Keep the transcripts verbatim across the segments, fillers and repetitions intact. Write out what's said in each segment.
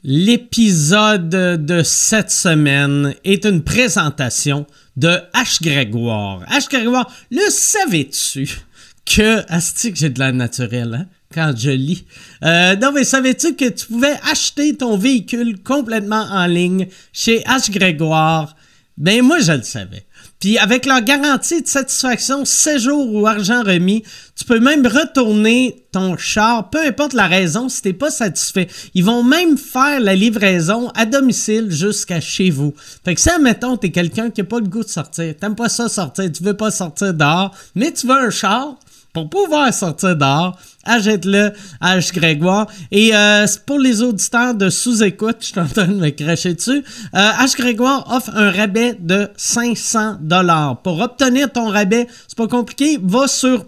L'épisode de cette semaine est une présentation de H. Grégoire. H. Grégoire, le savais-tu que... Asti que j'ai de l'air naturel, hein? Quand je lis. Euh, non, mais savais-tu que tu pouvais acheter ton véhicule complètement en ligne chez H. Grégoire? Ben, moi, je le savais. Puis avec leur garantie de satisfaction, sept jours ou argent remis, tu peux même retourner ton char, peu importe la raison, si t'es pas satisfait. Ils vont même faire la livraison à domicile jusqu'à chez vous. Fait que si, admettons, t'es quelqu'un qui a pas le goût de sortir, t'aimes pas ça sortir, tu veux pas sortir dehors, mais tu veux un char, pour pouvoir sortir dehors, achète-le à H. Grégoire. Et euh, pour les auditeurs de sous-écoute, je suis en train de me cracher dessus, euh, H. Grégoire offre un rabais de cinq cents dollars. Pour obtenir ton rabais, c'est pas compliqué, va sur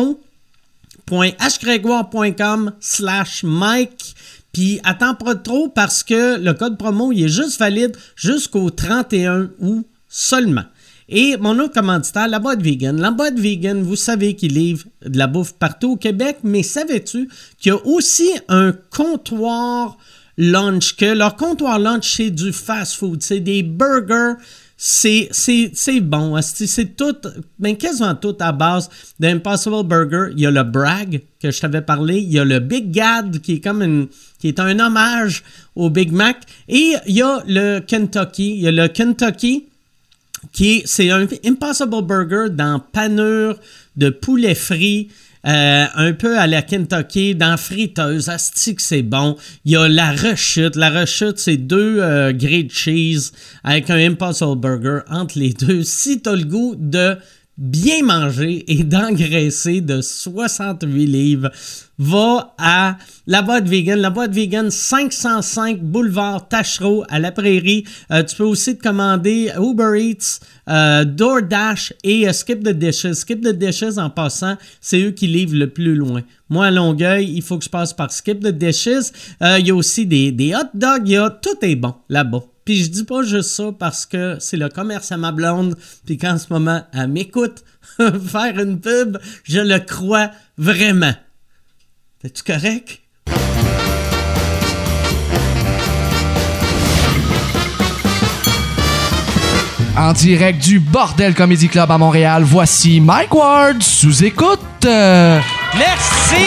promo.hgrégoire.com slash Mike. Puis attends pas trop parce que le code promo, il est juste valide jusqu'au trente et un août seulement. Et mon autre commanditaire, La Boîte Vegan. La Boîte Vegan, vous savez qu'ils livrent de la bouffe partout au Québec, mais savais-tu qu'il y a aussi un comptoir lunch, que leur comptoir lunch, c'est du fast-food, c'est des burgers, c'est, c'est, c'est bon, c'est, c'est tout, ben quasiment tout à base d'Impossible Burger. Il y a le Bragg, que je t'avais parlé, il y a le Big Gad, qui est comme une, qui est un hommage au Big Mac, et il y a le Kentucky, il y a le Kentucky, qui est, c'est un Impossible Burger dans panure de poulet frit, euh, un peu à la Kentucky, dans friteuse, asti que c'est bon. Il y a la rechute. La rechute, c'est deux euh, grilled cheese avec un Impossible Burger entre les deux. Si t'as le goût de bien manger et d'engraisser de soixante-huit livres, va à La Boîte Vegan. La Boîte Vegan, cinq cent cinq boulevard Tachereau à La Prairie. Euh, tu peux aussi te commander Uber Eats, euh, DoorDash et euh, Skip the Dishes. Skip the Dishes, en passant, c'est eux qui livrent le plus loin. Moi, à Longueuil, il faut que je passe par Skip the Dishes. Euh, il y a aussi des, des hot dogs. Il y a, tout est bon là-bas. Puis je dis pas juste ça parce que c'est le commerce à ma blonde, puis qu'en ce moment, elle m'écoute faire une pub, je le crois vraiment. Es-tu correct? En direct du Bordel Comedy Club à Montréal, voici Mike Ward sous écoute. Euh... Merci!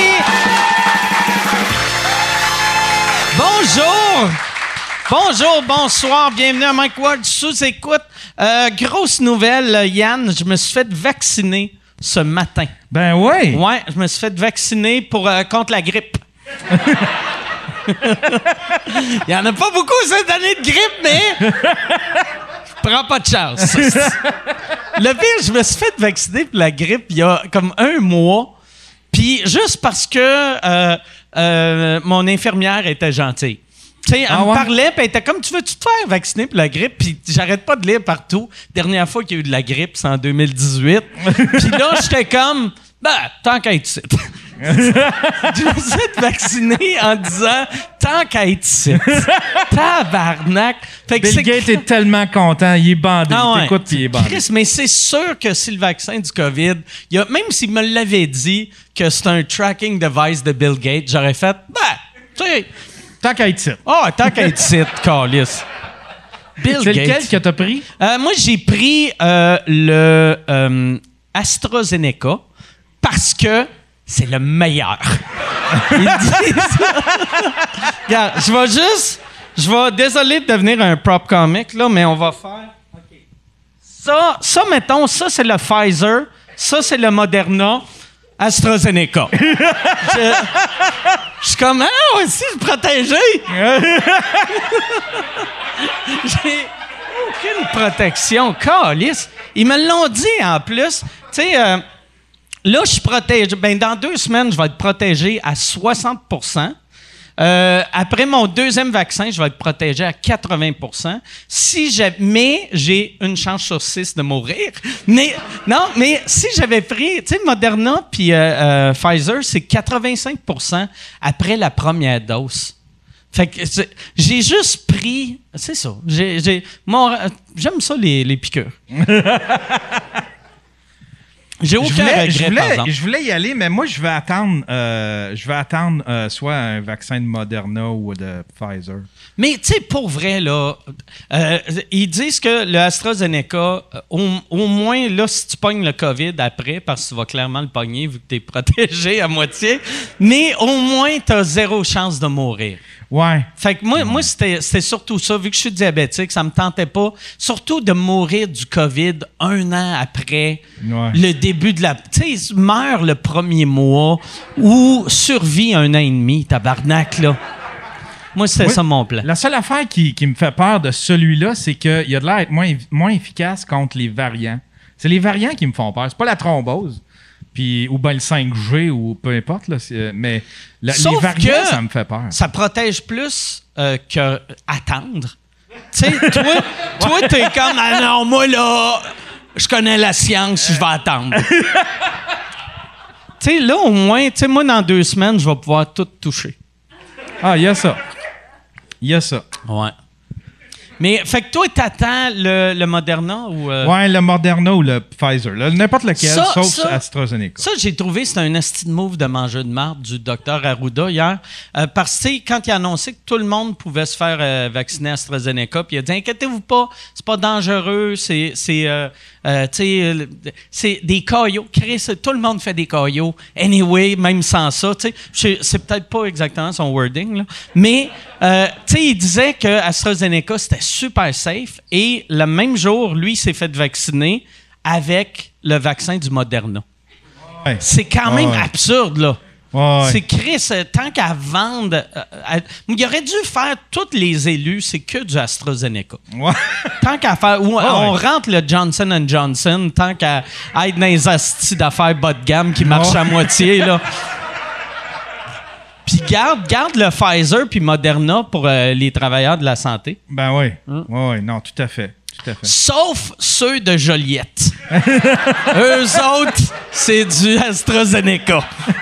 Bonjour! Bonjour, bonsoir, bienvenue à Mike Ward sous écoute. Euh, grosse nouvelle, Yann, je me suis fait vacciner ce matin. Ben ouais! Ouais, je me suis fait vacciner pour, euh, contre la grippe. Il y en a pas beaucoup cette année de grippe, mais je prends pas de chance. Le pire, je me suis fait vacciner pour la grippe il y a comme un mois, puis juste parce que euh, euh, mon infirmière était gentille. Tu sais, elle ah me ouais? parlait, puis elle était comme, tu veux-tu te faire vacciner pour la grippe? Puis j'arrête pas de lire partout. Dernière fois qu'il y a eu de la grippe, c'est en deux mille dix-huit. Puis là, j'étais comme, ben, tant qu'à être ici. Je me suis fait vacciner en disant, tant qu'à être ici. Tabarnak. Fait que Bill c'est... Gates est tellement content, il est bandé. Ah ouais. Il t'écoute, puis il est bandé. Chris, mais c'est sûr que si le vaccin du COVID, il y a, même s'il me l'avait dit que c'est un tracking device de Bill Gates, j'aurais fait, ben, tu sais... Tant qu'à être ici. Ah, oh, tant qu'à être ici, calice. Bill c'est Gates. lequel que t'as pris? Euh, moi, j'ai pris euh, le euh, AstraZeneca parce que c'est le meilleur. Il dit ça. Regarde, je vais juste... Je vais... Désolé de devenir un prop comic, là, mais on va faire... OK. Ça, ça, mettons, ça, c'est le Pfizer. Ça, c'est le Moderna. AstraZeneca. je, je suis comme, ah, aussi, je suis protégé. J'ai aucune protection. Calice. Ils me l'ont dit en plus. Tu sais, euh, là, je suis protégé. Ben, dans deux semaines, je vais être protégé à soixante pour cent. Euh, après mon deuxième vaccin, je vais être protégé à quatre-vingts pour cent. Si j'ai, mais j'ai une chance sur six de mourir. Mais non, mais si j'avais pris, tu sais, Moderna puis euh, euh, Pfizer, c'est quatre-vingt-cinq pour cent après la première dose. Fait que j'ai juste pris, c'est ça. J'ai, j'ai, mon, j'aime ça les, les piqûres. J'ai aucun Je voulais, regret, je, par voulais, exemple. je voulais y aller, mais moi, je vais attendre, euh, je vais attendre euh, soit un vaccin de Moderna ou de Pfizer. Mais, tu sais, pour vrai, là, euh, ils disent que le AstraZeneca, euh, au, au moins, là, si tu pognes le COVID après, parce que tu vas clairement le pogner vu que tu es protégé à moitié, mais au moins, tu as zéro chance de mourir. Ouais. Fait que moi, ouais. moi c'était, c'était surtout ça. Vu que je suis diabétique, ça me tentait pas, surtout de mourir du COVID un an après ouais. le début de la... Tu sais, meurs le premier mois ou survit un an et demi, tabarnak, là. Moi, c'était oui, ça mon plan. La seule affaire qui, qui me fait peur de celui-là, c'est qu'il a de l'air d'être moins, moins efficace contre les variants. C'est les variants qui me font peur. C'est pas la thrombose. Puis, ou bien le cinq G, ou peu importe. Là, mais la, les variants, ça me fait peur. Ça protège plus euh, qu'attendre. Tu sais, toi, toi, t'es comme, ah non, moi, là, je connais la science, je vais attendre. Tu sais, là, au moins, tu sais, moi, dans deux semaines, je vais pouvoir tout toucher. Ah, il y a ça. Il y a ça. Ouais. Mais, fait que toi, t'attends le, le Moderna ou... Euh... Ouais, le Moderna ou le Pfizer. Là, n'importe lequel, ça, sauf ça, AstraZeneca. Ça, j'ai trouvé, c'était un esti de move de manger de marde du docteur Arruda hier. Euh, parce que, quand il a annoncé que tout le monde pouvait se faire euh, vacciner AstraZeneca, puis il a dit, inquiétez-vous pas, c'est pas dangereux, c'est... c'est euh, euh, tu sais, c'est des caillots. Chris, tout le monde fait des caillots. Anyway, même sans ça, tu sais, c'est peut-être pas exactement son wording, là. Mais, euh, tu sais, il disait que AstraZeneca, c'était super safe. Et le même jour, lui, il s'est fait vacciner avec le vaccin du Moderna. Ouais. C'est quand même ouais. absurde, là. Ouais. C'est Chris, euh, tant qu'à vendre... Euh, à, il aurait dû faire tous les élus, c'est que du AstraZeneca. Ouais. Tant qu'à faire... Ou, ouais. On rentre le Johnson and Johnson, tant qu'à être dans les astis d'affaires bas de gamme qui marchent ouais. à moitié, là. Puis garde, garde le Pfizer puis Moderna pour euh, les travailleurs de la santé. Ben oui. Hum. Oui, oui, non, tout à fait. Tout à fait. Sauf ceux de Joliette. Eux autres, c'est du AstraZeneca.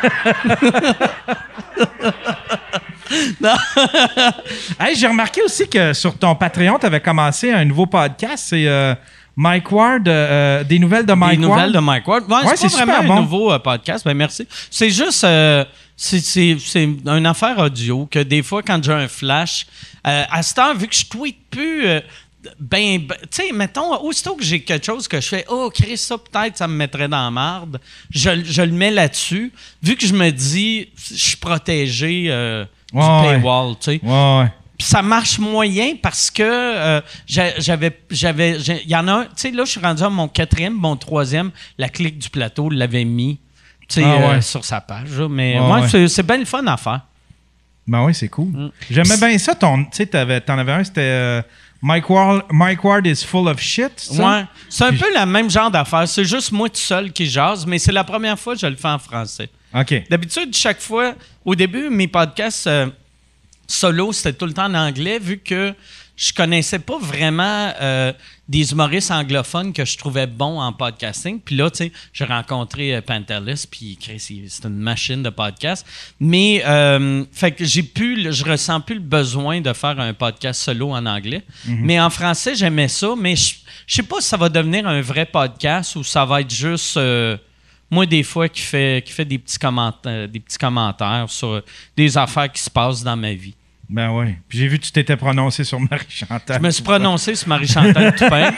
Hey, j'ai remarqué aussi que sur ton Patreon, tu avais commencé un nouveau podcast. C'est euh, Mike Ward, euh, des nouvelles de Mike des Ward. Des nouvelles de Mike Ward. Ouais, ouais c'est, c'est pas vraiment bon. Un nouveau euh, podcast. Ben merci. C'est juste... Euh, C'est, c'est, c'est une affaire audio que des fois, quand j'ai un flash, euh, à cette heure, vu que je tweete plus, euh, ben, ben tu sais, mettons, aussitôt que j'ai quelque chose que je fais, oh, Chris, ça peut-être, ça me mettrait dans la marde, je, je le mets là-dessus, vu que je me dis, je suis protégé euh, du ouais, paywall, tu sais. Ouais, ouais. Puis ça marche moyen parce que euh, j'avais, j'avais, il y en a un, tu sais, là, je suis rendu à mon quatrième, mon troisième, la clique du plateau l'avait mis. Ah ouais. euh, sur sa page. Là. Mais ah moi, ouais. c'est, c'est bien le fun à faire. Ben oui, c'est cool. Mm. J'aimais bien ça. Tu sais, t'en avais un, c'était euh, Mike, Ward, Mike Ward is full of shit. Ça? Ouais. C'est un Puis... peu le même genre d'affaire. C'est juste moi tout seul qui jase, mais c'est la première fois que je le fais en français. OK. D'habitude, chaque fois, au début, mes podcasts euh, solo, c'était tout le temps en anglais, vu que je connaissais pas vraiment euh, des humoristes anglophones que je trouvais bons en podcasting. Puis là, tu sais, j'ai rencontré euh, Pantelis, puis c'est une machine de podcast. Mais, euh, fait que j'ai pu, je ressens plus le besoin de faire un podcast solo en anglais. Mm-hmm. Mais en français, j'aimais ça. Mais je sais pas si ça va devenir un vrai podcast ou ça va être juste... Euh, moi, des fois, qui fait, qui fait des, petits commentaires, des petits commentaires sur des affaires qui se passent dans ma vie. Ben oui. Puis j'ai vu que tu t'étais prononcé sur Marie-Chantal. Je me suis prononcé sur Marie-Chantal Toupin.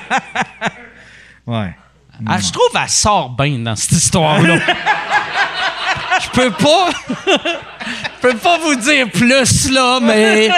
Ouais. Ah, je trouve qu'elle sort bien dans cette histoire-là. Je peux pas... Je peux pas vous dire plus, là, mais...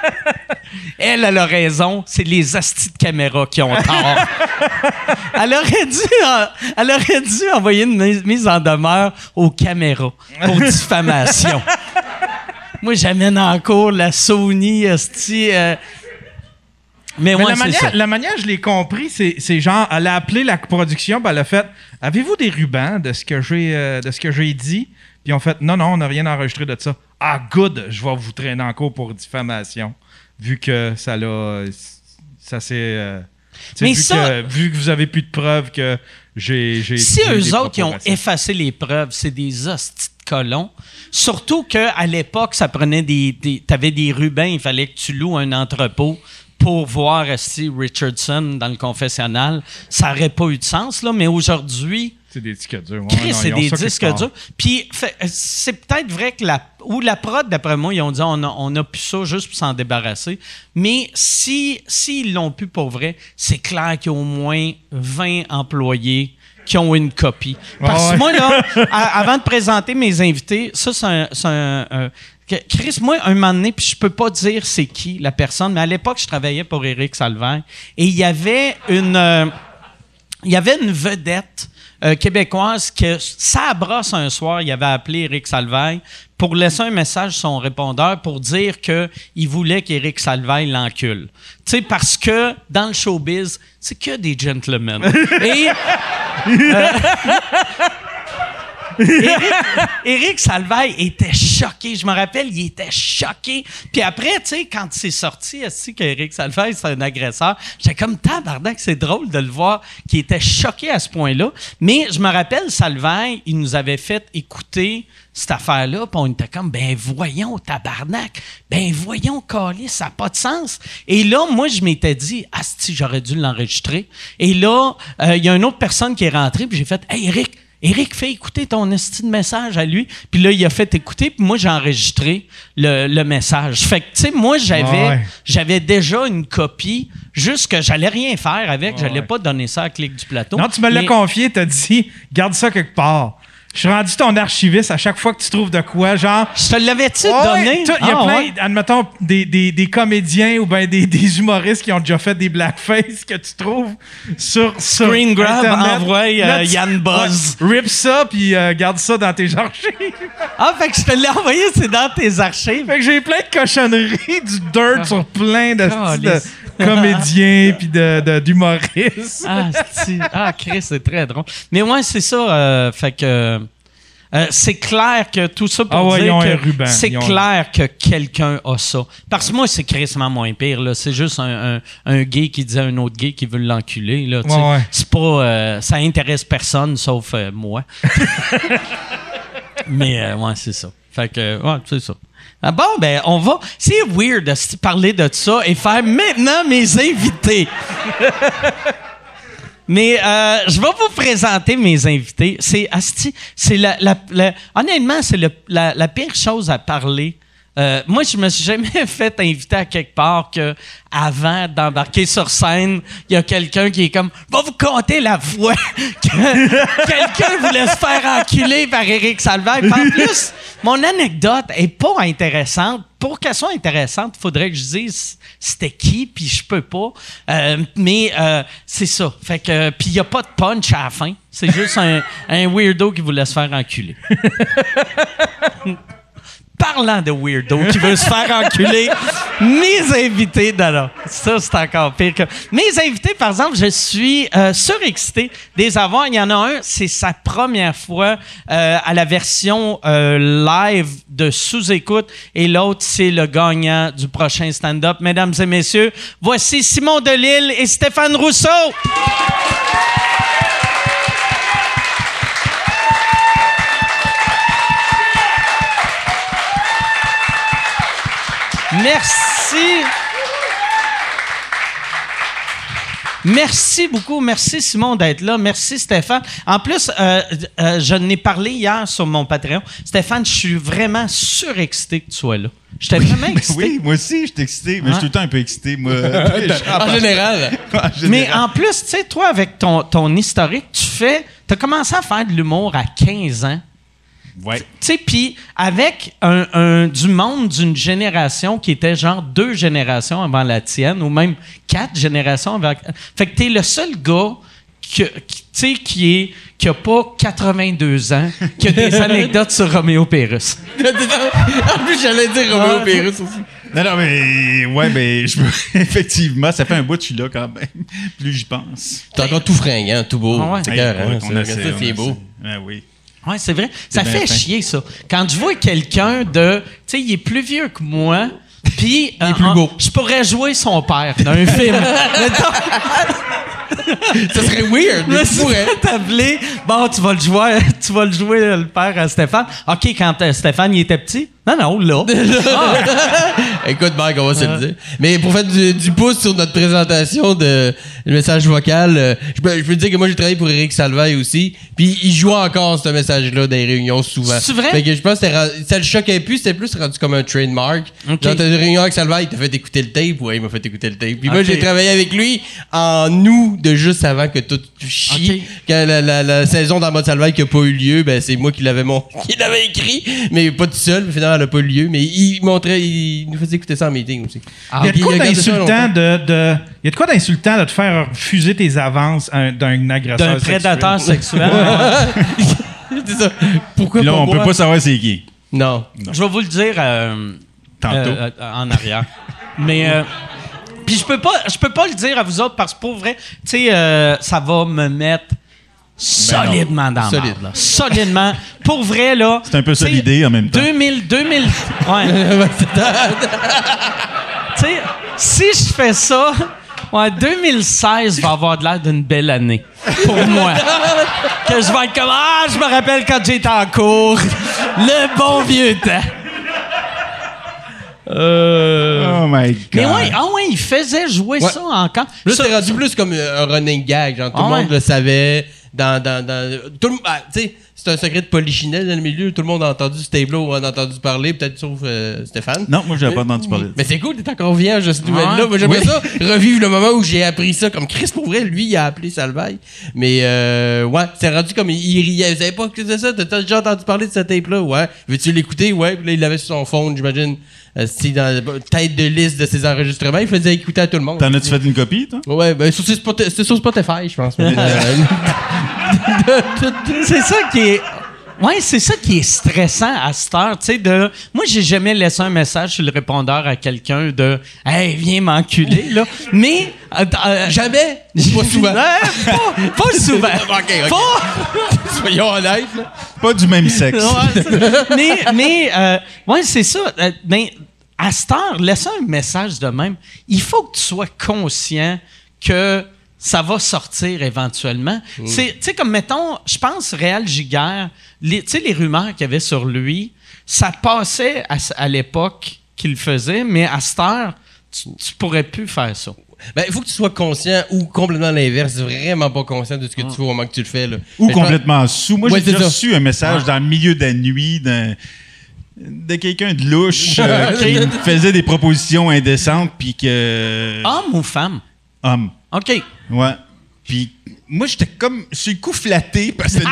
Elle, elle a raison. C'est les astis de caméra qui ont tort. Elle aurait dû, elle aurait dû envoyer une mise en demeure aux caméras pour diffamation. Moi, j'amène en cours la Sony, esti. Euh... Mais, Mais ouais, la, c'est manière, ça. la manière, je l'ai compris, c'est, c'est genre, elle a appelé la production, puis elle a fait « Avez-vous des rubans de ce que j'ai, euh, de ce que j'ai dit? » Puis ils ont fait « Non, non, on n'a rien enregistré de ça. »« Ah, good, je vais vous traîner en cours pour diffamation. » Vu que ça l'a... Ça s'est... Euh, Mais vu, ça, que, vu que vous avez plus de preuves que j'ai... j'ai si j'ai eux autres, ils ont effacé les preuves, c'est des hosties de colons. Surtout qu'à l'époque, ça prenait des... des t'avais des rubans, il fallait que tu loues un entrepôt pour voir si Richardson dans le confessionnal. Ça n'aurait pas eu de sens, là. Mais aujourd'hui, C'est des disques durs. Ouais, Chris, non, c'est ils ont des ça quelque disques part. durs. Puis fait- c'est peut-être vrai que la ou la prod, d'après moi, ils ont dit on a, on a plus ça juste pour s'en débarrasser. Mais si s'ils l'ont plus pour vrai, c'est clair qu'il y a au moins vingt employés qui ont une copie. Parce Ah que ouais. moi, là, à- avant de présenter mes invités, ça, c'est un... c'est un- un- que- Chris, moi, un moment donné, puis je peux pas dire c'est qui la personne, mais à l'époque, je travaillais pour Éric Salvaire et il y avait une... euh, il y avait une vedette euh, québécoise que, ça brosse un soir, il avait appelé Éric Salvaille pour laisser un message sur son répondeur pour dire qu'il voulait qu'Éric Salvaille l'encule. Tu sais, parce que dans le showbiz, c'est que des gentlemen. Et... euh, Éric, Éric Salvaille était choqué. Je me rappelle, il était choqué. Puis après, tu sais, quand c'est sorti, aussi qu'Éric Salvaille, c'est un agresseur, j'étais comme, tabarnak, c'est drôle de le voir, qu'il était choqué à ce point-là. Mais je me rappelle, Salvaille, il nous avait fait écouter cette affaire-là, puis on était comme, ben voyons, tabarnak, ben voyons, câlisse, ça n'a pas de sens. Et là, moi, je m'étais dit, asti, j'aurais dû l'enregistrer. Et là, il euh, y a une autre personne qui est rentrée, puis j'ai fait, hey, Éric, Éric, fais écouter ton esti de message à lui. Puis là, il a fait écouter, puis moi, j'ai enregistré le, le message. Fait que, tu sais, moi, j'avais Ah ouais. j'avais déjà une copie, juste que j'allais rien faire avec. Ah j'allais ouais. pas donner ça à Clic du Plateau. Non, tu me l'as Mais- confié, t'as dit, garde ça quelque part. Je suis rendu ton archiviste à chaque fois que tu trouves de quoi, genre. Je te l'avais-tu Ouais, donné? tout- Il y a Ah, plein, ouais. admettons, des, des, des comédiens ou ben des, des humoristes qui ont déjà fait des blackface que tu trouves sur, sur Screen grab, Internet. envoie, euh, Là, tu- Yann Buzz. Ouais, rip ça, puis euh, garde ça dans tes archives. Ah, fait que je te l'ai envoyé, c'est dans tes archives. Fait que j'ai plein de cochonneries, du dirt sur plein de, Calisse. de comédiens puis de, de, d'humoristes. Ah, c'est- ah, Chris, c'est très drôle. Mais ouais, c'est ça. euh, fait que euh, c'est clair que tout ça pour Ah ouais, ils dire ont un que ruban. c'est Ils ont clair que quelqu'un a ça. Parce que moi, c'est crissement moins pire. Là. C'est juste un, un, un gay qui dit à un autre gay qui veut l'enculer. Là, tu sais. Ouais, ouais. C'est pas, euh, ça intéresse personne sauf euh, moi. Mais euh, ouais, c'est ça. Fait que ouais, c'est ça. Ah bon, ben on va. C'est weird de se parler de ça et faire maintenant mes invités. Mais euh, je vais vous présenter mes invités. C'est asti, c'est la, la, la- honnêtement, c'est le- la, la pire chose à parler. Euh, moi, je me suis jamais fait inviter à quelque part que avant d'embarquer sur scène, il y a quelqu'un qui est comme « Va vous compter la fois que quelqu'un voulait se faire enculer par Éric Salvaire. » Puis en plus, mon anecdote est pas intéressante. Pour qu'elle soit intéressante, il faudrait que je dise c'était qui, puis je peux pas. Euh, mais euh, c'est ça. Fait que puis il y a pas de punch à la fin. C'est juste un, un weirdo qui voulait se faire enculer. Parlant de weirdo qui veut se faire enculer, mes invités, non, non, ça c'est encore pire que... Mes invités, par exemple, je suis euh, surexcité de les avoir. Il y en a un, c'est sa première fois euh, à la version euh, live de Sous-Écoute et l'autre, c'est le gagnant du prochain stand-up. Mesdames et messieurs, voici Simon Delille et Stéphane Rousseau. Merci. Merci beaucoup. Merci, Simon, d'être là. Merci, Stéphane. En plus, euh, euh, je n'ai parlé hier sur mon Patreon. Stéphane, je suis vraiment surexcité que tu sois là. J'étais vraiment excité. Oui, moi aussi, je suis excité. Mais je suis tout le temps un peu excité, moi. En général. En général. Mais en plus, tu sais, toi, avec ton, ton historique, tu fais... Tu as commencé à faire de l'humour à quinze ans. Ouais. Tu sais, puis avec un, un- du monde d'une génération qui était genre deux générations avant la tienne, ou même quatre générations avant... Fait que t'es le seul gars que, qui, tu sais, qui est qui a pas quatre-vingt-deux ans, qui a des anecdotes sur Roméo Pérus. En plus, j'allais dire Roméo Pérus aussi. Non, non, mais... Ouais, mais... Je peux... Effectivement, ça fait un bout que je suis là, quand même. Plus j'y pense. T'es encore tout fringant, tout beau. Ah ouais. C'est Hey, clair, hein? écoute, on C'est essaie, ça, on c'est beau. essaie. Ah oui. Ouais, c'est vrai. Ça bien fait fin. chier, ça. Quand je vois quelqu'un de... Tu sais, il est plus vieux que moi, puis... Il est plus beau. Je pourrais jouer son père dans un film. Mettons, Ça serait weird, je me mais tu suis pourrais. fait appeler. Bon, tu vas le jouer, tu vas le jouer, le père à Stéphane. OK, quand euh, Stéphane, il était petit? Non, non, là. Ah. Écoute, Mike, on va se le dire. Mais pour faire du, du pouce sur notre présentation de le message vocal, euh, je, peux, je peux te dire que moi, j'ai travaillé pour Éric Salvaille aussi. Puis il jouait encore ce message-là dans les réunions souvent. C'est vrai? Fait que je pense que c'était, ça le choquait plus, c'était plus rendu comme un trademark. Okay. Genre, t'as une réunion avec Salvaille, il t'a fait écouter le tape. Ouais, il m'a fait écouter le tape. Puis moi, Okay. j'ai travaillé avec lui en août de juste avant que tout chie. Okay. Quand la, la, la saison dans mode Salvaille qui n'a pas eu lieu, ben c'est moi qui l'avais, mon... qui l'avais écrit, mais pas tout seul. Finalement, elle n'a pas eu lieu. Mais il montrait, il nous faisait écouter ça en meeting aussi. Il y a de Puis quoi il a gardé ça d'insultant longtemps. de, de, il y a de quoi d'insultant de te faire refuser tes avances à un- d'un agresseur D'un sexuel. prédateur sexuel. C'est ça. Pourquoi Puis là, pas on moi? peut pas savoir c'est qui. Non. Je vais vous le dire euh, Tantôt. euh, euh, en arrière. Mais euh, puis je peux pas, je peux pas le dire à vous autres parce que pour vrai, tu sais, euh, ça va me mettre solidement dans la Solide. marde, là. Solidement. Pour vrai, là. C'est un peu ça tu sais, l'idée en même temps. deux mille, deux mille, ouais. Tu sais, si je fais ça, ouais, deux mille seize va avoir de l'air d'une belle année pour moi. Que je vais être comme, ah, je me rappelle quand j'étais en cours. Le bon vieux temps. Oh my God. Mais ouais, ah ouais, il faisait jouer Ouais. ça encore. Là, Ça- c'est rendu plus comme un running gag. Genre, tout Ah le monde ouais. le savait. Dans, dans, dans, tout le, ah, tu sais, c'est un secret de polichinelle dans le milieu. Tout le monde a entendu ce tableau ou en a entendu parler, peut-être sauf euh, Stéphane. Non, moi, je n'avais pas entendu parler. Mais c'est cool, t'es encore vierge de cette nouvelle-là. Ouais. Moi, j'aimerais ça revivre le moment où j'ai appris ça. Comme Chris, pour vrai, lui, il a appelé Salvaille. Mais, euh, ouais, c'est rendu comme il, il riait. Vous savez pas que c'est ça? T'as déjà entendu parler de ce tape-là? Ouais. Veux-tu l'écouter? Ouais. Puis là, il l'avait sur son phone, j'imagine. Euh, c'est dans la tête de liste de ses enregistrements. Il faisait écouter à tout le monde. T'en as-tu fait une copie, toi? Ouais, ben, sur- c'est Spotify, c'est sur Spotify, je pense. C'est ça qui est. Ouais, c'est ça qui est stressant à cette heure, tu sais, de... Moi, j'ai jamais laissé un message sur le répondeur à quelqu'un de « Hey, viens m'enculer, là. » Mais... euh, euh, Jamais? Pas souvent. Ouais, pas, pas souvent. Ok, ok. Pas... Soyons honnêtes, là. Pas du même sexe. Ouais, c'est- mais, mais euh, ouais, c'est ça. Euh, ben, à cette heure, laisser un message de même, il faut que tu sois conscient que ça va sortir éventuellement. C'est, tu sais, comme mettons, je pense, Réal Giguère, les, tu sais, les rumeurs qu'il y avait sur lui, ça passait à, à l'époque qu'il le faisait, mais à cette heure, tu, tu pourrais plus faire ça. Ben, il faut que tu sois conscient ou complètement l'inverse, vraiment pas conscient de ce que tu fais au moment que tu le fais, là. Ou Mais je pense- complètement sous. Moi, Ouais, j'ai c'est déjà ça. reçu un message dans le milieu de la nuit d'un de quelqu'un de louche euh, qui me faisait des propositions indécentes, puis que... Homme ou femme? Homme. OK. Ouais. Puis moi, j'étais comme sur le coup flatté parce que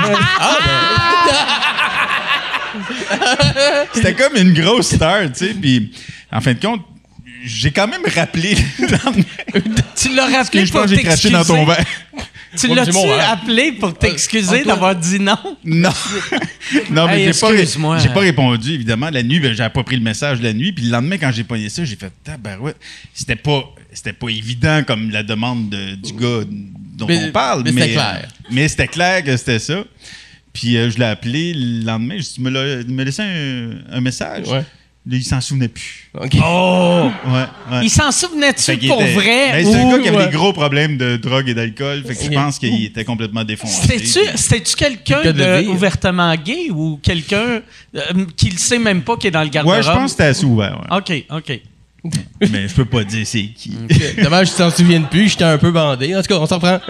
c'était comme une grosse star, tu sais. Puis en fin de compte, j'ai quand même rappelé. Tu l'as rappelé je pour pense que j'ai craché dans ton t'excuser? verre. Tu Ouais, l'as-tu c'est mon verre. appelé pour t'excuser Antoine. d'avoir dit non? Non. non, mais Hey, j'ai pas, excuse-moi. j'ai pas répondu, évidemment. La nuit, ben, j'avais pas pris le message la nuit. Puis le lendemain, quand j'ai pogné ça, j'ai fait tabarouette. C'était pas, c'était pas évident comme la demande de- du gars dont Mais- on parle. mais c'était clair. euh, mais c'était clair que c'était ça. Puis euh, je l'ai appelé le lendemain. Je dit, me, l'a- me laissé un, un message. Ouais. Là, il s'en souvenait plus. OK. Oh! Ouais, ouais. Il s'en souvenait-tu Fait qu'il pour était- vrai? Ben, c'est un ou- gars qui avait des gros problèmes de drogue et d'alcool. Fait que je Ok. pense qu'il était complètement défoncé. C'était-tu, c'était-tu quelqu'un Quelqu'un de de vie. ouvertement gay ou quelqu'un euh, qui le sait même pas qui est dans le garde-robe? Ouais, je pense que c'était assez ouvert. ouais. OK, OK. Mais je peux pas dire c'est qui. Dommage que tu t'en souviennes plus, j'étais un peu bandé. En tout cas, on s'en prend.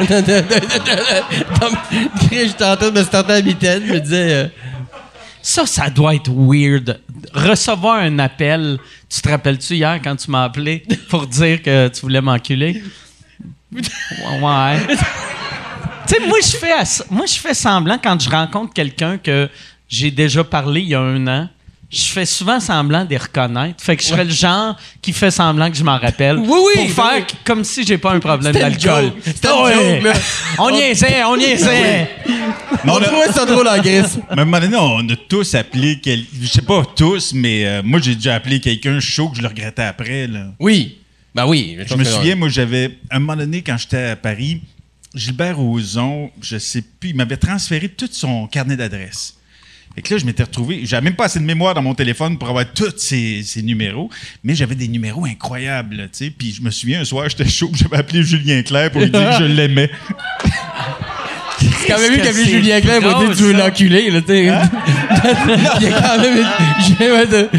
J'étais en train de me starter à la mitaine, je me disais... euh, Ça, ça doit être weird. Recevoir un appel. Tu te rappelles-tu hier quand tu m'as appelé pour dire que tu voulais m'enculer? Ouais. Tu sais, moi, je fais ass- moi, je fais semblant quand je rencontre quelqu'un que j'ai déjà parlé il y a un an. Je fais souvent semblant de les reconnaître. Fait que je serais le genre qui fait semblant que je m'en rappelle. Oui, oui, Pour oui, faire oui. comme si j'ai pas un problème C'était une d'alcool. joke. C'était une Ah ouais. joke, là. On y essaie, on y essaie. Mais On on a- trouvait ça drôle en Grèce. Mais à un moment donné, on a tous appelé quel... Je sais pas tous, mais euh, moi, j'ai déjà appelé quelqu'un chaud que je le regrettais après. Là. Oui. Ben oui. Je me souviens, moi, j'avais... À un moment donné, quand j'étais à Paris, Gilbert Rozon, je sais plus, il m'avait transféré tout son carnet d'adresses. Et que là, je m'étais retrouvé... J'avais même pas assez de mémoire dans mon téléphone pour avoir tous ces, ces numéros, mais j'avais des numéros incroyables, là, tu sais. Puis je me souviens, un soir, j'étais chaud, puis j'avais appelé Julien Clerc pour lui dire que je l'aimais. C'est quand même lui qui a Qu'est-ce appelé que Julien c'est Clerc pour dire drôle, tu veux ça. l'enculer, là, tu sais. Il y a quand même une... J'ai de...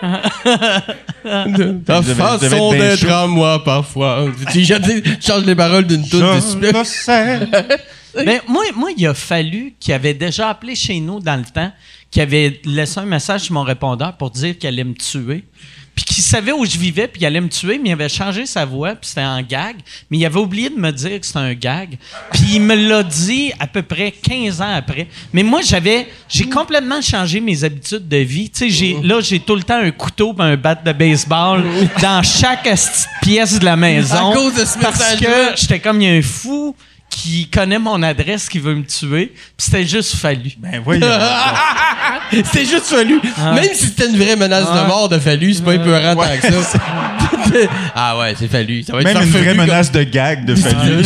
de... Ta Vous avez- façon vous avez bien d'être chaud. à moi, parfois. Tu tu changes les paroles d'une toute de Je le sais. Ben, moi, moi, il a fallu qu'il avait déjà appelé chez nous dans le temps, qu'il avait laissé un message sur mon répondeur pour dire qu'il allait me tuer. Puis qu'il savait où je vivais, puis il allait me tuer, mais il avait changé sa voix, puis c'était en gag. Mais il avait oublié de me dire que c'était un gag. Puis il me l'a dit à peu près quinze ans après. Mais moi, j'avais... J'ai complètement changé mes habitudes de vie. Tu sais, j'ai, là, j'ai tout le temps un couteau et un bat de baseball dans chaque asti de pièce de la maison. À cause de ce Parce message-là. que j'étais comme, il y a un fou qui connaît mon adresse, qui veut me tuer. Puis c'était juste fallu. Ben voyons. C'est juste Fallu. Même si c'était une vraie menace de mort de Fallu, c'est pas épeurant tant que ça. Ah ouais, c'est Fallu. Ça va être Même une farfelu vraie comme- menace de gag de Fallu.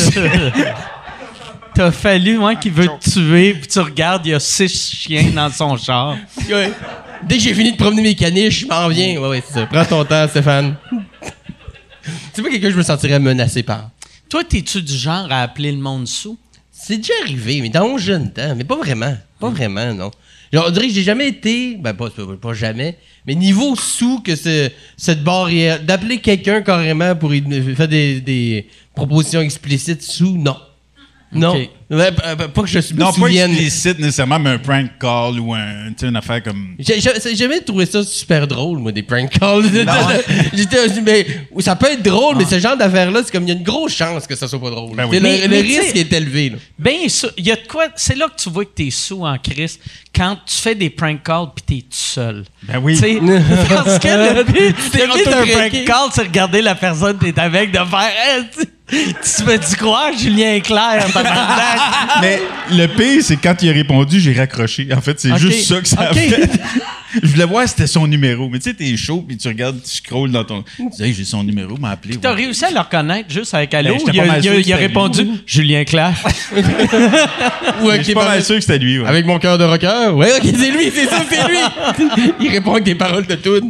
T'as fallu, moi, qui veut te tuer, puis tu regardes, il y a six chiens dans son char. Ouais. Dès que j'ai fini de promener mes caniches, je m'en viens. Ouais, ouais, c'est ça. Prends ton temps, Stéphane. C'est pas quelqu'un que je me sentirais menacé par. Toi, t'es-tu du genre à appeler le monde sous? C'est déjà arrivé, mais dans mon jeune temps. Mais pas vraiment. Pas vraiment, non. Genre, on dirait que j'ai jamais été, ben pas, pas, pas jamais, mais niveau sous que ce, cette barrière, d'appeler quelqu'un carrément pour y faire des, des propositions explicites sous, non. Non. Ok. Ouais, p- p- pas que je me Non, pas souvienne. explicite nécessairement, mais un prank call ou un, tu sais, une affaire comme. J'ai j'ai- j'ai jamais trouvé ça super drôle, moi, des prank calls. J'étais, mais, ça peut être drôle, mais ce genre d'affaire-là, c'est comme il y a une grosse chance que ça soit pas drôle. Ben oui. Tu sais, Mais- le mais le tu sais- risque est élevé. Là. Ben, ça- il y a de quoi. C'est là que tu vois que t'es sous en crise quand tu fais des prank calls puis t'es tout seul. Ben oui. Tu sais, parce que le but, le but d'un auto-craqué. prank call, c'est regarder la personne que t'es avec, de faire. Hey, tu, tu fais-tu croire Julien Clerc, tabarnak? Mais le pire, c'est quand il a répondu, j'ai raccroché. En fait, c'est Ok. juste ça que ça a Ok. fait. Je voulais voir si c'était son numéro. Mais tu sais, t'es chaud, puis tu regardes, tu scrolls dans ton. Tu dis, hey, j'ai son numéro, m'a appelé. T'as ouais. réussi à le reconnaître juste avec Allô? Ben, j'étais il, a, pas mal il a- sûr que il a c'était répondu lui. Julien Clerc. Ou Mais avec Je suis des pas mal paroles- sûr que c'était lui. Ouais. Avec mon cœur de rocker. Ouais, ok, c'est lui, c'est ça, c'est lui. Il répond avec des paroles de tune.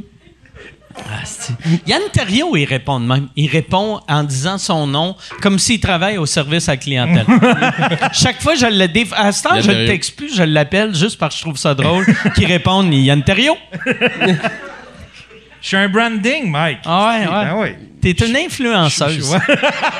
Yann Terriot, il répond de même. Il répond en disant son nom comme s'il travaille au service à la clientèle. Chaque fois, je le déf... À ce temps, Yann je le Terriot. texte plus, je l'appelle juste parce que je trouve ça drôle qu'il réponde Yann Terriot. Je suis un branding, Mike. Ah ouais, ouais. Ben ouais. T'es une influenceuse. Ouais.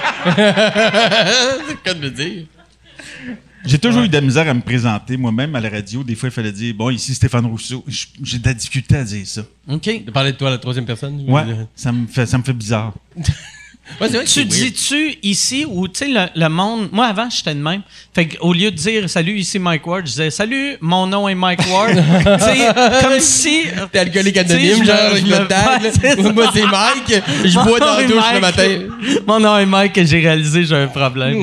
C'est le cas de me dire. J'ai toujours eu de la misère à me présenter moi-même à la radio. Des fois, il fallait dire, bon, ici Stéphane Rousseau. J- J'ai de la difficulté à dire ça. OK. De parler de toi à la troisième personne? Ouais, ça me fait, ça me fait bizarre. Ouais, c'est vrai que Tu c'est weird. dis-tu ici ou, tu sais, le, le monde... Moi, avant, j'étais de même. Fait qu'au lieu de dire « Salut, ici Mike Ward », je disais « Salut, mon nom est Mike Ward ». Tu sais, comme si... T'es alcoolique Tu sais, anonyme, je genre, me- avec je le me- tag. ouais, c'est là. Moi, c'est Mike. Je Mon bois dans nom la est douche Mike. le matin. Mon nom est Mike et j'ai réalisé que j'ai un problème.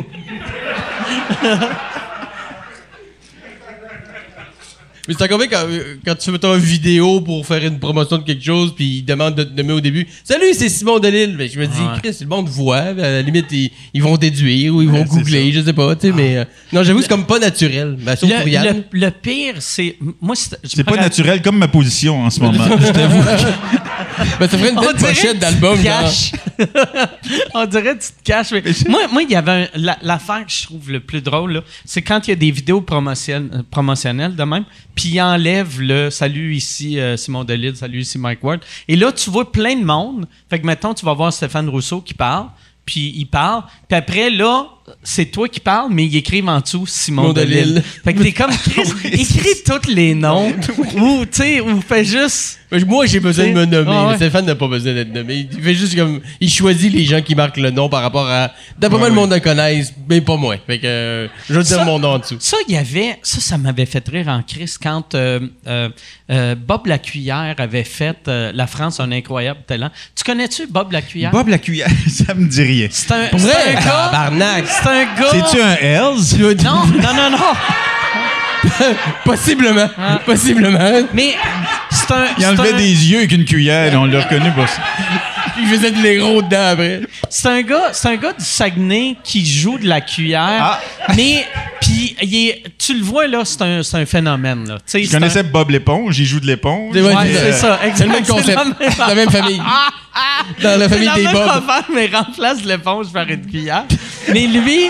Mais c'est encore bien quand, quand tu fais ton vidéo pour faire une promotion de quelque chose, puis ils demandent de te nommer au début. Salut, c'est Simon Delille. Mais je me dis, Ouais. Chris, le monde voit. À la limite, ils, ils vont déduire ou ils vont Ouais, c'est googler, je sais pas. Tu sais, mais euh, non, j'avoue, c'est comme pas naturel. Ben, sauf pour Le, Yann. le- le pire, c'est... Moi, c'est je C'est me pas rappelle- naturel comme ma position en ce moment. Je t'avoue. Ben, ça ferait une On belle dirait pochette que d'album. tu te genre. caches. On dirait que tu te caches. mais moi, moi, il y avait un- la- l'affaire que je trouve le plus drôle, là, c'est quand il y a des vidéos promotionnelles, euh, promotionnelles de même, puis il enlève le salut ici euh, Simon Delille, salut ici Mike Ward. Et là, tu vois plein de monde. Fait que maintenant, tu vas voir Stéphane Rousseau qui parle, puis il parle. Puis après, là, c'est toi qui parles, mais ils écrivent en dessous Simon Simon Delille. Delille. Fait que t'es comme, Chris, écris tous les noms. Ou, tu sais, ou fais juste. Ben, Moi, j'ai besoin de me nommer. Ah ouais. mais Stéphane n'a pas besoin d'être nommé. Il fait juste comme. Il choisit les gens qui marquent le nom par rapport à. D'après moi, Ouais, le ouais. monde le connaisse, mais pas moi. Fait que. euh, je veux dire Ça- mon nom en dessous. Ça, il y avait. Ça, ça m'avait fait rire en crise quand euh, euh, euh, Bob Lacuillère avait fait euh, La France, un incroyable talent. Tu connais-tu Bob Lacuillère? Bob la cuillère, ça me dit rien. C'est un, Pour c'est vrai, un gars. tabarnak. C'est un gars. C'est-tu un Hells? Non, non, non, non. Possiblement. Possiblement. Mais c'est un. Il c'est enlevait un- des yeux avec une cuillère, on l'a reconnu pour ça. Il faisait de l'héros dedans après. C'est un gars, c'est un gars du Saguenay qui joue de la cuillère. Ah. Mais puis il est- tu le vois là, c'est un, c'est un phénomène là. Tu sais, Je c'est connaissais un- Bob l'éponge, il joue de l'éponge. C'est vrai, Ouais, c'est c'est ça, C'est le même exactement. concept. C'est la même C'est la même famille. Dans la famille C'est des la même Bob. affaire, mais remplace l'éponge par une cuillère. Mais lui, tu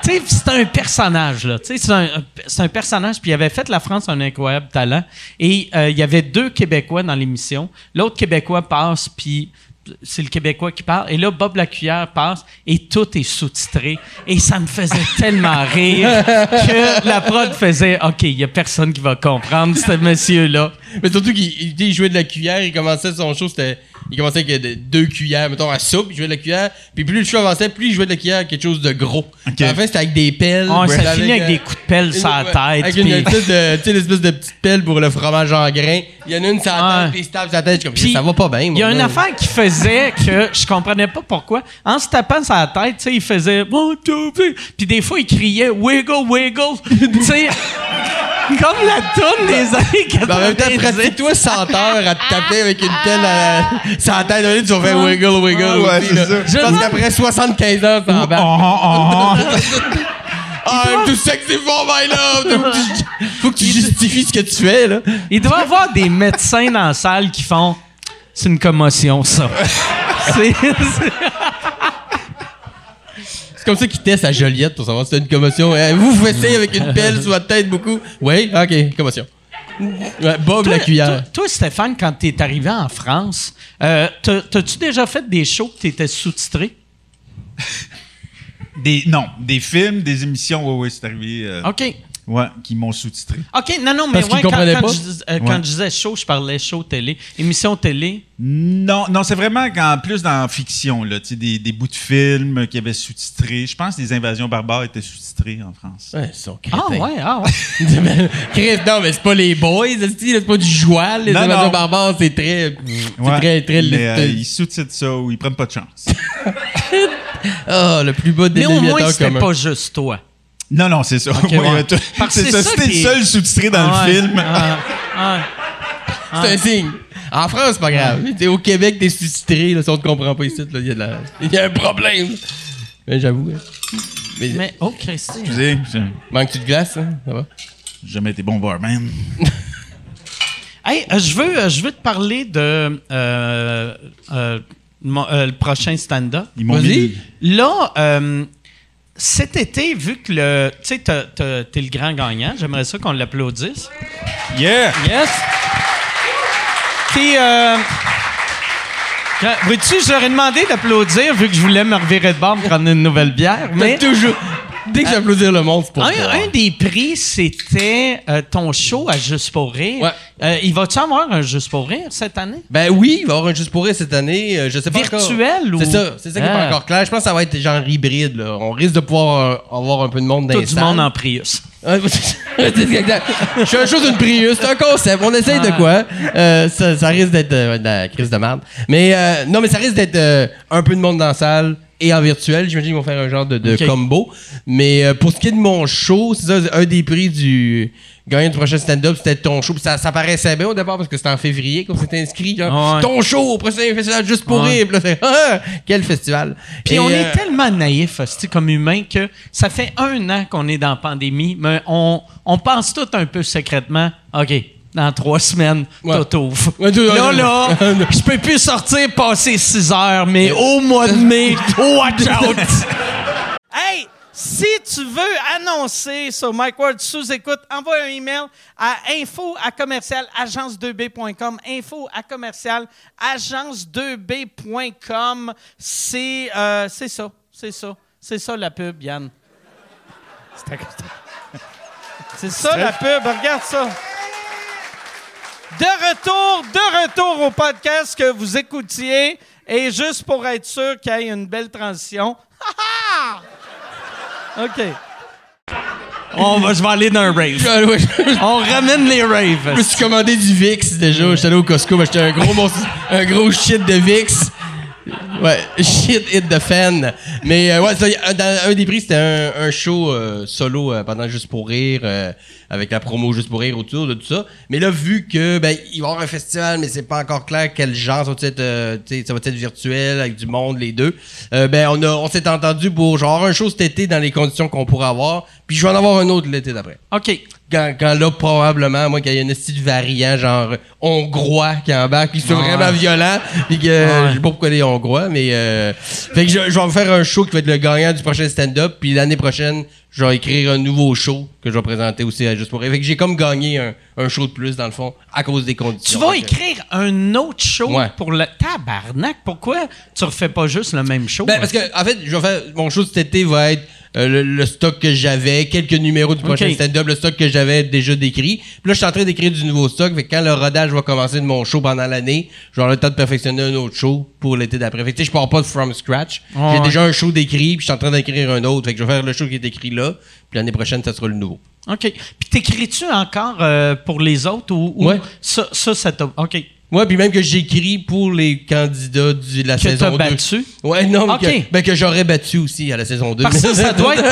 Tu sais, c'est un personnage, là. Tu sais, c'est un, c'est un personnage. Puis il avait fait La France un incroyable talent. Et euh, il y avait deux Québécois dans l'émission. L'autre Québécois passe, puis c'est le Québécois qui parle. Et là, Bob Lacuillère passe et tout est sous-titré. Et ça me faisait tellement rire que la prod faisait « OK, il y a personne qui va comprendre ce monsieur-là. » Mais surtout qu'il il- il jouait de la cuillère, il commençait son show, c'était. Il commençait avec de- deux cuillères, mettons, à soupe, il jouait de la cuillère. Puis plus le show avançait, plus il jouait de la cuillère à quelque chose de gros. Ok. En fait, c'était avec des pelles. Oh, ouais, ça finit avec euh, des coups de pelle sur la ouais, tête. Avec une puis- espèce de, tu sais, l'espèce de petite pelle pour le fromage en grain. Il y en a une sur la Ouais. tête, puis il se tape sur la tête. Je suis comme, Puis, ça va pas bien, il y a moi, une là. affaire qui faisait que je comprenais pas pourquoi. En se tapant sur la tête, tu sais, il faisait one, two, three. Puis des fois, il criait wiggle, wiggle. Tu sais, comme la toune des années quatre-vingt-dix. Mais en même temps, pratique-toi cent heures à te taper avec une pelle à la, sur la tête. Là, tu vas faire wiggle, wiggle. Ah ouais, aussi, c'est là. ça. Je pense qu'après soixante-quinze heures, t'en bats. I'm too sexy for my love! Faut que tu justifies ce que tu fais, là. Il doit y avoir des médecins dans la salle qui font c'est une commotion, ça. c'est, c'est- C'est comme ça qu'ils testent à Joliette pour savoir si t'as une commotion. Eh, vous, vous fessez avec une pelle sur votre tête beaucoup? Oui? OK, commotion. Ouais, Bob Toi, la cuillère. Toi, toi, Stéphane, quand t'es arrivé en France, euh, t'as- t'as-tu déjà fait des shows que t'étais sous-titré? Des, non, des films, des émissions, oui, oui, c'est arrivé. euh, OK. Ouais, qui m'ont sous-titré. OK, non, non, mais Parce qu'ils ouais, quand, comprenaient quand pas? je, dis- euh, quand Ouais. je disais show, je parlais show télé. Émission télé. Non, non, c'est vraiment quand, plus dans la fiction, là, tu sais, des, des bouts de films qui avaient sous-titré. Je pense que les Invasions barbares étaient sous-titrées en France. Ouais, ils sont Ah crétins. ouais, ah ouais. Chris, non, mais c'est pas les boys, c'est c'est pas du joual. Les Non, invasions non. barbares, c'est très. C'est Ouais, très, très. mais euh, listé. ils sous-titrent ça ou ils prennent pas de chance. Ah, le plus bas Mais au moins, dénominateur c'était commun. pas juste toi. Non, non, c'est ça. Ok, Moi, ouais. euh, tout- Parce que c'est c'est ça. ça C'était qui le est- seul sous-titré dans Ah le ouais, film. ah, ah. C'est un signe. En France, c'est pas grave. T'es au Québec, t'es sous-titré, là, si on te comprend pas ici, là, il y a de la- il y a un problème. Mais j'avoue. hein. Mais, Mais, oh, Christy. Excusez, j'ai manques-tu de glace, hein? Ça va? j'ai jamais été bon barman. Hey, euh, je veux, euh, je veux te parler de euh, euh, mon- euh, le prochain stand-up. Ils m'ont Vas-y. mis... Là, euh, cet été, vu que le, tu sais, t'as- t'as- t'es le grand gagnant, j'aimerais ça qu'on l'applaudisse. Yeah! Yes. Puis, euh, quand- vois-tu, j'aurais demandé d'applaudir vu que je voulais me revirer de bord pour prendre une nouvelle bière. Mais Mais toujours. Dès que j'applaudir le monde, c'est pour un, toi. un des prix, c'était euh, ton show à Juste pour rire. Ouais. Euh, il va-tu avoir un Juste pour rire cette année? Ben oui, il va y avoir un Juste pour rire cette année. euh, je sais pas Virtuel encore. ou- C'est ça, c'est ça qui est Ah. pas encore clair. Je pense que ça va être genre hybride. Là. On risque de pouvoir euh, avoir un peu de monde dans Tout les du salles. monde en Prius. Ouais, c'est exact. Je fais la chose d'une Prius, c'est un concept. On essaye de Ah. quoi. Euh, ça, ça risque d'être euh, de la crise de merde. Mais euh, non, mais ça risque d'être euh, un peu de monde dans la salle et en virtuel. J'imagine qu'ils vont faire un genre de, de Ok. combo. Mais euh, pour ce qui est de mon show, c'est ça, un des prix du gagnant du prochain stand-up, c'était ton show. Puis ça, ça paraissait bien au départ parce que c'était en février qu'on s'était inscrit. Genre, Ouais. ton show au prochain festival juste pour Ouais. rire. Puis là, c'est, ah, quel festival. Puis Et, on euh, est tellement naïfs, hostie, comme humains, que ça fait un an qu'on est dans la pandémie, mais on, on pense tout un peu secrètement, OK, dans trois semaines, Ouais. tout ouvre. Ouais, tout- là, ouais, là, ouais. je peux plus sortir passer six heures, mais au mois de mai, watch out! Hey! Si tu veux annoncer sur Mike Ward sous-écoute, envoie un email à info à commercial agence deux b point com. info à commercial agence deux b point com. C'est euh, c'est ça, c'est ça. C'est ça la pub, Yann. C'est ça la pub, regarde ça. De retour, de retour au podcast que vous écoutiez. Et juste pour être sûr qu'il y ait une belle transition. OK. On va, je vais aller dans un rave. Ouais, ouais, je- On ramène les Je me raves. suis commandé du Vicks déjà. J'étais allé au Costco, mais j'étais un gros, mon- un gros shit de Vicks. Ouais, shit hit the fan. Mais euh, ouais, ça, y a- dans un des prix, c'était un, un show euh, solo euh, pendant Juste pour rire. euh, avec la promo Juste pour rire autour de tout ça. Mais là, vu que ben il va y avoir un festival, mais c'est pas encore clair quel genre ça va être, euh, tu sais, ça va être virtuel avec du monde les deux. Euh, ben on a, on s'est entendu pour genre un show cet été dans les conditions qu'on pourrait avoir, puis je vais en avoir un autre l'été d'après. OK. Quand, quand là, probablement, moi, quand il y a un style variant, genre hongrois qui embarque, puis c'est Ouais. vraiment violent, puis que Ouais. je sais pas pourquoi les hongrois, mais euh, fait que je, je vais me faire un show qui va être le gagnant du prochain stand-up, puis l'année prochaine, je vais écrire un nouveau show que je vais présenter aussi à Juste pour rire. Fait que j'ai comme gagné un, un show de plus, dans le fond, à cause des Tu conditions. vas Fait que- écrire un autre show Ouais. pour le tabarnak. Pourquoi tu refais pas juste le même show? Ben, parce que, en fait, je vais faire, mon show cet été va être euh, le, le stock que j'avais, quelques numéros du prochain Ok. stand-up, le stock que j'avais déjà décrit. Puis là, je suis en train d'écrire du nouveau stock. Fait que quand le rodage va commencer de mon show pendant l'année, je vais avoir le temps de perfectionner un autre show pour l'été d'après. Fait que, tu sais, je pars pas de from scratch. Ouais. J'ai déjà un show d'écrit, puis je suis en train d'écrire un autre. Fait que je vais faire le show qui est écrit là, puis l'année prochaine, ça sera le nouveau. OK. Puis t'écris-tu encore euh, pour les autres ou, ou Ouais. ça, ça, ça t'a... OK. Ouais, puis même que j'écris pour les candidats de la Que saison t'as deux. battu? Ouais, non, mais Ok. que, ben que j'aurais battu aussi à la saison deux. Parce que ça, ça doit être...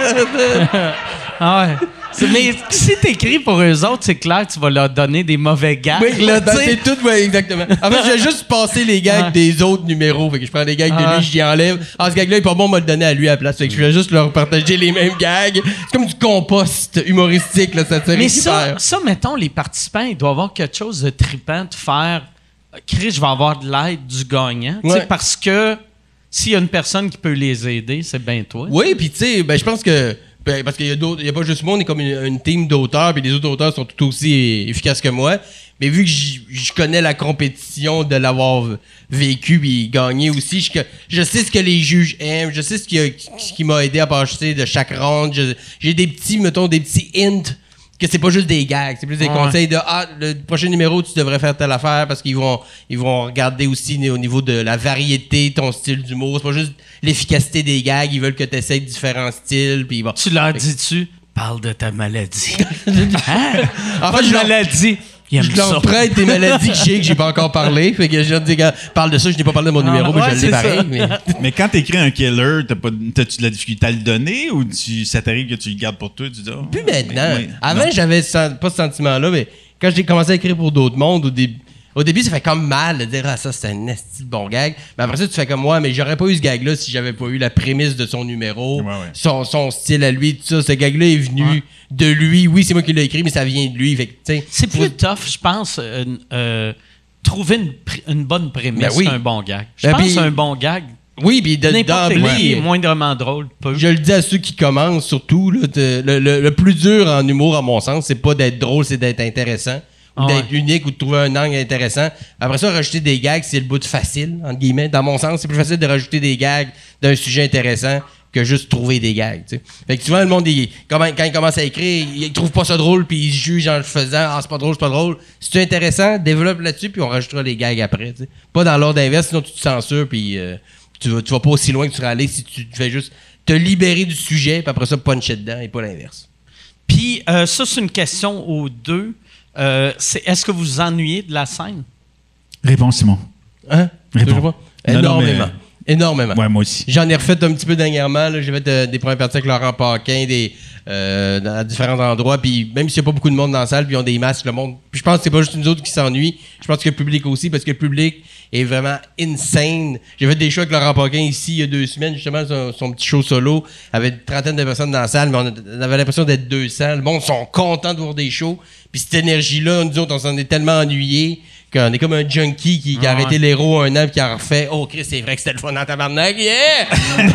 ah ouais. C'est- Mais si t'écris pour eux autres, c'est clair que tu vas leur donner des mauvais gags. Oui, là, ben, tu sais. c'est tout, ouais, exactement. En fait, je vais juste passer les gags Ouais. des autres numéros. Fait que je prends les gags Ah. de lui, j'y enlève. Ah, ce gag-là est pas bon, on va le donner à lui à la place. Fait que je vais juste leur partager les mêmes gags. C'est comme du compost humoristique, là, ça te Mais ça, récupère. ça, mettons, les participants, ils doivent avoir quelque chose de trippant de faire. Chris, je vais avoir de l'aide du gagnant. Tu sais, Ouais. parce que s'il y a une personne qui peut les aider, c'est bien toi. Oui, puis tu sais, ben, je pense que. Ben, parce qu'il y a d'autres. Il y a pas juste moi, on est comme une, une team d'auteurs, puis les autres auteurs sont tout aussi é- efficaces que moi. Mais vu que j- je connais la compétition de l'avoir v- vécu puis gagné aussi, je, je sais ce que les juges aiment, je sais ce qui, a- ce qui m'a aidé à passer de chaque round. Je- J'ai des petits, mettons, des petits hints que c'est pas juste des gags, c'est plus des Ouais. conseils de ah le prochain numéro tu devrais faire telle affaire parce qu'ils vont ils vont regarder aussi au niveau de la variété ton style d'humour, c'est pas juste l'efficacité des gags, ils veulent que tu essaies différents styles puis bon. Tu leur dis-tu, parle de ta maladie. hein? En Pas fait, de je leur- maladie. Il aime Je leur ça. prête des maladies que j'ai que j'ai pas encore parlé, fait que je leur dis gars, parle de ça, je n'ai pas parlé de mon Ah, numéro mais ouais, je l'ai c'est pareil ça. mais Mais quand t'écris un killer, t'as pas, t'as-tu de la difficulté à le donner ou tu, ça t'arrive que tu le gardes pour toi? Tu dis, oh, plus maintenant. mais- mais- Avant, non. j'avais sen- pas ce sentiment-là, mais quand j'ai commencé à écrire pour d'autres mondes, au, dé- au début, ça fait comme mal de dire ah ça c'est un esti de bon gag. Mais après ça, tu fais comme moi, mais j'aurais pas eu ce gag-là si j'avais pas eu la prémisse de son numéro, Ouais, ouais. Son, son style à lui, tout ça. Ce gag-là est venu Ouais. de lui. Oui, c'est moi qui l'ai écrit, mais ça vient de lui. Fait que, tu sais, C'est faut- plus tough, je pense, euh, euh, trouver une, pr- une bonne prémisse Ben oui. qu'un bon gag. Je Ben pense puis- qu'un bon gag, Oui, puis de- n'importe qui d'emblée. est moindrement drôle peut. Je le dis à ceux qui commencent, surtout, là, de- le, le- le plus dur en humour, à mon sens, c'est pas d'être drôle, c'est d'être intéressant. Ou Ah ouais. d'être unique ou de trouver un angle intéressant. Après ça, rajouter des gags, c'est le bout de facile, entre guillemets. Dans mon sens, c'est plus facile de rajouter des gags d'un sujet intéressant que juste trouver des gags. Tu sais. Fait que souvent, le monde, il- comment- quand il commence à écrire, il, il trouve pas ça drôle, puis il se juge en le faisant. Ah, c'est pas drôle, c'est pas drôle. Si c'est intéressant, développe là-dessus, puis on rajoutera les gags après. Tu sais. Pas dans l'ordre inverse, sinon tu te censures, puis euh, tu, vas, tu vas pas aussi loin que tu serais allé si tu fais juste te libérer du sujet, puis après ça, puncher dedans, et pas l'inverse. Puis euh, ça, c'est une question aux deux. Euh, c'est, est-ce que vous vous ennuyez de la scène? Réponds, Simon. Hein? Réponds. Toujours pas? Non, non, mais- Énormément. Énormément. Ouais, moi aussi. J'en ai refait un petit peu dernièrement. là. J'ai fait euh, des premières parties avec Laurent Paquin, des, euh, dans différents endroits. Puis même s'il n'y a pas beaucoup de monde dans la salle, puis ils ont des masques, le monde. Puis je pense que c'est pas juste nous autres qui s'ennuient. Je pense que le public aussi, parce que le public est vraiment insane. J'ai fait des shows avec Laurent Paquin ici il y a deux semaines, justement, son, son petit show solo, avec une trentaine de personnes dans la salle, mais on, a- on avait l'impression d'être deux cents. Le monde sont contents de voir des shows. Puis cette énergie-là, nous autres, on s'en est tellement ennuyés qu'on est comme un junkie qui, qui a Ah ouais. arrêté l'héros un an puis qui a refait. Oh, Chris, c'est vrai que c'était le fun dans tabarnak. Yeah!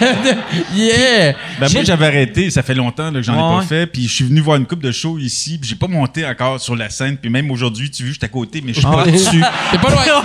yeah! Ben, moi, j'avais arrêté, ça fait longtemps là, que j'en ai Ouais. pas fait, puis je suis venu voir une coupe de shows ici, puis j'ai pas monté encore sur la scène, puis même aujourd'hui, tu vois, je suis à côté, mais je suis pas dessus. T'es pas loin!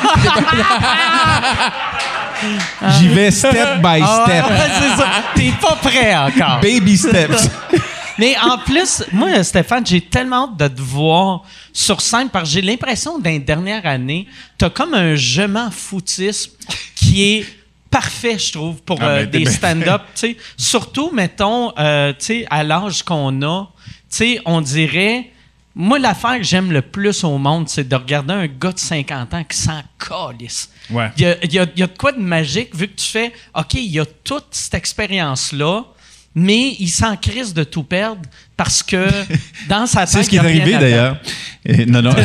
J'y vais step by Ah step. ouais, ouais, c'est ça. T'es pas prêt encore. Baby steps. Mais en plus, moi, Stéphane, j'ai tellement hâte de te voir sur scène parce que j'ai l'impression que dans les dernières années, t'as comme un je m'en foutisme qui est parfait, je trouve, pour Ah, euh, ben, t'es des bien stand-up. tu sais. Surtout, mettons, euh, tu sais, à l'âge qu'on a, tu sais, on dirait... Moi, l'affaire que j'aime le plus au monde, c'est de regarder un gars de cinquante ans qui s'en calisse. Ouais. Il y a, il y a- il y a de quoi de magique, vu que tu fais, OK, il y a toute cette expérience-là, mais il s'en crisse de tout perdre parce que dans sa tête, C'est ce qui il est y a rien arrivé à d'ailleurs. Et- non, non.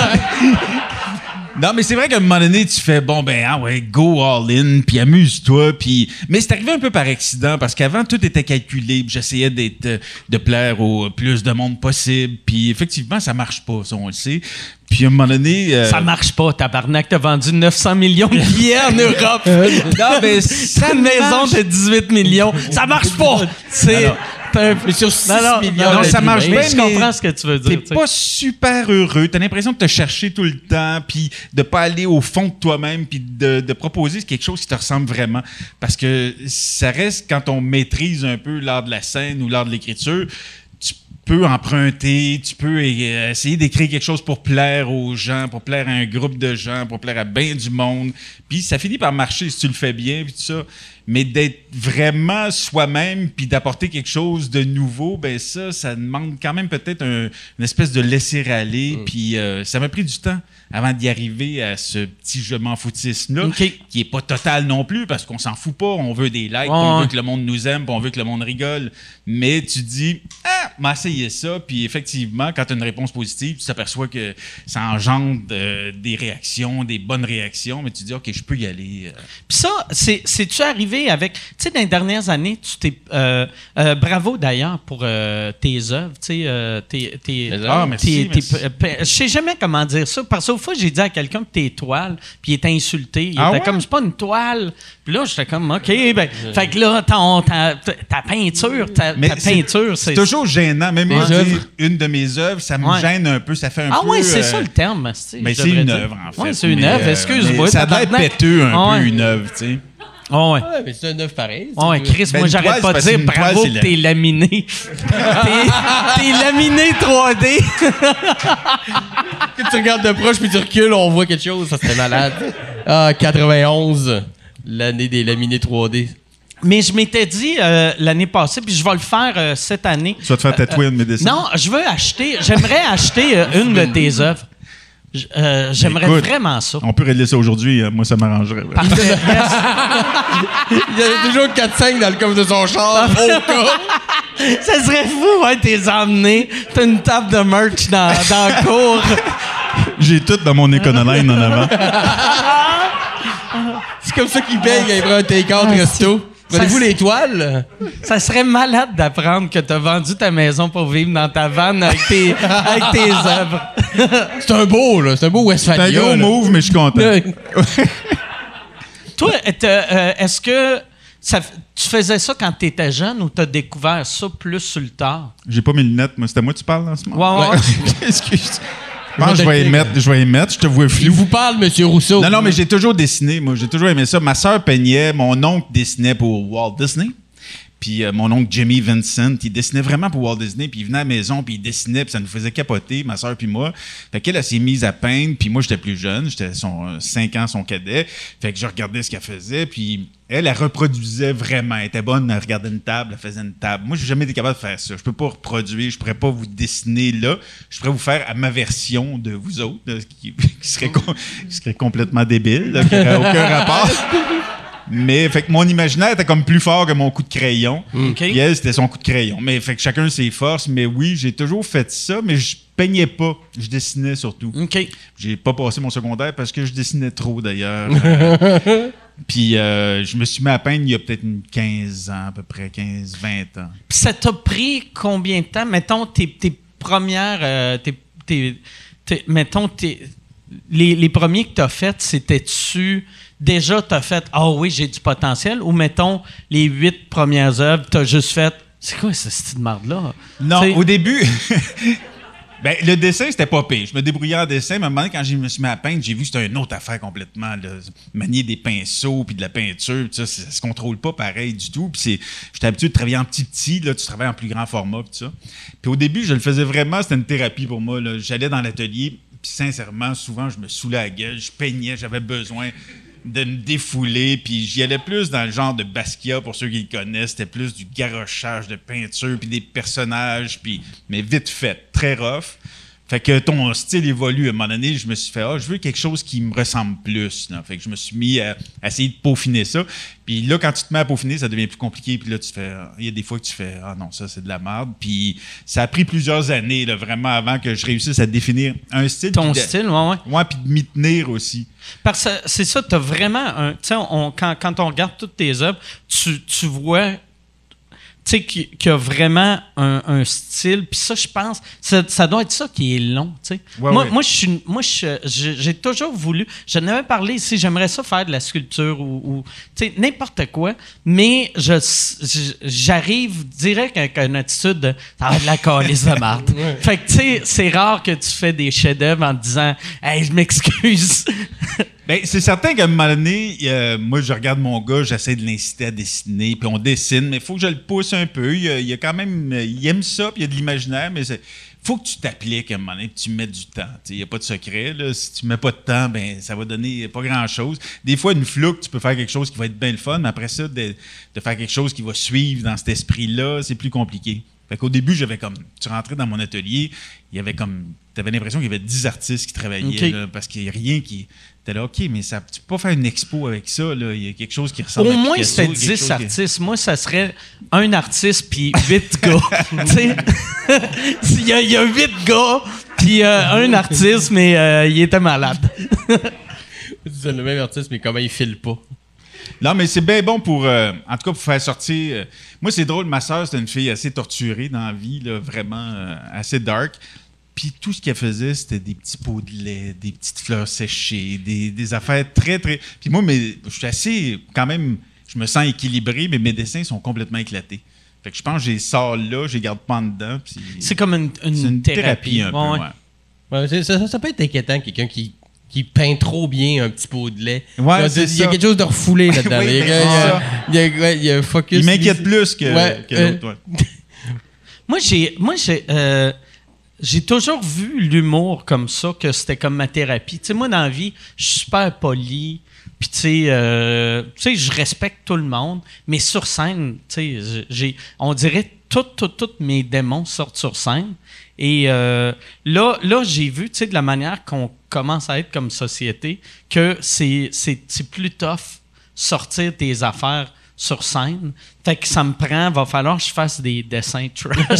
Non, mais c'est vrai qu'à un moment donné, tu fais, bon, ben, ah ouais, go all in, puis amuse-toi, puis... Mais c'est arrivé un peu par accident, parce qu'avant, tout était calculé, puis j'essayais d'être, euh, de plaire au plus de monde possible, puis effectivement, ça marche pas, ça, on le sait. Puis à un moment donné... euh, Ça marche pas, tabarnak. T'as vendu neuf cents millions de billets en Europe. Non, mais T'as une maison de dix-huit millions. Ça marche pas. C'est... Alors, t'as un- Mais sur six Non, non, millions non, non, d'êtres ça marche humains, bien, je mais comprends ce que tu veux T'es dire. tu sais. pas super heureux. T'as l'impression de te chercher tout le temps, puis de pas aller au fond de toi-même, puis de, de proposer quelque chose qui te ressemble vraiment. Parce que ça reste, quand on maîtrise un peu l'art de la scène ou l'art de l'écriture, tu peux emprunter, tu peux euh, essayer d'écrire quelque chose pour plaire aux gens, pour plaire à un groupe de gens, pour plaire à bien du monde. Puis ça finit par marcher si tu le fais bien, puis tout ça. Mais d'être vraiment soi-même puis d'apporter quelque chose de nouveau, ben ça, ça demande quand même peut-être un- une espèce de laisser-aller. Puis euh, ça m'a pris du temps avant d'y arriver à ce petit je m'en foutisme-là, OK. qui est pas total non plus, parce qu'on s'en fout pas. On veut des likes, Ouais, puis on ouais. veut que le monde nous aime, puis on veut que le monde rigole. Mais tu dis, ah, m'a essayé ça, puis effectivement, quand tu as une réponse positive, tu t'aperçois que ça engendre euh, des réactions, des bonnes réactions, mais tu dis, OK, je peux y aller. euh. Puis ça, c'est, c'est-tu arrivé avec... Tu sais, dans les dernières années, tu t'es... euh, euh, bravo, d'ailleurs, pour euh, tes œuvres, tu sais, euh, tes... tes Mes œuvres. Ah, merci, tes- tes- merci. euh, pe- je sais jamais comment dire ça, parce qu'au fois, j'ai dit à quelqu'un que t'es toile, puis il était insulté. Il Ah était ouais? comme, c'est pas une toile. Puis là, j'étais comme, OK, ben... Fait que là, ton- ta, ta peinture, ta, Mais ta c'est- peinture, c'est... C'est toujours gênant. Même Mes moi, dire œuvres. une de mes œuvres, ça me Ouais. gêne un peu. Ça fait un Ah peu... oui, c'est euh, ça le terme. c'est- Mais je c'est devrais une dire. œuvre, en fait. Ouais, c'est une Mais, œuvre, euh, excuse-moi. mais ça a l'air tabarnak. péteux un Ah ouais. peu, une œuvre, tu sais. Ah ouais. Ouais, mais c'est un œuf pareil. Ah ouais, Chris, Ben, moi une j'arrête toile, pas de c'est dire parce qu'une bravo toile, que c'est t'es laminé. t'es, t'es laminé trois D. Quand tu regardes de proche puis tu recules, on voit quelque chose. Ça serait malade. Ah, quatre-vingt-onze, l'année des laminés trois D. Mais je m'étais dit euh, l'année passée, puis je vais le faire euh, cette année. Tu vas te faire tatouer un de mes dessins. Non, je veux acheter, j'aimerais acheter euh, une de tes œuvres. J- euh, j'aimerais Écoute, vraiment ça. On peut régler ça aujourd'hui. hein. Moi, ça m'arrangerait. Parfait. Yes. Il y a toujours quatre cinq dans le coffre de son char. Au cas. Ça serait fou, ouais, t'es emmené. T'as une table de merch dans, dans le cours. J'ai tout dans mon éconoline en avant. C'est comme ça qu'il paye quand il prend un take-out resto. Prenez-vous Ça- les toiles? Ça serait malade d'apprendre que t'as vendu ta maison pour vivre dans ta vanne avec tes, avec tes œuvres. C'est un beau, là. C'est un beau C'est un Westphalia. gros là. move, mais je suis content. Toi, t'as, euh, est-ce que ça, f- tu faisais ça quand tu étais jeune ou tu as découvert ça plus sur le tard? J'ai pas mes lunettes, moi. C'est à moi que tu parles en ce moment? Ouais, ouais. Excuse. Je pense que je vais y mettre, je vais y mettre, je te vois Il flou. vous parle, Monsieur Rousseau. Non, non, mais j'ai toujours dessiné. Moi, j'ai toujours aimé ça. Ma sœur peignait, mon oncle dessinait pour Walt Disney. Puis euh, mon oncle Jimmy Vincent, il dessinait vraiment pour Walt Disney. Puis il venait à la maison, puis il dessinait, puis ça nous faisait capoter, ma sœur puis moi. Fait qu'elle, elle s'est mise à peindre, puis moi, j'étais plus jeune. J'étais son euh, cinq ans, son cadet. Fait que je regardais ce qu'elle faisait, puis elle, elle reproduisait vraiment. Elle était bonne à regarder une table, elle faisait une table. Moi, j'ai jamais été capable de faire ça. Je peux pas reproduire, je pourrais pas vous dessiner là. Je pourrais vous faire à ma version de vous autres, là, qui, qui serait, com- qui serait complètement débile, là, qui n'aurait aucun rapport. Mais fait que mon imaginaire était comme plus fort que mon coup de crayon. OK. Puis elle, c'était son coup de crayon. Mais fait que chacun ses forces. Mais oui, j'ai toujours fait ça, mais je peignais pas. Je dessinais surtout. OK. J'ai pas passé mon secondaire parce que je dessinais trop d'ailleurs. Puis euh, je me suis mis à peindre il y a peut-être une quinze ans, à peu près quinze vingt ans. Puis ça t'a pris combien de temps? Mettons tes, tes premières. euh, tes, tes- tes- mettons tes, les, les premiers que tu as faits, c'était-tu. Déjà, tu as fait ah oui, j'ai du potentiel? Ou mettons les huit premières œuvres, tu as juste fait c'est quoi ce style de marde-là? Non, T'sais- au début. Ben, le dessin, c'était pas pire. Je me débrouillais en dessin, mais à un moment donné, quand je me suis mis à peindre, j'ai vu que c'était une autre affaire complètement. Là. Manier des pinceaux, puis de la peinture, puis ça, ça se contrôle pas pareil du tout. Puis c'est, j'étais habitué de travailler en petit petit, là, tu travailles en plus grand format, puis ça. Puis au début, je le faisais vraiment, c'était une thérapie pour moi. Là. J'allais dans l'atelier, puis sincèrement, souvent, je me saoulais la gueule, je peignais, j'avais besoin de me défouler, puis j'y allais plus dans le genre de Basquiat, pour ceux qui le connaissent, c'était plus du garochage de peinture, puis des personnages, puis mais vite fait, très rough. Fait que ton style évolue. À un moment donné, je me suis fait, ah, je veux quelque chose qui me ressemble plus. Là. Fait que je me suis mis à, à essayer de peaufiner ça. Puis là, quand tu te mets à peaufiner, ça devient plus compliqué. Puis là, tu fais, il y a des fois que tu fais, ah non, ça, c'est de la merde. Puis ça a pris plusieurs années, là, vraiment, avant que je réussisse à définir un style. Ton de, style, ouais, ouais. Ouais, puis de m'y tenir aussi. Parce que c'est ça, tu as vraiment un. Tu sais, on, quand, quand on regarde toutes tes œuvres, tu, tu vois. Tu sais, qu'il y a vraiment un, un style. Puis ça, je pense, ça, ça doit être ça qui est long, tu sais. Ouais, moi, ouais. moi, je suis, moi je, je- j'ai toujours voulu... Je n'avais parlé ici, j'aimerais ça faire de la sculpture ou... ou tu sais, n'importe quoi. Mais je, je- j'arrive direct avec une attitude de... Ça va être de la calice de marde. Fait que, tu sais, c'est rare que tu fais des chefs-d'œuvre en te disant « Hey, je m'excuse. » Ben, c'est certain qu'à un moment donné, euh, moi, je regarde mon gars, j'essaie de l'inciter à dessiner, puis on dessine, mais il faut que je le pousse un peu. Il y a, il y a quand même... Il aime ça, puis il y a de l'imaginaire, mais il faut que tu t'appliques à un moment donné, que tu mettes du temps. Il n'y a pas de secret. Là. Si tu ne mets pas de temps, ben ça va donner pas grand-chose. Des fois, une flouque, tu peux faire quelque chose qui va être bien le fun, mais après ça, de, de faire quelque chose qui va suivre dans cet esprit-là, c'est plus compliqué. Fait qu'au début, j'avais comme... Tu rentrais dans mon atelier, il y avait comme... Tu avais l'impression qu'il y avait dix artistes qui travaillaient, Okay. là, parce qu'il n'y a rien qui... T'es là, OK, mais ça, tu peux pas faire une expo avec ça, là. Il y a quelque chose qui ressemble Au à moins, Picasso, c'était quelque dix chose qui- artistes. Moi, ça serait un artiste puis huit gars. Tu sais, il y, a- il y a huit gars puis euh, un artiste, mais euh, il était malade. C'est le même artiste, mais comment il file pas? Non, mais c'est bien bon pour, euh, en tout cas, pour faire sortir... euh, moi, c'est drôle, ma sœur, c'était une fille assez torturée dans la vie, là, vraiment euh, assez dark. Puis tout ce qu'elle faisait, c'était des petits pots de lait, des petites fleurs séchées, des, des affaires très, très... Puis moi, mais, je suis assez, quand même, je me sens équilibré, mais mes dessins sont complètement éclatés. Fait que je pense que je les sors là, je les garde pas en dedans. Puis C'est comme une, une, c'est une thérapie. thérapie, un Ouais, peu, ouais. ouais. Ouais, c'est- ça, ça peut être inquiétant, quelqu'un qui, qui peint trop bien un petit pot de lait. Ouais, Il y a- c'est il y a ça. quelque chose de refoulé là-dedans. Oui, il, y a, mais il y a- c'est ça. il y a- ouais, il y a un focus. Il m'inquiète plus que, Ouais, que euh, l'autre, ouais. Moi, j'ai, moi, j'ai, euh, j'ai toujours vu l'humour comme ça, que c'était comme ma thérapie. Tu sais, moi, dans la vie, je suis super poli. Puis, tu sais, euh, tu sais, je respecte tout le monde. Mais sur scène, tu sais, j'ai, on dirait tous tout, tout mes démons sortent sur scène. Et euh, là, là, j'ai vu, tu sais, de la manière qu'on commence à être comme société, que c'est, c'est, c'est plus tough sortir tes affaires sur scène. Fait que ça me prend, va falloir que je fasse des dessins trash.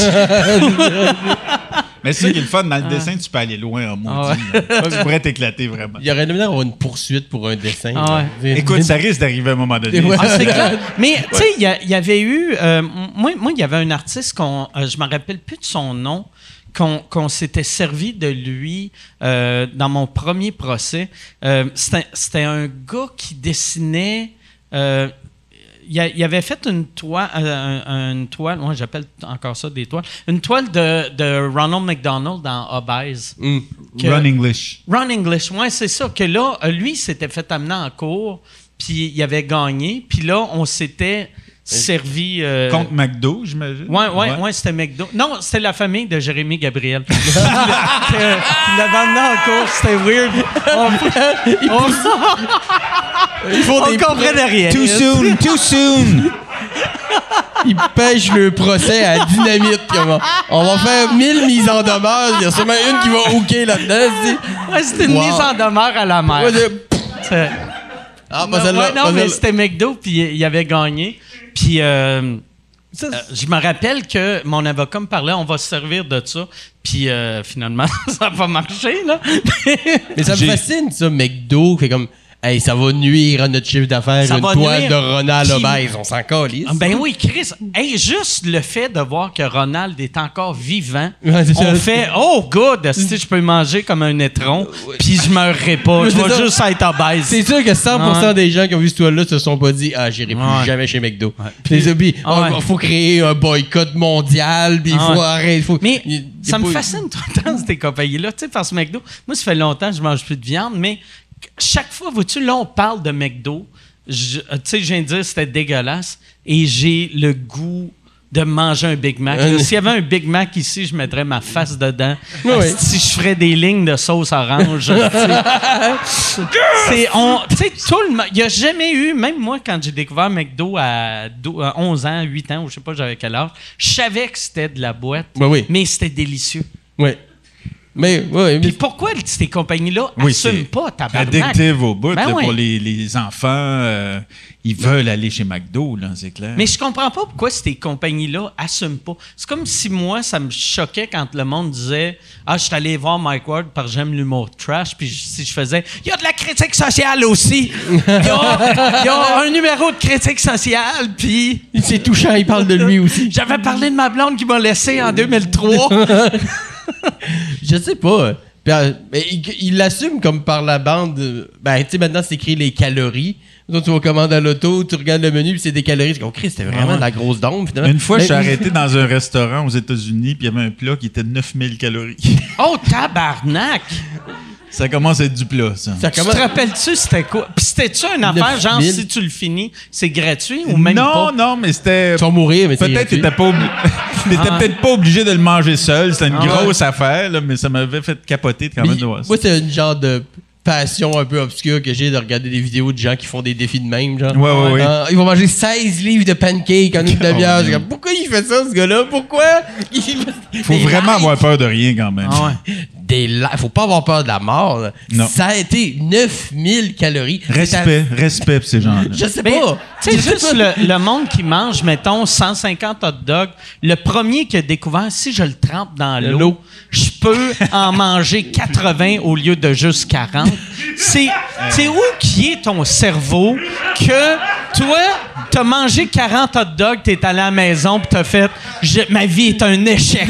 Mais c'est ça qui est le fun, dans le dessin, tu peux aller loin en maudit. Ah là. Tu pourrais t'éclater vraiment. Il y aurait l'air d'avoir une poursuite pour un dessin. Ah là. C'est- Écoute, ça risque d'arriver à un moment donné. Ouais. Ah, c'est clair. Mais, tu sais, il y, a- il y avait eu... euh, moi, moi, il y avait un artiste qu'on... euh, je me rappelle plus de son nom, qu'on, qu'on s'était servi de lui euh, dans mon premier procès. Euh, c'était, c'était un gars qui dessinait... euh, il, a- il avait fait une toile, euh, un- une toile, moi j'appelle encore ça des toiles, une toile de, de Ronald McDonald dans Obèse. Hum. Que- Run English. Ron English, ouais, c'est ça. Que là, euh, lui, il s'était fait amener en cours, puis il avait gagné, puis là, on s'était servi. euh, Contre McDo, j'imagine. Ouais, ouais, ouais, c'était McDo. Non, c'était la famille de Jérémy Gabriel. Que- Il l'avait amené en cours, c'était weird. On, on, Ils font on des comprenait rien. Too soon, too soon. Ils pêchent le procès à dynamite. Comme, on va faire mille mises en demeure. Il y a sûrement une qui va hooker là-dedans. tu sais. Ouais, c'était une Wow. mise en demeure à la mer. Ouais, de- C'est- Ah, Non, pas celle-là. ouais, non, pas mais celle-là. c'était McDo, puis il avait gagné. Puis euh, euh, je me rappelle que mon avocat me parlait, on va se servir de ça. Puis euh, finalement, ça n'a pas marché, là. Mais ça me J'ai- fascine, ça, McDo. Fait comme, hey, ça va nuire à notre chiffre d'affaires, Ça une va toile nuire. de Ronald Puis- Obèse. On s'en calisse. Ah, ben oui, Chris. Hey, juste le fait de voir que Ronald est encore vivant, Ouais, c'est on ça. fait « Oh, good! Si je peux manger comme un étron, puis je meurerai pas. Ouais, Je c'est vais ça. juste être obèse. » C'est sûr que cent pour cent Ouais. des gens qui ont vu cette toile-là se sont pas dit « Ah, j'irai plus Ouais. jamais chez McDo. Puis- Puis, puis, Ah il ouais. faut créer un boycott mondial, puis il Ah faut ouais. arrêter. Faut, Mais il- il y a ça me pas- fascine tout le temps, ces compagnies-là. Tu sais, parce que McDo, moi, ça fait longtemps que je mange plus de viande, mais chaque fois, vois-tu, là, on parle de McDo. Je- Tu sais, je viens de dire que c'était dégueulasse et j'ai le goût de manger un Big Mac. Euh. S'il y avait un Big Mac ici, je mettrais ma face dedans. Oui, oui. Si je ferais des lignes de sauce orange. tu sais. C'est, on, tu sais, tout le monde. Il n'y a jamais eu, même moi, quand j'ai découvert McDo à dou- à onze ans, huit ans, ou je sais pas j'avais quel âge, je savais que c'était de la boîte, Ouais, oui. mais c'était délicieux. Ouais. Mais, ouais, Puis mais pourquoi ces compagnies-là Oui, n'assument c'est pas, tabarnak? addictive au bout. Ben là, ouais. Pour les, les enfants, euh, ils veulent aller chez McDo, là, c'est clair. Mais je comprends pas pourquoi ces compagnies-là assument pas. C'est comme si moi, ça me choquait quand le monde disait « Ah, je suis allé voir Mike Ward parce que j'aime l'humour trash. » Puis je- si je faisais « Il y a de la critique sociale aussi. Il y a, il y a un numéro de critique sociale. » Puis c'est touchant, il parle de lui aussi. j'avais parlé de ma blonde qui m'a laissé en deux mille trois. Je sais pas. Puis, euh, mais il il l'assume comme par la bande. euh, Ben, tu sais, maintenant, c'est écrit les calories. Donc, tu vas commander à l'auto, tu regardes le menu, puis c'est des calories. Tu dis, oh, Christ, c'était vraiment de la grosse dombe, finalement. Une fois, Mais- je suis arrêté dans un restaurant aux États-Unis, puis il y avait un plat qui était de neuf mille calories. Oh, tabarnak! Ça commence à être du plat, ça. Ça Tu commence- te rappelles-tu c'était quoi? Puis c'était-tu une affaire, genre, neuf mille. si tu le finis, c'est gratuit ou même non, pas? non, mais c'était... Tu vas mourir, mais c'est Peut-être que gratuit. t'étais pas, obli- t'étais Ah. peut-être pas obligé de le manger seul. C'était une Ah grosse affaire, là, mais ça m'avait fait capoter quand Mais même de voir ça. moi, c'est une genre de passion un peu obscure que j'ai de regarder des vidéos de gens qui font des défis de même, genre. Ouais, ouais, ouais. Euh, ils vont manger seize livres de pancakes en une demi-heure. Oh, Je suis comme, pourquoi il fait ça, ce gars-là? Pourquoi? Il Faut Des vraiment lives. avoir peur de rien quand même. Ah ouais. Des li- Faut pas avoir peur de la mort. là. Non. Ça a été neuf mille calories. Respect, respect pour ces gens-là. Je sais Mais, pas. tu sais, Je sais juste pas. le, le monde qui mange, mettons, cent cinquante hot dogs, le premier qui a découvert, si je le trempe dans l'eau, L'eau. je peux en manger quatre-vingts au lieu de juste quarante. C'est, c'est où qui est ton cerveau que toi, t'as mangé quarante hot dogs, t'es allé à la maison pis t'as fait je- ma vie est un échec.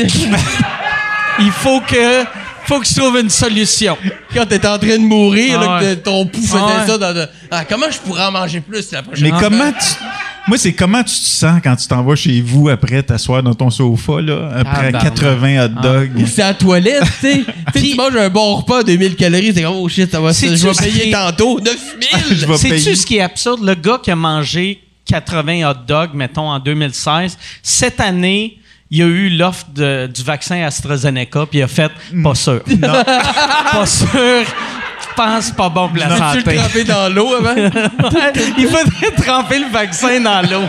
Il faut que, faut que je trouve une solution. Quand t'étais en train de mourir, là, Ah que ouais. ton pouls faisait Ah ouais. ça dans de- Ah, comment je pourrais en manger plus la prochaine Mais fois? comment tu... Moi, c'est comment tu te sens quand tu t'en vas chez vous après t'asseoir dans ton sofa, là, après Tabarnak. quatre-vingts hot dogs. Ou c'est à la toilette, tu sais. Tu sais, tu manges un bon repas, deux mille calories, c'est comme, oh shit, ça va, ça, C'est-tu je vais ce payer qui- tantôt, neuf mille! Je vais Sais-tu payer. ce qui est absurde? Le gars qui a mangé quatre-vingts hot dogs, mettons, en deux mille seize, cette année, il y a eu l'offre de- du vaccin AstraZeneca, puis il a fait « pas sûr ». Pas sûr. Je pense pas bon pour la Tu santé. le trempé dans l'eau avant? Il faudrait tremper le vaccin dans l'eau.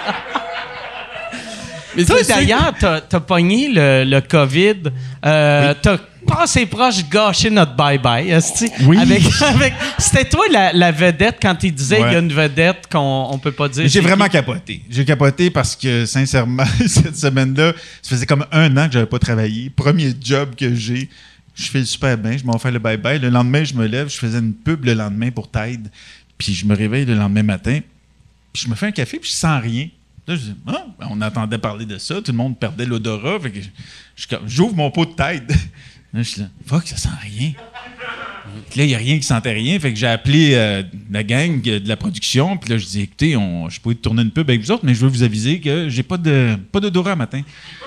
Mais Toi, c'est sûr que- d'ailleurs, t'as, t'as pogné le, le COVID. Euh, T'as passé proche de gâcher notre bye-bye. esti. Oui. Avec, avec, c'était toi la, la vedette quand il disait qu'il Ouais. y a une vedette qu'on on peut pas dire. J'ai c'est vraiment qui. capoté. J'ai capoté parce que, sincèrement, cette semaine-là, ça faisait comme un an que j'avais pas travaillé. Premier job que j'ai. Je fais super bien. Je m'en fais le bye-bye. Le lendemain, je me lève. Je faisais une pub le lendemain pour Tide. Puis je me réveille le lendemain matin. Puis je me fais un café. Puis je sens rien. Là, je dis, ah, ben, on entendait parler de ça. Tout le monde perdait l'odorat. Fait que je- je- comme- j'ouvre mon pot de Tide. Là, je suis là, fuck, ça sent rien. Puis là, il n'y a rien qui sentait rien. Fait que j'ai appelé euh, la gang euh, de la production. Puis là, je dis, écoutez, on, je peux tourner une pub avec vous autres, mais je veux vous aviser que j'ai pas de pas d'odorat matin.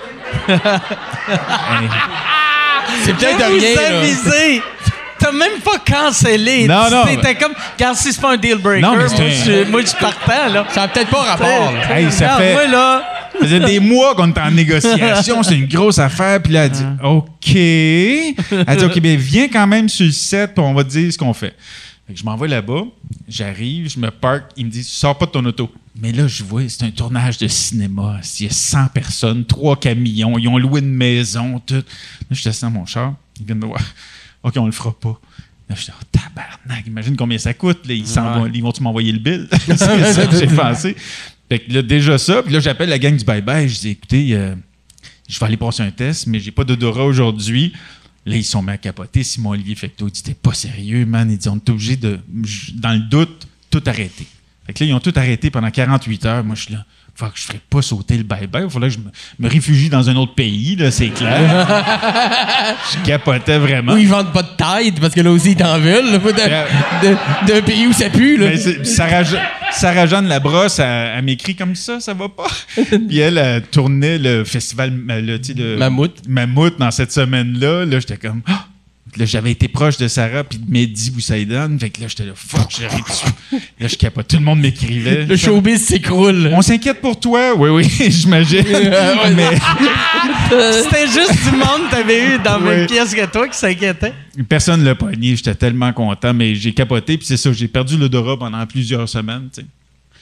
Hey. C'est peut-être de Vous rien, là. avisez. T'as même pas cancellé. Non, Tu- non, T'étais mais- comme, regarde, si c'est pas un deal breaker, Non, mais moi, c'est un- je, moi, je partais, là. Ça a peut-être pas rapport, là. Hey, ça Regarde, fait- moi, là, Ça faisait des mois qu'on était en négociation. C'est une grosse affaire. Puis là, elle dit, OK. Elle dit, OK, bien, viens quand même sur le set, puis on va te dire ce qu'on fait. Fait que je m'en vais là-bas. J'arrive, je me parque. Il me dit, sors pas de ton auto. Mais là, je vois, c'est un tournage de cinéma. Il y a cent personnes, trois camions. Ils ont loué une maison, tout. Là, je descends mon char. Ils viennent me voir. OK, on le fera pas. Là, je dis, oh, tabarnak, imagine combien ça coûte. Là. Ils, s'en vont, ils vont-tu m'envoyer le bill? C'est ça que j'ai pensé. Fait que là, déjà ça. Puis là, j'appelle la gang du bye-bye. Je dis, écoutez, euh, je vais aller passer un test, mais j'ai pas d'odorat aujourd'hui. Là, ils sont mis à capoter. Simon Olivier Fecteau, il dit, t'es pas sérieux, man. Il dit, on est obligé de, dans le doute, tout arrêter. Fait que là, ils ont tout arrêté pendant quarante-huit heures. Moi, je suis là, faut que je ferais pas sauter le bye-bye. Il faudrait que je me, me réfugie dans un autre pays, là, c'est clair. Je capotais vraiment. Ou ils vendent pas de Tide, parce que là aussi, ils t'en veulent, là, de- de- d'un pays où ça pue, là. Ben, c'est- Sarah, Je- Sarah Jeanne Labrosse, elle, elle m'écrit comme ça, ça va pas. Puis elle, elle tournait le festival euh, le, tu sais, le Mammouth. Mammouth dans cette semaine-là. Là, j'étais comme. Ah! Puis là, j'avais été proche de Sarah puis de Mehdi Boussaïdan. Fait que là, j'étais là, fuck, j'arrive dessus. Là, je capote. Tout le monde m'écrivait. Le showbiz s'écroule. On s'inquiète pour toi. Oui, oui, j'imagine. Mais c'était juste du monde que t'avais eu dans la même Oui. pièce que toi qui s'inquiétait. personne ne l'a pogné. J'étais tellement content. Mais j'ai capoté. Puis c'est ça, j'ai perdu l'odorat pendant plusieurs semaines. Tu sais.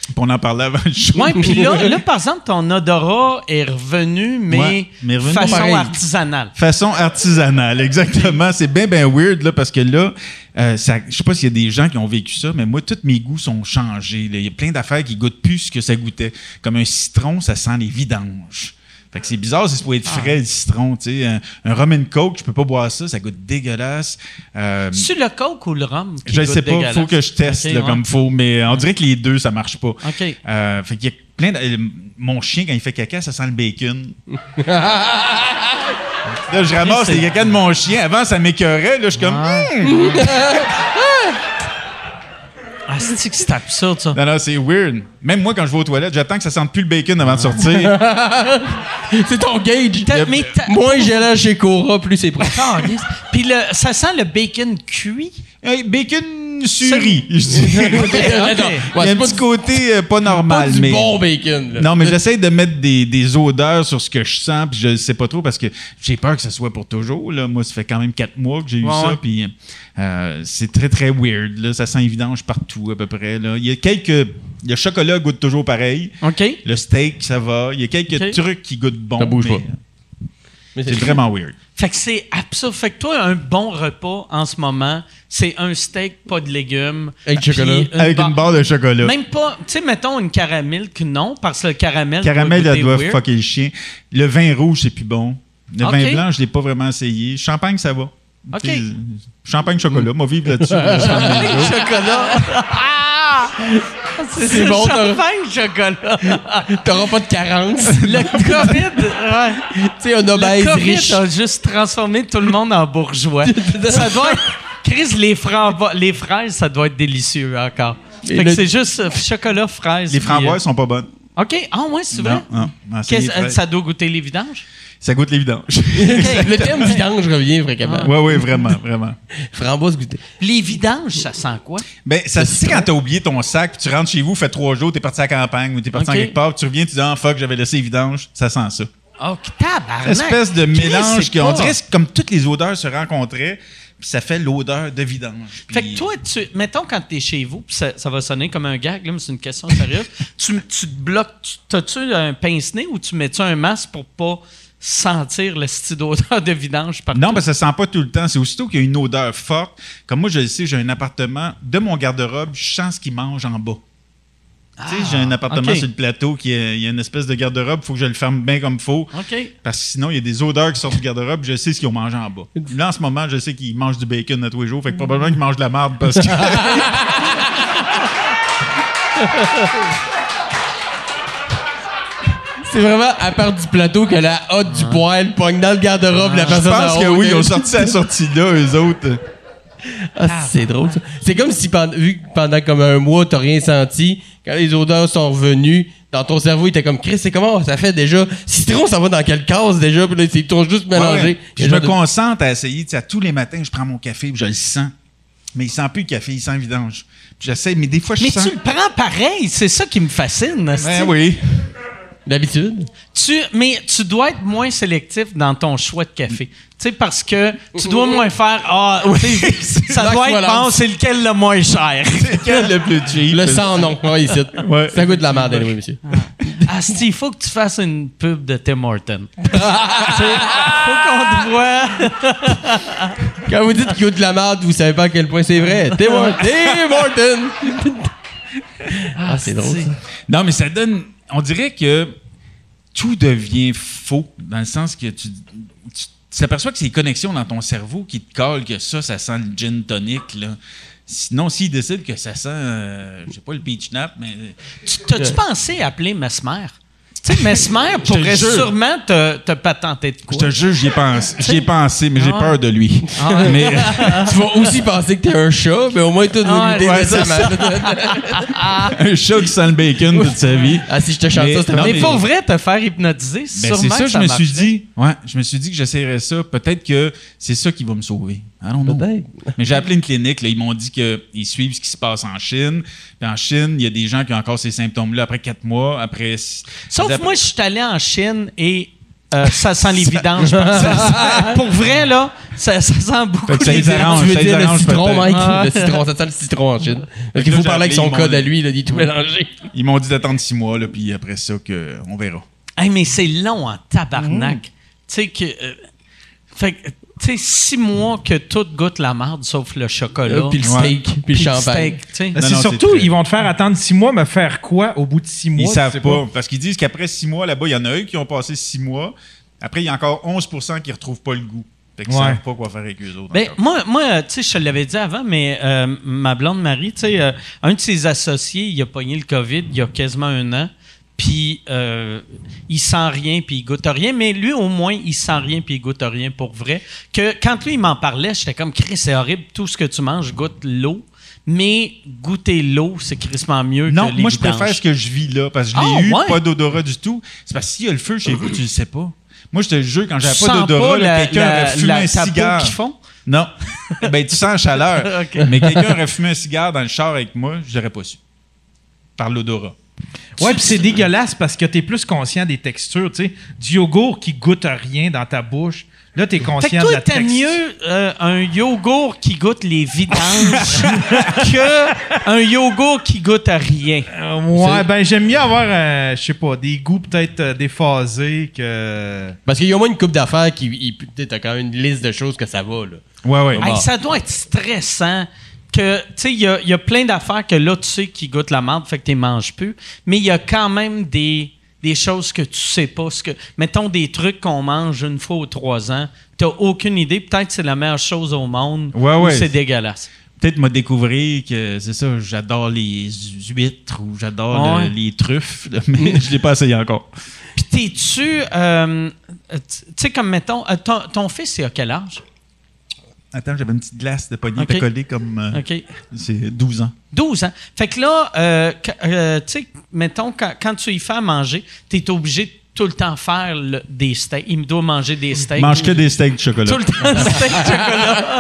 Puis on en parlait avant le show. Oui, puis là, là, par exemple, ton odorat est revenu, mais, Ouais, mais revenu façon pareil. artisanale. Façon artisanale, exactement. C'est bien, bien weird, là, parce que là, euh, ça, je sais pas s'il y a des gens qui ont vécu ça, mais moi, tous mes goûts sont changés. là. Il y a plein d'affaires qui goûtent plus ce que ça goûtait. Comme un citron, ça sent les vidanges. Fait que c'est bizarre, c'est supposé être frais, le citron, tu sais. Un, un rum and coke, je peux pas boire ça, ça goûte dégueulasse. Euh, C'est le coke ou le rhum? Qui je ne goûte sais pas, dégueulasse? faut que je teste Ok, là, ouais. comme faut, mais on dirait que les deux, ça marche pas. OK. Euh, fait qu'il y a plein de, euh, mon chien, quand il fait caca, ça sent le bacon. Là, je ramasse les caca de mon chien. Avant, ça m'écœurait. Là, je suis comme... Hmm. Ah, c'est que c'est absurde, ça. Non, non, c'est weird. Même moi, quand je vais aux toilettes, j'attends que ça sente plus le bacon avant de sortir. C'est ton gauge. T'as- mais t'as- Moins j'allais chez Cora, plus c'est prêt. Calisse. Puis le, ça sent le bacon cuit. Hey, bacon suri, je dirais. OK. Ouais, Il y a un c'est pas petit côté euh, pas normal, Pas du mais... bon bacon. Là. Non, mais j'essaie de mettre des, des odeurs sur ce que je sens, puis je ne sais pas trop parce que j'ai peur que ça soit pour toujours. Là. Moi, ça fait quand même quatre mois que j'ai eu Ouais, ça, ouais. puis euh, c'est très, très weird. Là. Ça sent les vidanges partout, à peu près. Là. Il y a quelques... Le chocolat goûte toujours pareil. OK. Le steak, ça va. Il y a quelques Ok. trucs qui goûtent bon, Ça bouge mais pas. Mais c'est vraiment weird. Fait que c'est absurde. Fait que toi, un bon repas en ce moment, c'est un steak, pas de légumes. Avec du puis chocolat. Avec une barre de chocolat. Même pas, tu sais, mettons une caramel que non, parce que le caramel. Caramel, doit elle goûter doit weird. fucker le chien. Le vin rouge, c'est plus bon. Le Ok. vin blanc, je l'ai pas vraiment essayé. Champagne, ça va. Ok. Tu sais, Champagne, chocolat. Moi, vivre là-dessus. Champagne, chocolat. Ah! C'est, C'est bon, t'as- champagne, chocolat. T'auras pas de carence. Le COVID, ouais. Tu sais, un Le obèse COVID riche. a juste transformé tout le monde en bourgeois. Ça doit être... Chris, les, frambo- les fraises, ça doit être délicieux encore. Et Fait que le- c'est juste euh, chocolat, fraises. Les puis, framboises sont pas bonnes. euh, OK. Ah ouais, c'est vrai? Non, non. non, c'est Qu'est-ce- les fraises. ça doit goûter les vidanges? Ça goûte les vidanges. Le terme vidange revient fréquemment. Oui, oui, vraiment, vraiment. Framboise goûtée. Les vidanges, ça sent quoi? Ben, ça tu sais, quand t'as oublié ton sac, puis tu rentres chez vous, fait trois jours, t'es parti à la campagne ou t'es parti Ok. en quelque part, puis tu reviens, tu dis, ah, fuck, j'avais laissé les vidanges, ça sent ça. Oh, tabarnak! Une espèce de Chris, mélange c'est qu'on pas- dirait que c'est comme toutes les odeurs se rencontraient, puis ça fait l'odeur de vidange. Puis- Fait que toi, tu, mettons quand t'es chez vous, puis ça, ça va sonner comme un gag, là, mais c'est une question sérieuse. tu, tu te bloques, tu- t'as-tu un pince-nez ou tu mets-tu un masque pour pas sentir le style d'odeur de vidange partout? Non, parce que ça sent pas tout le temps. C'est aussitôt qu'il y a une odeur forte. Comme moi, je le sais, j'ai un appartement de mon garde-robe, je sens ce qu'il mange en bas. tu sais, j'ai un appartement ok. sur le plateau qui est, il y a une espèce de garde-robe, il faut que je le ferme bien comme il faut. OK. Parce que sinon, il y a des odeurs qui sortent du garde-robe, je sais ce qu'ils ont mangé en bas. Là, en ce moment, je sais qu'ils mangent du bacon à tous les jours, fait que probablement qu'ils mangent de la merde parce que. C'est vraiment à part du plateau que la hotte du poêle pogne dans le garde-robe la Je personne pense en que haut, oui, ils là. ont sorti la sortie là, eux autres. Ah, c'est drôle, ça. C'est comme si, pendant, vu que pendant comme un mois, t'as rien senti, quand les odeurs sont revenues, dans ton cerveau, il était comme, Chris, c'est comment ça fait déjà? Citron, ça va dans quelle case déjà? Puis là, ils sont juste mélangés. Ouais, ouais. Puis Il y je a me genre de- concentre à essayer. Tu sais, à tous les matins, je prends mon café puis je le sens. Mais il sent plus le café, il sent le vidange. Puis j'essaie, mais des fois, je Mais sens. tu le prends pareil, c'est ça qui me fascine. Ben esti. oui. D'habitude. Tu, mais tu dois être moins sélectif dans ton choix de café. Tu sais, parce que tu dois moins faire Ah, tu sais, ça Max doit être Wallace. bon, c'est lequel le moins cher. Quel le plus cheap? Le sang, non. Ouais, ici. Ouais. Ça goûte de la merde, oui, monsieur. Ah, il faut que tu fasses une pub de Tim Hortons. Tu sais, faut qu'on te voit. Quand vous dites qu'il goûte de la merde, vous savez pas à quel point c'est vrai. Tim Hortons. Tim Hortons. Ah, c'est drôle, ça. Non, mais ça donne. On dirait que tout devient faux, dans le sens que tu. tu tu t'aperçois que c'est les connexions dans ton cerveau qui te collent que ça, ça sent le gin tonic, là. Sinon, s'ils décident que ça sent, euh, je sais pas, le peach nap, mais... Tu- T'as-tu pensé à appeler Mesmer? Tu sais, Mesmer pourrait jure. sûrement te, te patenter de Je quoi. te jure, j'y ai pensé, j'y ai pensé mais j'ai Ah. peur de lui. Ah. Mais Tu vas aussi penser que t'es un chat, mais au moins, toi, tu Ah, vas goûter ouais, récemment. un chat qui sent le bacon toute sa vie. Ah, si je te chante Mais- ça, c'était non, Mais mais- pour vrai, te faire hypnotiser, Ben, sûrement c'est ça, que je ça me suis marcherait. dit. Ouais, je me suis dit que j'essaierais ça. Peut-être que c'est ça qui va me sauver. I don't know. Peut-être. Mais j'ai appelé une clinique, là, ils m'ont dit qu'ils suivent ce qui se passe en Chine. Puis en Chine, il y a des gens qui ont encore ces symptômes-là après quatre mois, après. Sauf après- moi, je suis allé en Chine et euh, ça sent les vidanges. Pour vrai, là, ça, ça sent beaucoup Fait que ça les les arrange. Tu veux ça les dire le arrange citron, peut-être. Mike? Ah. Le citron, ça sent le citron en Chine. Parce qu'il là, faut j'ai parler avec appelé, son ils code m'ont à dit- lui, là, il est tout mélangé. Ils m'ont dit d'attendre six mois, là, puis après ça, que, on verra. Hey, mais c'est long en tabarnak. Tu sais que... euh, fait que, tu sais, six mois que tout goûte la marde, sauf le chocolat. Euh, Puis le Ouais. steak, puis le Puis le champagne. steak, tu sais. Mais Non, c'est non, surtout, c'est très- ils vont te faire attendre six mois, mais faire quoi au bout de six mois? Ils tu savent sais pas, parce qu'ils disent qu'après six mois, là-bas, il y en a eux qui ont passé six mois. Après, il y a encore onze pour cent qui ne retrouvent pas le goût. Fait qu'ils ne Ouais. savent pas quoi faire avec eux autres. Ben, encore. moi, moi tu sais, je te l'avais dit avant, mais euh, ma blonde Marie, tu sais, euh, un de ses associés, il a pogné le COVID il y a quasiment un an, puis euh, il sent rien, puis il goûte rien, mais lui, au moins, il sent rien, puis il goûte rien pour vrai. Que quand lui, il m'en parlait, j'étais comme, Chris, c'est horrible, tout ce que tu manges goûte l'eau, mais goûter l'eau, c'est crissement mieux Non, que les moi, je vidanges. préfère ce que je vis là, parce que je Ah, l'ai eu, ouais? pas d'odorat du tout. C'est parce que s'il y a le feu chez vous, tu le sais pas. Moi, je te jure, quand j'avais Tu pas sens d'odorat, là, la- quelqu'un la- aurait fumé la- un ta peau cigare. qui fond? Non. Ben, tu sens la chaleur. OK. Mais quelqu'un aurait fumé un cigare dans le char avec moi, je l'aurais pas su. Par l'odorat. Ouais, puis c'est dégueulasse parce que t'es plus conscient des textures, tu sais. Du yogourt qui goûte à rien dans ta bouche. Là, t'es Fait conscient que de toi, la t'aimes texture. mieux euh, un yogourt qui goûte les vidanges que un yogourt qui goûte à rien. Euh, ouais, C'est- ben j'aime mieux avoir, euh, je sais pas, des goûts peut-être euh, déphasés que... Parce qu'il y a au moins une coupe d'affaires qui. il- Tu as quand même une liste de choses que ça va, là. Ouais, ouais. Hey, ça doit être stressant. Que, tu sais, il y a, il y a plein d'affaires que là, tu sais qui goûtent la marde, fait que tu les manges plus. Mais il y a quand même des, des choses que tu sais pas. Ce que, mettons des trucs qu'on mange une fois ou trois ans. Tu aucune idée. Peut-être que c'est la meilleure chose au monde. Ouais, ou ouais. c'est dégueulasse. Peut-être m'a découvrir que c'est ça, j'adore les huîtres ou j'adore le- Ouais. les truffes, là, mais je l'ai pas essayé encore. Puis t'es-tu. euh, tu sais, comme mettons. euh, ton, ton fils, il a quel âge? Attends, j'avais une petite glace de poignée Ok. collée comme. euh, OK. C'est douze ans. douze ans. Fait que là, euh, qu- euh, tu sais, mettons, quand, quand tu y fais à manger, tu es obligé de tout le temps faire le- des steaks. Il me doit manger des steaks. Mange que des steaks de chocolat. Tout le temps, steak de chocolat.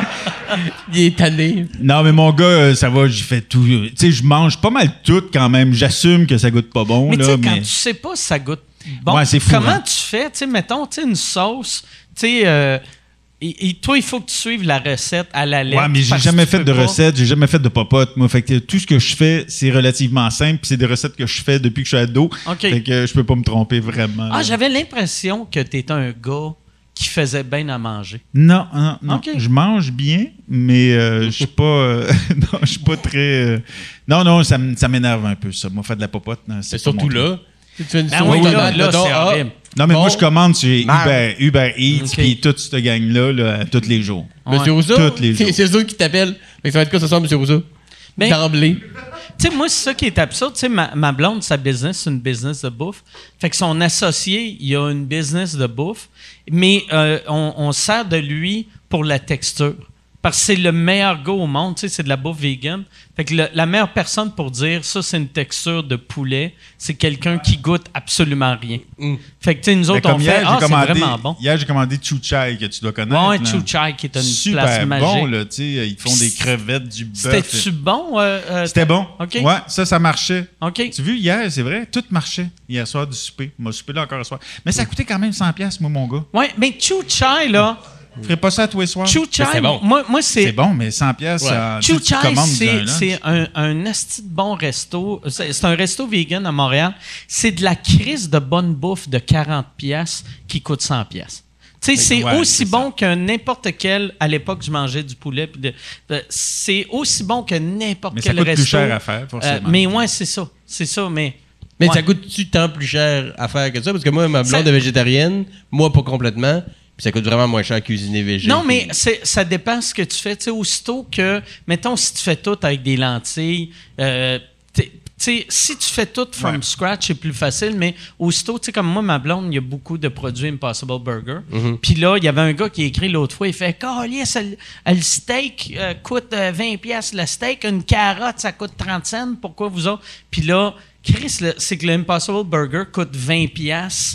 Il est tanné. Non, mais mon gars, euh, ça va, j'y fais tout. Tu sais, je mange pas mal tout quand même. J'assume que ça goûte pas bon, Mais tu là, sais, quand mais. tu sais pas si ça goûte bon, Ouais, c'est fou, comment hein. tu fais? Tu sais, mettons, tu sais, une sauce, tu sais, euh, et, et toi, il faut que tu suives la recette à la lettre. Ouais, mais j'ai parce que jamais tu fait peux de pas. recettes, j'ai jamais fait de popote. Moi, fait que tout ce que je fais, c'est relativement simple, puis c'est des recettes que je fais depuis que je suis ado. OK. Fait que je peux pas me tromper vraiment. Ah, là. j'avais l'impression que tu étais un gars qui faisait bien à manger. Non, non, non. OK. Je mange bien, mais euh, je suis pas. euh, non, je suis pas très. euh, Non, non, ça, m- ça m'énerve un peu, ça. Moi, faire de la popote, non, c'est C'est pas surtout mon truc. là. Tu fais une Ben sauce oui, de là, tomate là, dedans, c'est ah, horrible. Non, mais bon. moi, je commande sur Merde. Uber, Uber Eats, OK. puis toute cette gang-là, là, tous les jours. Monsieur Ouais. Rousseau? Tous les jours. C'est c'est eux qui t'appellent. Fait que ça va être quoi ce soir, Monsieur Rousseau? Ben- D'emblée. Tu sais, moi, c'est ça qui est absurde. Tu sais, ma, ma blonde, sa business, c'est une business de bouffe. Fait que son associé, il a une business de bouffe, mais euh, on, on sert de lui pour la texture. Parce que c'est le meilleur gars au monde, tu sais, c'est de la bouffe vegan. Fait que le- la meilleure personne pour dire ça, c'est une texture de poulet, c'est quelqu'un qui goûte absolument rien. Mm. Fait que, tu sais, nous Mais autres, on comme fait, hier, j'ai ah, c'est commandé, vraiment bon. hier, j'ai commandé Chou Chai, que tu dois connaître. Ouais, là. Chou Chai, qui est une Super place magique. bon, là, tu sais. Ils font des crevettes, du bœuf. C'était-tu bon? euh, euh, C'était bon. OK. Ouais, ça, ça marchait. OK. Tu as vu, hier, c'est vrai, tout marchait. Hier soir, du souper. Moi, souper là encore un soir. Mais ça coûtait quand même cent piastres, moi, mon gars. Ouais, mais Chou Chai, là, Je ferais pas ça tous les soirs. Chou Chai, c'est bon. moi, moi c'est... C'est bon, mais cent piastres, Ouais. ça, Chou tu te Chai, commandes c'est, un lunch. c'est un, un esti de bon resto. C'est, c'est un resto vegan à Montréal. C'est de la crise de bonne bouffe de quarante piastres qui coûte cent piastres. Tu sais, c'est ouais, aussi c'est bon que n'importe quel... À l'époque, je mangeais du poulet. Puis de, de- c'est aussi bon que n'importe Mais ça quel coûte plus resto. cher à faire, forcément. Euh, mais ouais, c'est ça. C'est ça, mais... Mais ouais. ça coûte-tu tant plus cher à faire que ça? Parce que moi, ma blonde Ça- est végétarienne, moi pas complètement, puis ça coûte vraiment moins cher à cuisiner végé. Non, mais c'est, ça dépend ce que tu fais. Tu sais, aussitôt que, mettons, si tu fais tout avec des lentilles, euh, t'es- tu sais, si tu fais tout from Ouais. scratch, c'est plus facile, mais aussitôt, tu sais, comme moi, ma blonde, il y a beaucoup de produits Impossible Burger. Mm-hmm. Puis là, il y avait un gars qui a écrit l'autre fois, il fait « Calice, le, le steak euh, coûte euh, vingt piastres le steak, une carotte, ça coûte trente cents, pourquoi vous autres? » Puis là, Chris, le- c'est que le Impossible Burger coûte vingt piastres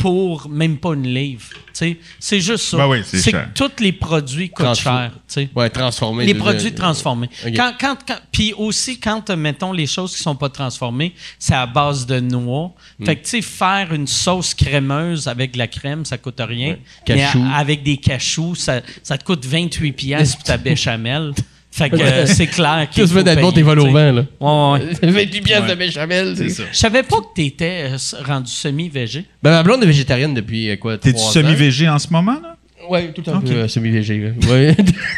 pour même pas une livre. T'sais. C'est juste ça. Ben oui, c'est c'est cher. que tous les produits coûtent Transfor- cher. t'sais. Ouais, transformé. Les de- produits de- transformés. Ok. Quand, quand, quand, puis aussi, quand, euh, mettons, les choses qui sont pas transformées, c'est à base de noix. Hmm. Fait que, tu sais, faire une sauce crémeuse avec de la crème, ça coûte rien. Ouais. Mais Cachou. à- avec des cachous, ça, ça te coûte vingt-huit piastres pour ta béchamel. Fait que euh, c'est clair qu'il Tu faut veux d'être bon, payer, t'es vol au t'sais. vent, là. Ouais, ouais. vingt-huit piastres Ouais. de béchamel. C'est c'est- ça. Je savais pas que t'étais euh, rendu semi-végé. Ben, ma blonde est végétarienne depuis euh, quoi? T'es-tu trois ans? semi-végé en ce moment, là? Ouais, tout un Ok. peu euh, semi-végé. là. Ouais.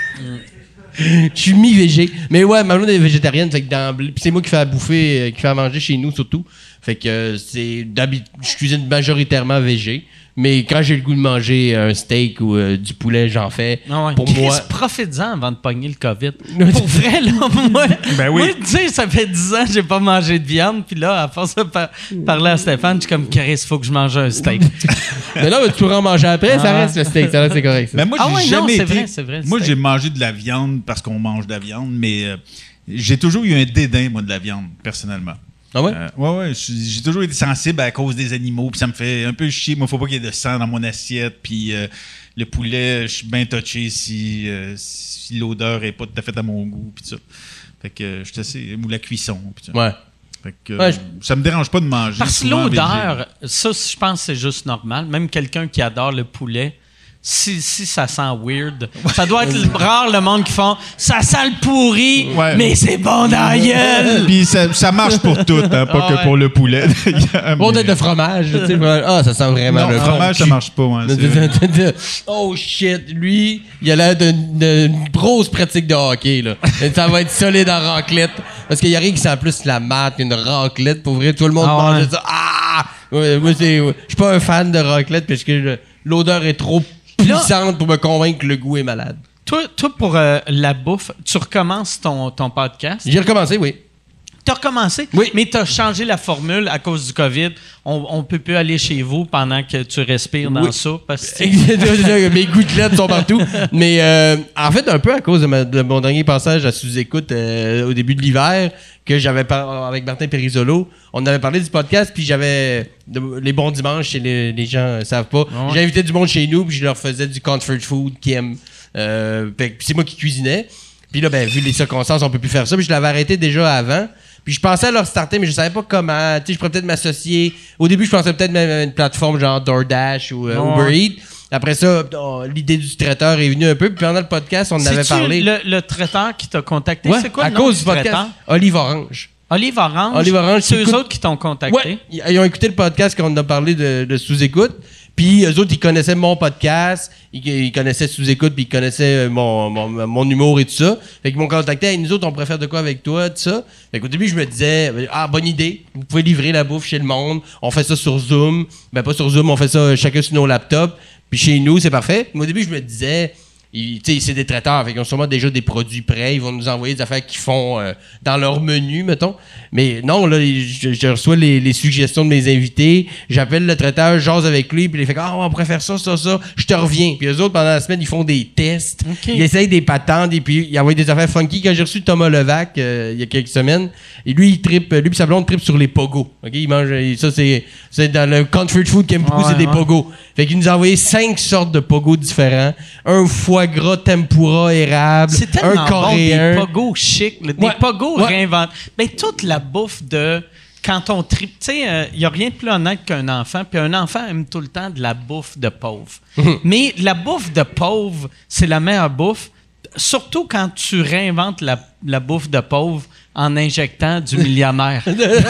Je suis mi-végé. Mais ouais, ma blonde est végétarienne, fait que d'emblée- puis c'est moi qui fais à bouffer, euh, qui fais à manger chez nous surtout. Fait que euh, c'est d'habitude, je cuisine majoritairement végé. Mais quand j'ai le goût de manger un steak ou euh, du poulet, j'en fais. Ah ouais. Pour Chris, moi. profite-en avant de pogner le COVID. Pour vrai, là, moi, Ben oui. moi, tu sais, ça fait dix ans que j'ai pas mangé de viande, puis là, à force de par- parler à Stéphane, je suis comme, Chris, faut que je mange un steak. Mais non, mais tu pourras en manger après, ça Ah. reste le steak. Ça reste, c'est correct. ça. Mais moi, Ah j'ai ouais, non, jamais c'est été... vrai, c'est vrai, Moi, c'est j'ai vrai. mangé de la viande parce qu'on mange de la viande, mais euh, j'ai toujours eu un dédain, moi, de la viande, personnellement. Ah ouais? Euh, ouais, ouais. je suis- J'ai toujours été sensible à cause des animaux, puis ça me fait un peu chier. Moi, faut pas qu'il y ait de sang dans mon assiette, puis euh, le poulet, je suis bien touché si, euh, si l'odeur est pas tout à fait à mon goût, puis tout ça. Fait que euh, je te sais, ou la cuisson, puis ça. Ouais. Fait que euh, Ouais, je- ça me dérange pas de manger. Parce que souvent l'odeur, ça, je pense que c'est juste normal. Même quelqu'un qui adore le poulet, si, si ça sent weird, ça doit être rare le monde qui font « ça sent le pourri, Ouais. mais c'est bon dans la gueule! » Puis ça, ça marche pour tout, hein, pas Ah que ouais. pour le poulet. d'ailleurs, Bon, mais- d'être de fromage. Tu sais, vraiment, ah, ça sent vraiment Non, le le fromage, ça cul. marche pas. Ouais, De- c'est de- vrai. de- de- oh shit, lui, il a l'air d'une d'une grosse pratique de hockey, là. Et ça va être solide en raclette. Parce qu'il y a rien qui sent plus la mat qu'une raclette. Pour vrai, tout le monde Ah mange ouais. ça. Ah! Ouais, moi, c'est. ouais. Je suis pas un fan de raclette parce que je- l'odeur est trop puissante pour me convaincre que le goût est malade. Toi, toi, pour euh, la bouffe, tu recommences ton, ton podcast. J'ai recommencé, oui. Tu as recommencé, Oui. mais tu as changé la formule à cause du COVID. On, on peut plus aller chez vous pendant que tu respires dans Oui. ça. Parce que Mes gouttelettes sont partout. Mais euh, en fait, un peu à cause de, ma- de mon dernier passage à sous-écoute euh, au début de l'hiver, que j'avais par- avec Martin Périsolo, on avait parlé du podcast, puis j'avais de- les bons dimanches, chez les, les gens euh, savent pas. ouais. J'ai invité du monde chez nous, puis je leur faisais du comfort food qu'ils aiment. Euh, fait que- puis c'est moi qui cuisinais. Puis là, ben, vu les circonstances, on peut plus faire ça. Puis je l'avais arrêté déjà avant. Puis je pensais à leur starter, mais je savais pas comment. Tu sais, je pourrais peut-être m'associer. Au début, je pensais peut-être même à une plateforme genre DoorDash ou euh, Ouais. Uber Eats. Après ça, oh, l'idée du traiteur est venue un peu. Puis pendant le podcast, on en avait C'est-tu parlé. Le, le traiteur qui t'a contacté, Ouais, c'est quoi à le nom cause du du podcast. traiteur? Olive Orange. Olive Orange. Olive Orange, C'est qui eux coûte- autres qui t'ont contacté. Ouais, ils ils ont écouté le podcast qu'on a parlé de, de sous-écoute. Puis eux autres, ils connaissaient mon podcast, ils, ils connaissaient sous-écoute, puis ils connaissaient euh, mon, mon, mon humour et tout ça. Fait qu'ils m'ont contacté. Hey, nous autres, on préfère de quoi avec toi, tout ça. Fait qu'au début, je me disais, ah, bonne idée. Vous pouvez livrer la bouffe chez le monde. On fait ça sur Zoom. Ben, pas sur Zoom, on fait ça chacun sur nos laptops. Puis chez nous, c'est parfait. Mais au début, je me disais, ils- tu sais, c'est des traiteurs. Fait qu'ils ont sûrement déjà des produits prêts. Ils vont nous envoyer des affaires qu'ils font euh, dans leur menu, mettons. Mais non, là, je, je reçois les, les suggestions de mes invités. J'appelle le traiteur, j'ose avec lui, puis il fait ah, on pourrait faire ça, ça, ça. Je te reviens. Puis eux autres, pendant la semaine, ils font des tests. OK. Ils essayent des patentes, et puis ils envoient des affaires funky. Quand j'ai reçu Thomas Levac euh, il y a quelques semaines, et lui, il trippe, lui, puis sa blonde trippe sur les pogos. OK? Il mange, ça, c'est, c'est dans le comfort food qu'il aime beaucoup, Ouais, c'est des ouais. pogos. Fait qu'il nous a envoyé cinq sortes de pogos différents. Un foie gras tempura érable, C'est tellement un coréen. bon, des pogos chics, là, des Ouais. pogos Ouais. réinventés. Ben, toute la bouffe de... Quand on tripe... Tu sais, il n'y a rien de plus honnête qu'un enfant, puis un enfant aime tout le temps de la bouffe de pauvre. Mais la bouffe de pauvre, c'est la meilleure bouffe, surtout quand tu réinventes la, la bouffe de pauvre en injectant du millionnaire.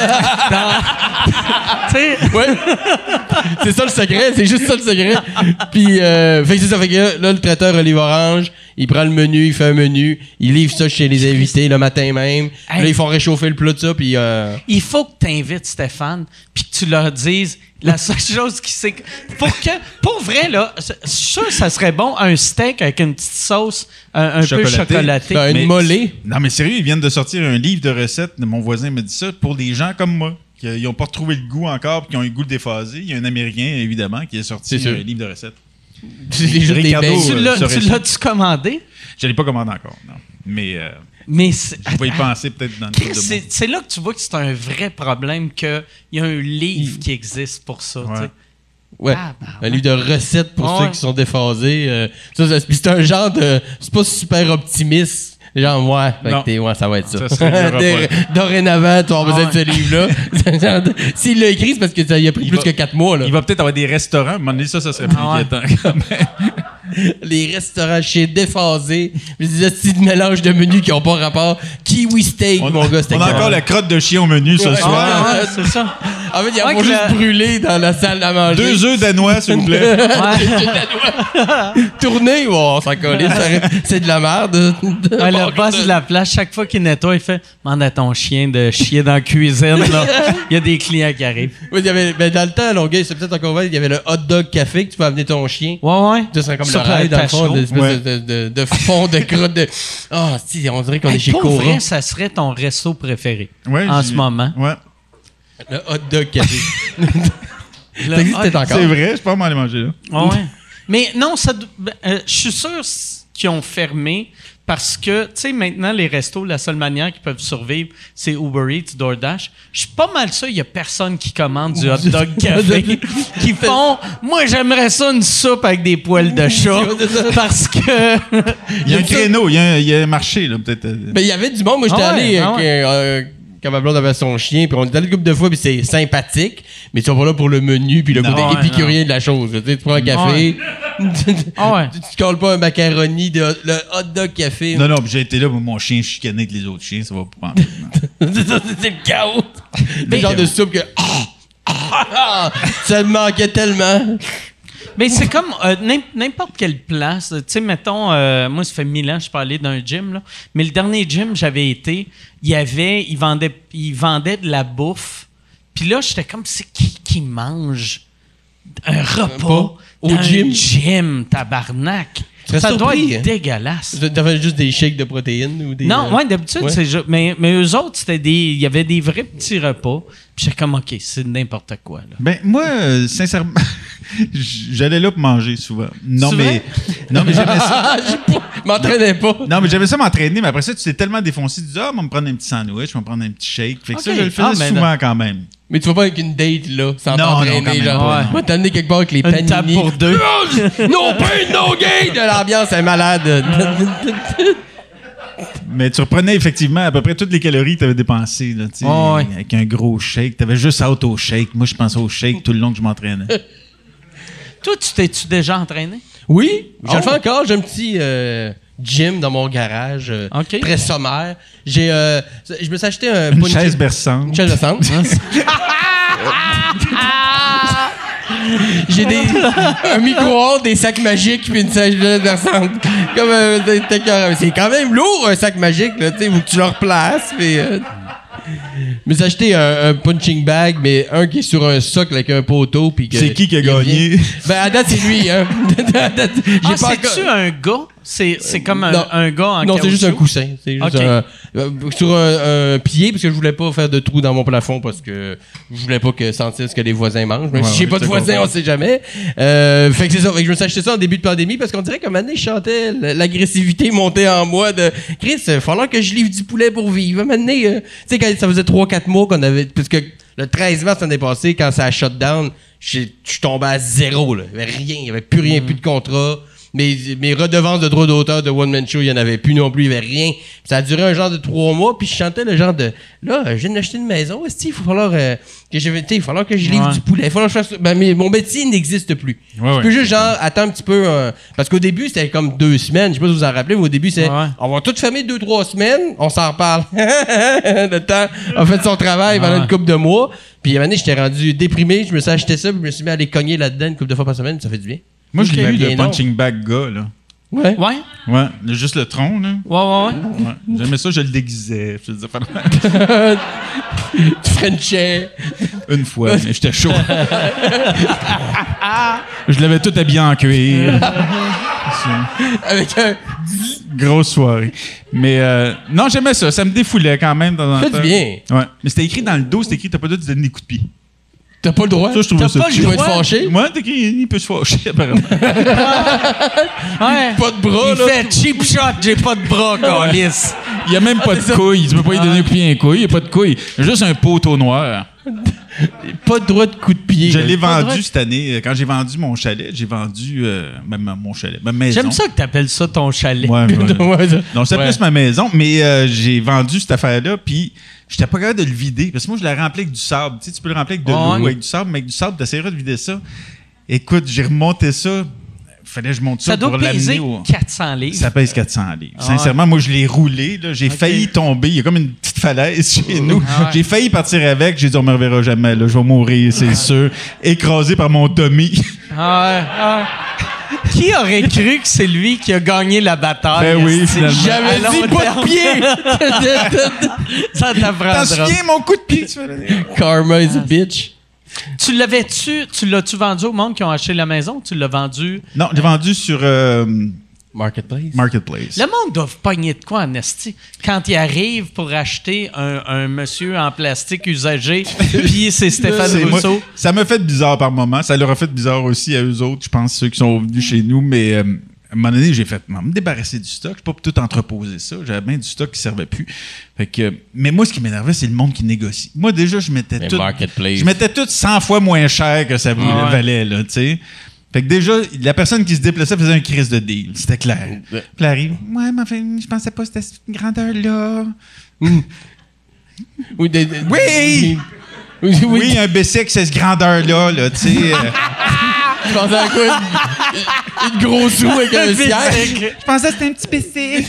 Dans- Tu sais... Ouais. C'est ça le secret, c'est juste ça le secret. Puis, euh, fait que c'est ça. Fait que là, là, le traiteur Olive Orange, il prend le menu, il fait un menu, il livre ça chez les invités le matin même. Puis Hey. là, ils font réchauffer le plat de ça, puis... Euh, Il faut que tu invites Stéphane puis que tu leur dises la seule chose qui c'est que pour que pour vrai là, je je suis sûr que ça serait bon un steak avec une petite sauce un, un peu Chocolaté. chocolatée. Ben, une Mais- mollet. Non, mais sérieux, ils viennent de sortir un livre de recettes. Mon voisin me dit ça pour des gens comme moi. Qui n'ont pas retrouvé le goût encore puis qui ont eu le goût de déphasé. Il y a un Américain, évidemment, qui a sorti C'est sûr. un livre de recettes. C'est juste des Ricardo, beignes. tu euh, l'as, serait tu ça. l'as-tu commandé? Je ne l'ai pas commandé encore, non. Mais euh, Mais c'est, je vais y penser peut-être dans le couple de c'est, mois. c'est là que tu vois que c'est un vrai problème qu'il y a un livre qui existe pour ça. tu sais. Ouais. Ouais. Ah, bah, Un livre de recettes pour Ah, ceux ouais. qui sont déphasés. Euh, ça, ça, c'est un genre de. C'est pas super optimiste. Genre, ouais, fait Non. que t'es- ouais, ça va être ça. Ça se réglera Dé- pas. Dorénavant, tu vas avoir besoin Ah, de ce livre-là. C'est un genre de- S'il l'a écrit, c'est parce que ça y a pris Il plus va- que quatre mois. Là. Il va peut-être avoir des restaurants. À un moment donné, ça, ça serait plus Ah ouais. inquiétant. quand même. Les restaurants chez déphasés. Des petits mélanges de menus qui n'ont pas rapport. Kiwi steak, On, mon gars, c'était on a clair. encore la crotte de chien au menu ce Ouais. soir. Ah, ouais, c'est ça. En fait, il y a Ouais, pas que juste la- brûlé dans la salle à manger. Deux œufs danois, s'il vous plaît. Tourné, oh, on s'en calisse, ça- c'est de la merde. Ouais, le boss de la place, chaque fois qu'il nettoie, il fait « Demande à ton chien de chier dans la cuisine. » là. Il y a des clients qui arrivent. Oui, il y avait, ben, dans le temps, à Longueuil, c'est peut-être encore vrai, il y avait le hot dog café que tu peux amener ton chien. Ouais, ouais. Ça serait comme Sur le rêve, le dans le fond, tachereau. de, espèce Ouais. de, de, de fond de crotte de... Ah, si, on dirait qu'on est Hey, chez pour Cora. vrai, ça serait ton resto préféré Ouais, en j'ai- ce moment. Ouais. Le hot dog café. Le Ça existe hot- peut-être encore. C'est vrai, je peux pas aller manger là. Ah ouais. Mais non, ça, do- ben, euh, je suis sûr s- qu'ils ont fermé parce que, tu sais, maintenant, les restos, la seule manière qu'ils peuvent survivre, c'est Uber Eats, DoorDash. Je suis pas mal sûr, il y a personne qui commande du hot dog café qui font « Moi, j'aimerais ça une soupe avec des poils de chat parce que... Il y a un créneau, il y a un, il y a un marché, là, peut-être. euh. Ben, il y avait du monde. Moi, j'étais Ah ouais, allé ah avec, euh, quand ma blonde avait son chien, puis on est allé une couple de fois, puis c'est sympathique, mais tu vas pas là pour le menu, puis le Non, côté ouais, épicurien de la chose. Tu sais, tu prends un café, Ah ouais. tu te colles pas un macaroni, de, le hot dog café. Non, non, puis j'ai été là pour mon chien chicaner avec les autres chiens, ça va pas prendre. C'est le chaos. Mais- Le genre de soupe que... Ah, ah, ça me manquait tellement. Mais c'est comme euh, n'im- n'importe quelle place. Tu sais, mettons, euh, moi, ça fait mille ans que je parlais d'un gym, là. Mais le dernier gym, j'avais été, il y avait, ils vendaient, ils vendaient de la bouffe. Puis là, j'étais comme, c'est qui qui mange un repas au dans un gym? gym, tabarnak? serais Ça doit surpris, être hein? dégueulasse. T'avais juste des shakes de protéines ou des... Non, euh, ouais, d'habitude, ouais. c'est juste. Mais, mais eux autres, c'était des. Il y avait des vrais petits repas. Puis j'étais comme, OK, c'est n'importe quoi, là. Ben, moi, euh, sincèrement, j'allais là pour manger souvent. Non, C'est mais. vrai? Non, mais j'aimais ça. Ah, je m'entraînais pas. Non, mais j'aimais ça m'entraîner, mais après ça, tu t'es tellement défoncé, tu dis, ah, on va me prendre un petit sandwich, on va me prendre un petit shake. Fait que ça, Ok. je le faisais Ah, ben, souvent quand même. Mais tu vas pas avec une date, là, sans Non, non, quand t'entraîner, même genre. pas, non. Moi, t'amener quelque part avec les Une panini. table pour deux. No pain, no gain! L'ambiance est malade. Mais tu reprenais effectivement à peu près toutes les calories que tu avais dépensées, là, tu sais, Oh, ouais. avec un gros shake. Tu avais juste hâte au shake. Moi, je pensais au shake tout le long que je m'entraînais. Toi, tu t'es-tu déjà entraîné? Oui, je le Oh. fais encore. J'ai un petit euh, gym dans mon garage, euh, Ok. très sommaire. J'ai, euh, je me suis acheté un Une punching- chaise berçante. Une chaise de centre. J'ai des un micro-ondes, des sacs magiques puis une chaise versante. Comme euh, des- des cœurs. C'est quand même lourd un sac magique là, tu sais, faut que tu le replaces puis euh, je me suis acheté un, un punching bag, mais un qui est sur un socle avec un poteau. Puis que- C'est qui qui a il gagné? revient. Ben, à date, c'est lui, hein. À date, j'ai Ah, pas c'est-tu encore- un gars? C'est, c'est comme un, Non. un gars en Non, c'est juste un caoutchouc? coussin. C'est juste Ok. un- euh, sur un, un pied, parce que je voulais pas faire de trou dans mon plafond, parce que je voulais pas que sentir ce que les voisins mangent. Même Ouais, si j'ai ouais, pas je de te voisins, comprends. on sait jamais. Euh, fait que c'est ça. Fait que je me suis acheté ça en début de pandémie, parce qu'on dirait qu'à un moment donné, je sentais l- l'agressivité monter en moi de Chris, il va falloir que je livre du poulet pour vivre. À un moment donné, euh, tu sais, quand ça faisait trois quatre mois qu'on avait. Parce que le treize mars l'année passée, quand ça a shut down, j'ai- je suis tombé à zéro. Là. Il y avait rien, il y avait plus rien, plus de contrat. Mes, mes redevances de droits d'auteur de One Man Show, il n'y en avait plus non plus, il n'y avait rien. Puis ça a duré un genre de trois mois, puis je chantais le genre de là, je viens d'acheter une maison, est-ce qu'il faut falloir euh, que je, tu sais, il va falloir que je livre Ouais. du poulet, il va falloir que je fasse. Ben, mais mon métier n'existe plus. Ouais, je ouais. peux juste genre attendre un petit peu. euh, parce qu'au début, c'était comme deux semaines, je sais pas si vous vous en rappelez, mais au début, c'est Ouais. on va tout fermer deux, trois semaines, on s'en reparle. Le temps a fait son travail pendant Ouais. une couple de mois. Puis à un moment donné, j'étais rendu déprimé, je me suis acheté ça, puis je me suis mis à aller cogner là-dedans une couple de fois par semaine, ça fait du bien. Moi, je l'ai Ok. eu, Bien le non. punching bag gars, là. Ouais. Ouais? Ouais, le- juste le tronc, là. Ouais, ouais, ouais. Ouais. J'aimais ça, je le déguisais. Je faisais faire- Tu Frenchais. Une fois, mais j'étais chaud. Je l'avais tout habillé en cuir. Avec un. Grosse soirée. Mais euh, non, j'aimais ça. Ça me défoulait quand même de temps en Fait du temps. bien. Ouais. Mais c'était écrit dans le dos, c'était écrit, t'as pas le droit de te donner des coups de pied. T'as pas le droit. Ça, je trouvais T'as ça pas le Tu cute. vas être droit? fâché. Moi, t'es écrit, il peut se fâcher, apparemment. Ouais. Pas de bras, Il là. fait cheap shot, j'ai pas de bras, câlisse. Il y a même pas de couilles. Tu peux pas lui donner un coup de pied à un couille. Il y a pas de couilles. Il y a juste un poteau noir. Pas de droit de coup de pied. Je là. l'ai Pas vendu vrai. cette année. Quand j'ai vendu mon chalet, j'ai vendu euh, ma- ma- mon chalet, ma maison. J'aime ça que tu appelles ça ton chalet. Ouais, ouais. Ouais, ça- Donc, c'est ouais. plus ma maison, mais euh, j'ai vendu cette affaire-là, puis j'étais pas capable de le vider, parce que moi, je l'ai rempli avec du sable. Tu sais, tu peux le remplir avec de l'eau, Ouais. avec du sable, mais avec du sable, t'essaieras de vider ça. Écoute, j'ai remonté ça. Fallait que je monte ça, Ça doit pour peser l'amener au... quatre cents livres. Ça pèse quatre cents livres. Ah Sincèrement, moi, je l'ai roulé. Là. J'ai Ok. failli tomber. Il y a comme une petite falaise chez nous. Ah ouais. J'ai failli partir avec. J'ai dit, on me reverra jamais. Là. Je vais mourir, c'est sûr. Écrasé par mon dummy. Ah ouais, ah ouais. Qui aurait cru que c'est lui qui a gagné la bataille? Ben oui, esti? finalement. J'avais À long dit pas terme. de pied! Ça T'en t'apprendra. souviens, mon coup de pied? Tu vas le dire? Karma is a bitch. Tu l'avais-tu, tu l'as-tu vendu au monde qui ont acheté la maison ou tu l'as vendu? Non, j'ai vendu sur euh, Marketplace. Marketplace. Le monde doit pogner de quoi en esti quand il arrive pour acheter un, un monsieur en plastique usagé, puis c'est Stéphane C'est- moi, Rousseau. ça m'a fait bizarre par moment. Ça leur a fait bizarre aussi à eux autres, je pense, ceux qui sont venus chez nous. Mais euh, à un moment donné, j'ai fait me débarrasser du stock. Je peux pas tout entreposer ça. J'avais bien du stock qui servait plus. Fait que, mais moi, ce qui m'énervait, c'est le monde qui négocie. Moi, déjà, je mettais Mais tout. Marketplace. Je mettais tout cent fois moins cher que ça voulait, Ah ouais. valait, là, tu sais. Fait que déjà, la personne qui se déplaçait faisait un crise de deal. C'était clair. Puis elle arrive. Ouais, mais enfin, je pensais pas que c'était cette grandeur-là. Oui! de- de- Oui! Oui, oui. Oui, un B C X, c'est cette grandeur-là, là, tu sais. euh, Je pensais à quoi? Une, une grosse roue avec un siège. Je pensais que c'était un petit P C.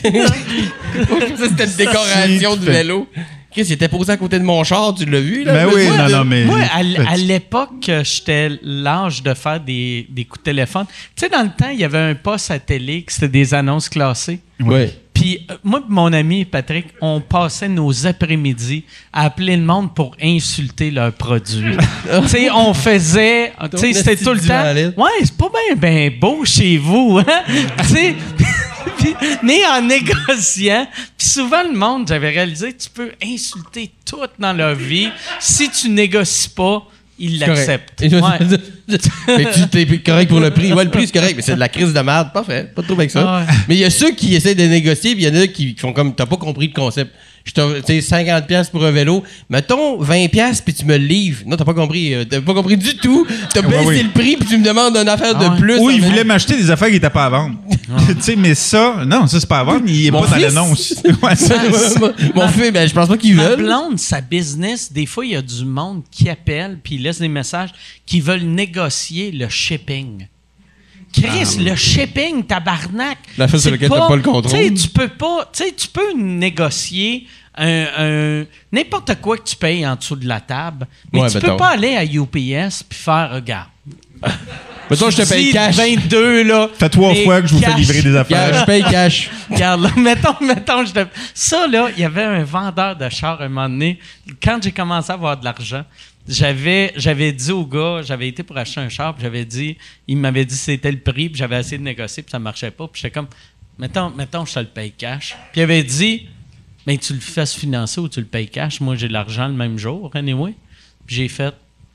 Ça, c'était une décoration du vélo. Chris, il était posé à côté de mon char, tu l'as vu, là? Ben oui, Moi, non, là, non, mais. Moi, à, l- à l'époque, euh, j'étais l'âge de faire des, des coups de téléphone. Tu sais, dans le temps, il y avait un poste à télé qui c'était des annonces classées. Ouais. Puis euh, moi et mon ami Patrick, on passait nos après-midi à appeler le monde pour insulter leurs produits. Tu sais, on faisait... Tu sais, c'était tout le temps... Valide. Ouais, c'est pas bien ben beau chez vous, hein? Tu sais... Puis, mais en négociant, puis souvent le monde, j'avais réalisé, tu peux insulter tout dans leur vie. Si tu négocies pas, ils l'acceptent. Correct. Ouais. Mais tu t'es correct pour le prix. Ouais, le prix, c'est correct, mais c'est de la crise de merde. Parfait. Pas de trouble avec ça. Ah ouais. Mais il y a ceux qui essaient de négocier, puis il y en a qui font comme, t'as pas compris le concept. Je t'offre, tu sais, cinquante piastres pour un vélo. Mettons vingt piastres, puis tu me le livres. Non, t'as pas compris. euh, T'as pas compris du tout. T'as Ouais, baissé oui. le prix, puis tu me demandes une affaire Ah de ouais. plus. Oui, il en voulait même- m'acheter des affaires qui n'étaient pas à vendre. tu sais, mais ça, non, ça, c'est pas à vendre. Il est Mon pas dans fils? l'annonce. Ouais, ça- Mon fils, ben, je pense pas qu'ils Ma veulent. blonde, sa business, des fois, il y a du monde qui appelle puis il laisse des messages qui veulent négocier le shipping. Chris, le shipping, tabarnak. La chose sur c'est laquelle t'as pas le contrôle. Tu sais, tu peux pas. Tu sais, tu peux négocier un, un- n'importe quoi que tu payes en dessous de la table, mais Ouais, tu mettons. peux pas aller à U P S puis faire, regarde. Mettons, je te paye Dis cash. vingt-deux, là. fait trois mais fois que je vous fais cash. livrer des affaires. Cash, je paye cash. Regarde, là, mettons, mettons, je te... Ça, là, il y avait un vendeur de char à un moment donné. Quand j'ai commencé à avoir de l'argent, j'avais, j'avais dit au gars, j'avais été pour acheter un char, puis j'avais dit, il m'avait dit c'était le prix, puis j'avais essayé de négocier, puis ça marchait pas. Puis j'étais comme, mettons, mettons, je te le paye cash. Puis il avait dit, mais tu le fasses financer ou tu le payes cash. Moi, j'ai de l'argent le même jour, anyway. Puis j'ai fait,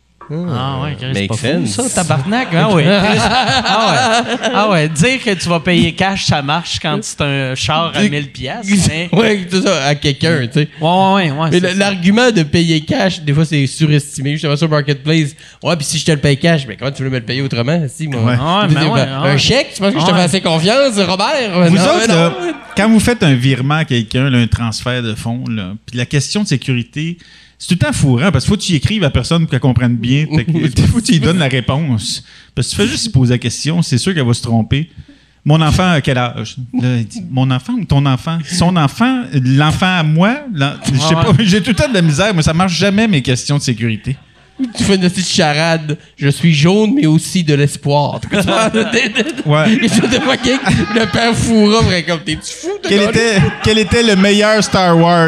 ah ouais, Chris, c'est Make pas fou, sense. ça, tabarnak. Ah ouais, Chris. Ah ouais. Ah ouais, dire que tu vas payer cash, ça marche quand c'est un char à mille piastres. Mais... Ouais, c'est ça, à quelqu'un, tu sais. Ouais, ouais, ouais. ouais Mais c'est le- ça. l'argument de payer cash, des fois, c'est surestimé. Justement sur Marketplace. Ouais, puis si je te le paye cash, mais comment tu veux me le payer autrement? Si, moi. Ouais. Ouais, Tu ben dis, ouais, ben, ouais. Un chèque, tu penses que je te Ouais. fais assez confiance, Robert? Vous Non, autres, non. là, quand vous faites un virement à quelqu'un, là, un transfert de fonds, là, puis la question de sécurité, c'est tout le temps fourrant parce qu'il faut que tu y écrives à la personne pour qu'elle comprenne bien. Fait que, Il faut que tu lui donnes la réponse. Parce que tu fais juste lui poser la question, c'est sûr qu'elle va se tromper. Mon enfant a quel âge? Là, il dit, mon enfant ou ton enfant? Son enfant? L'enfant à moi? L'en- Je sais Ouais. pas, j'ai tout le temps de la misère, mais ça marche jamais mes questions de sécurité. Tu fais une petite charade. Je suis jaune, mais aussi de l'espoir. Tu vois, de- de- de- Ouais. Je te fucking le père Foura, vrai, comme t'es-tu fou? de Quel gars, était, quel était le meilleur Star Wars?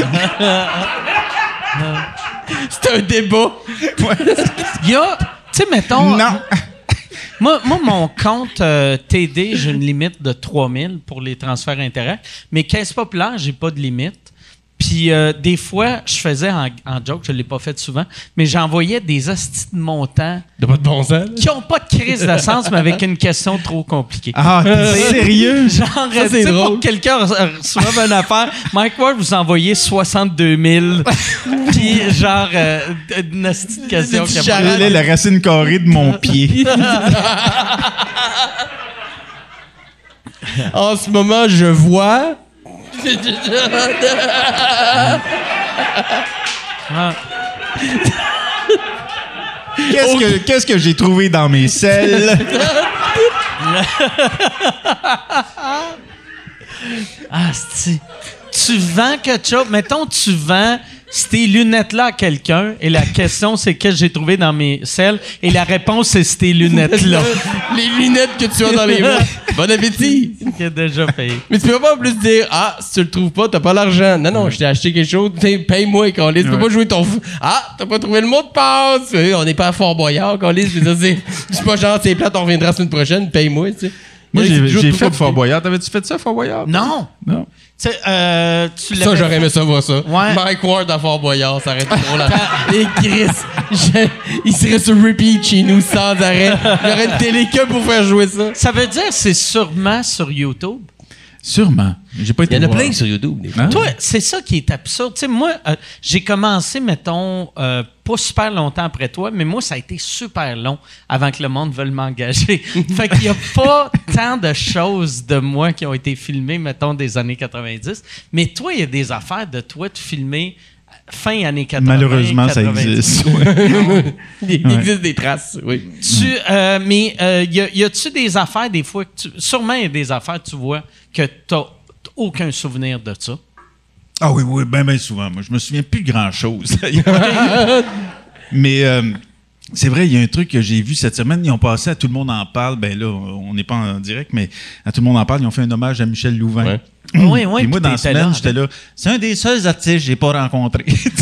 C'est un débat. Il y a, tu sais, mettons. Non. Moi, moi, mon compte euh, T D, j'ai une limite de trois mille pour les transferts intérêts. Mais Caisse Populaire, j'ai pas de limite. Puis euh, des fois, je faisais en, en joke, je ne l'ai pas fait souvent, mais j'envoyais des hosties de montants T'as pas de bon sens? qui n'ont pas de crise de sens, mais avec une question trop compliquée. Ah, t'es sérieux? Genre, Ça, c'est tu sais, drôle. pour que quelqu'un re- reçoive une affaire, Mike Ward, vous envoyez soixante-deux mille, puis genre, euh, une hostie de question Des qui a petits pas- charades. Là, la racine carrée de mon pied. En ce moment, je vois. Ah. Qu'est-ce que, qu'est-ce que j'ai trouvé dans mes selles? Ah, c'est... Tu vends quelque chose. Mettons, tu vends ces lunettes-là à quelqu'un et la question, c'est qu'est-ce que j'ai trouvé dans mes selles et la réponse, c'est ces lunettes-là. Les lunettes que tu as dans les mains. Bon appétit! Qui a déjà payé. Mais tu peux pas en plus dire, ah, si tu le trouves pas, t'as pas l'argent. Non, non, je t'ai acheté quelque chose, t'sais, paye-moi, Carlis. Tu peux pas jouer ton fou. Ah, t'as pas trouvé le mot de passe. Euh, On n'est pas à Fort Boyard, Carlis. Je veux dire, c'est c'est pas genre, c'est plate, on reviendra la semaine prochaine, paye-moi, tu sais. Moi, Il y a j'ai, toujours j'ai tout fait compliqué. Fort Boyard. T'avais-tu fait ça, Fort Boyard? Non! Non. Tu sais, euh, tu Ça, l'avais j'aurais aimé fait- ça voir ça. Ouais. Mike Ward à Fort Boyard, ça aurait été drôle. Et Chris, je- il serait sur repeat chez nous sans arrêt. J'aurais une télé que pour faire jouer ça. Ça veut dire que c'est sûrement sur YouTube. Sûrement. J'ai pas été Il y en a voir. plein sur YouTube. Des fois. Hein? Toi, c'est ça qui est absurde. Tu sais, moi, euh, j'ai commencé, mettons, euh, pas super longtemps après toi, mais moi, ça a été super long avant que le monde veuille m'engager. Fait qu'il y a pas tant de choses de moi qui ont été filmées, mettons, des années quatre-vingt-dix. Mais toi, il y a des affaires de toi de filmer fin années quatre-vingts. Malheureusement, ça quatre-vingt-dix. existe. Ouais. Il il existe des traces, oui. Tu, euh, mais euh, y, a, y a-tu des affaires, des fois, que tu, sûrement il y a des affaires, tu vois, que t'as aucun souvenir de ça. Ah oui, oui, bien, bien souvent. Moi, je me souviens plus de grand-chose. Mais euh, c'est vrai, il y a un truc que j'ai vu cette semaine. Ils ont passé à Tout le monde en parle. Ben là, on n'est pas en direct, mais à Tout le monde en parle, ils ont fait un hommage à Michel Louvain. Ouais. Oui, oui. Et moi, puis dans la t'étais semaine, là, j'étais là. C'est un des seuls artistes que j'ai pas rencontré.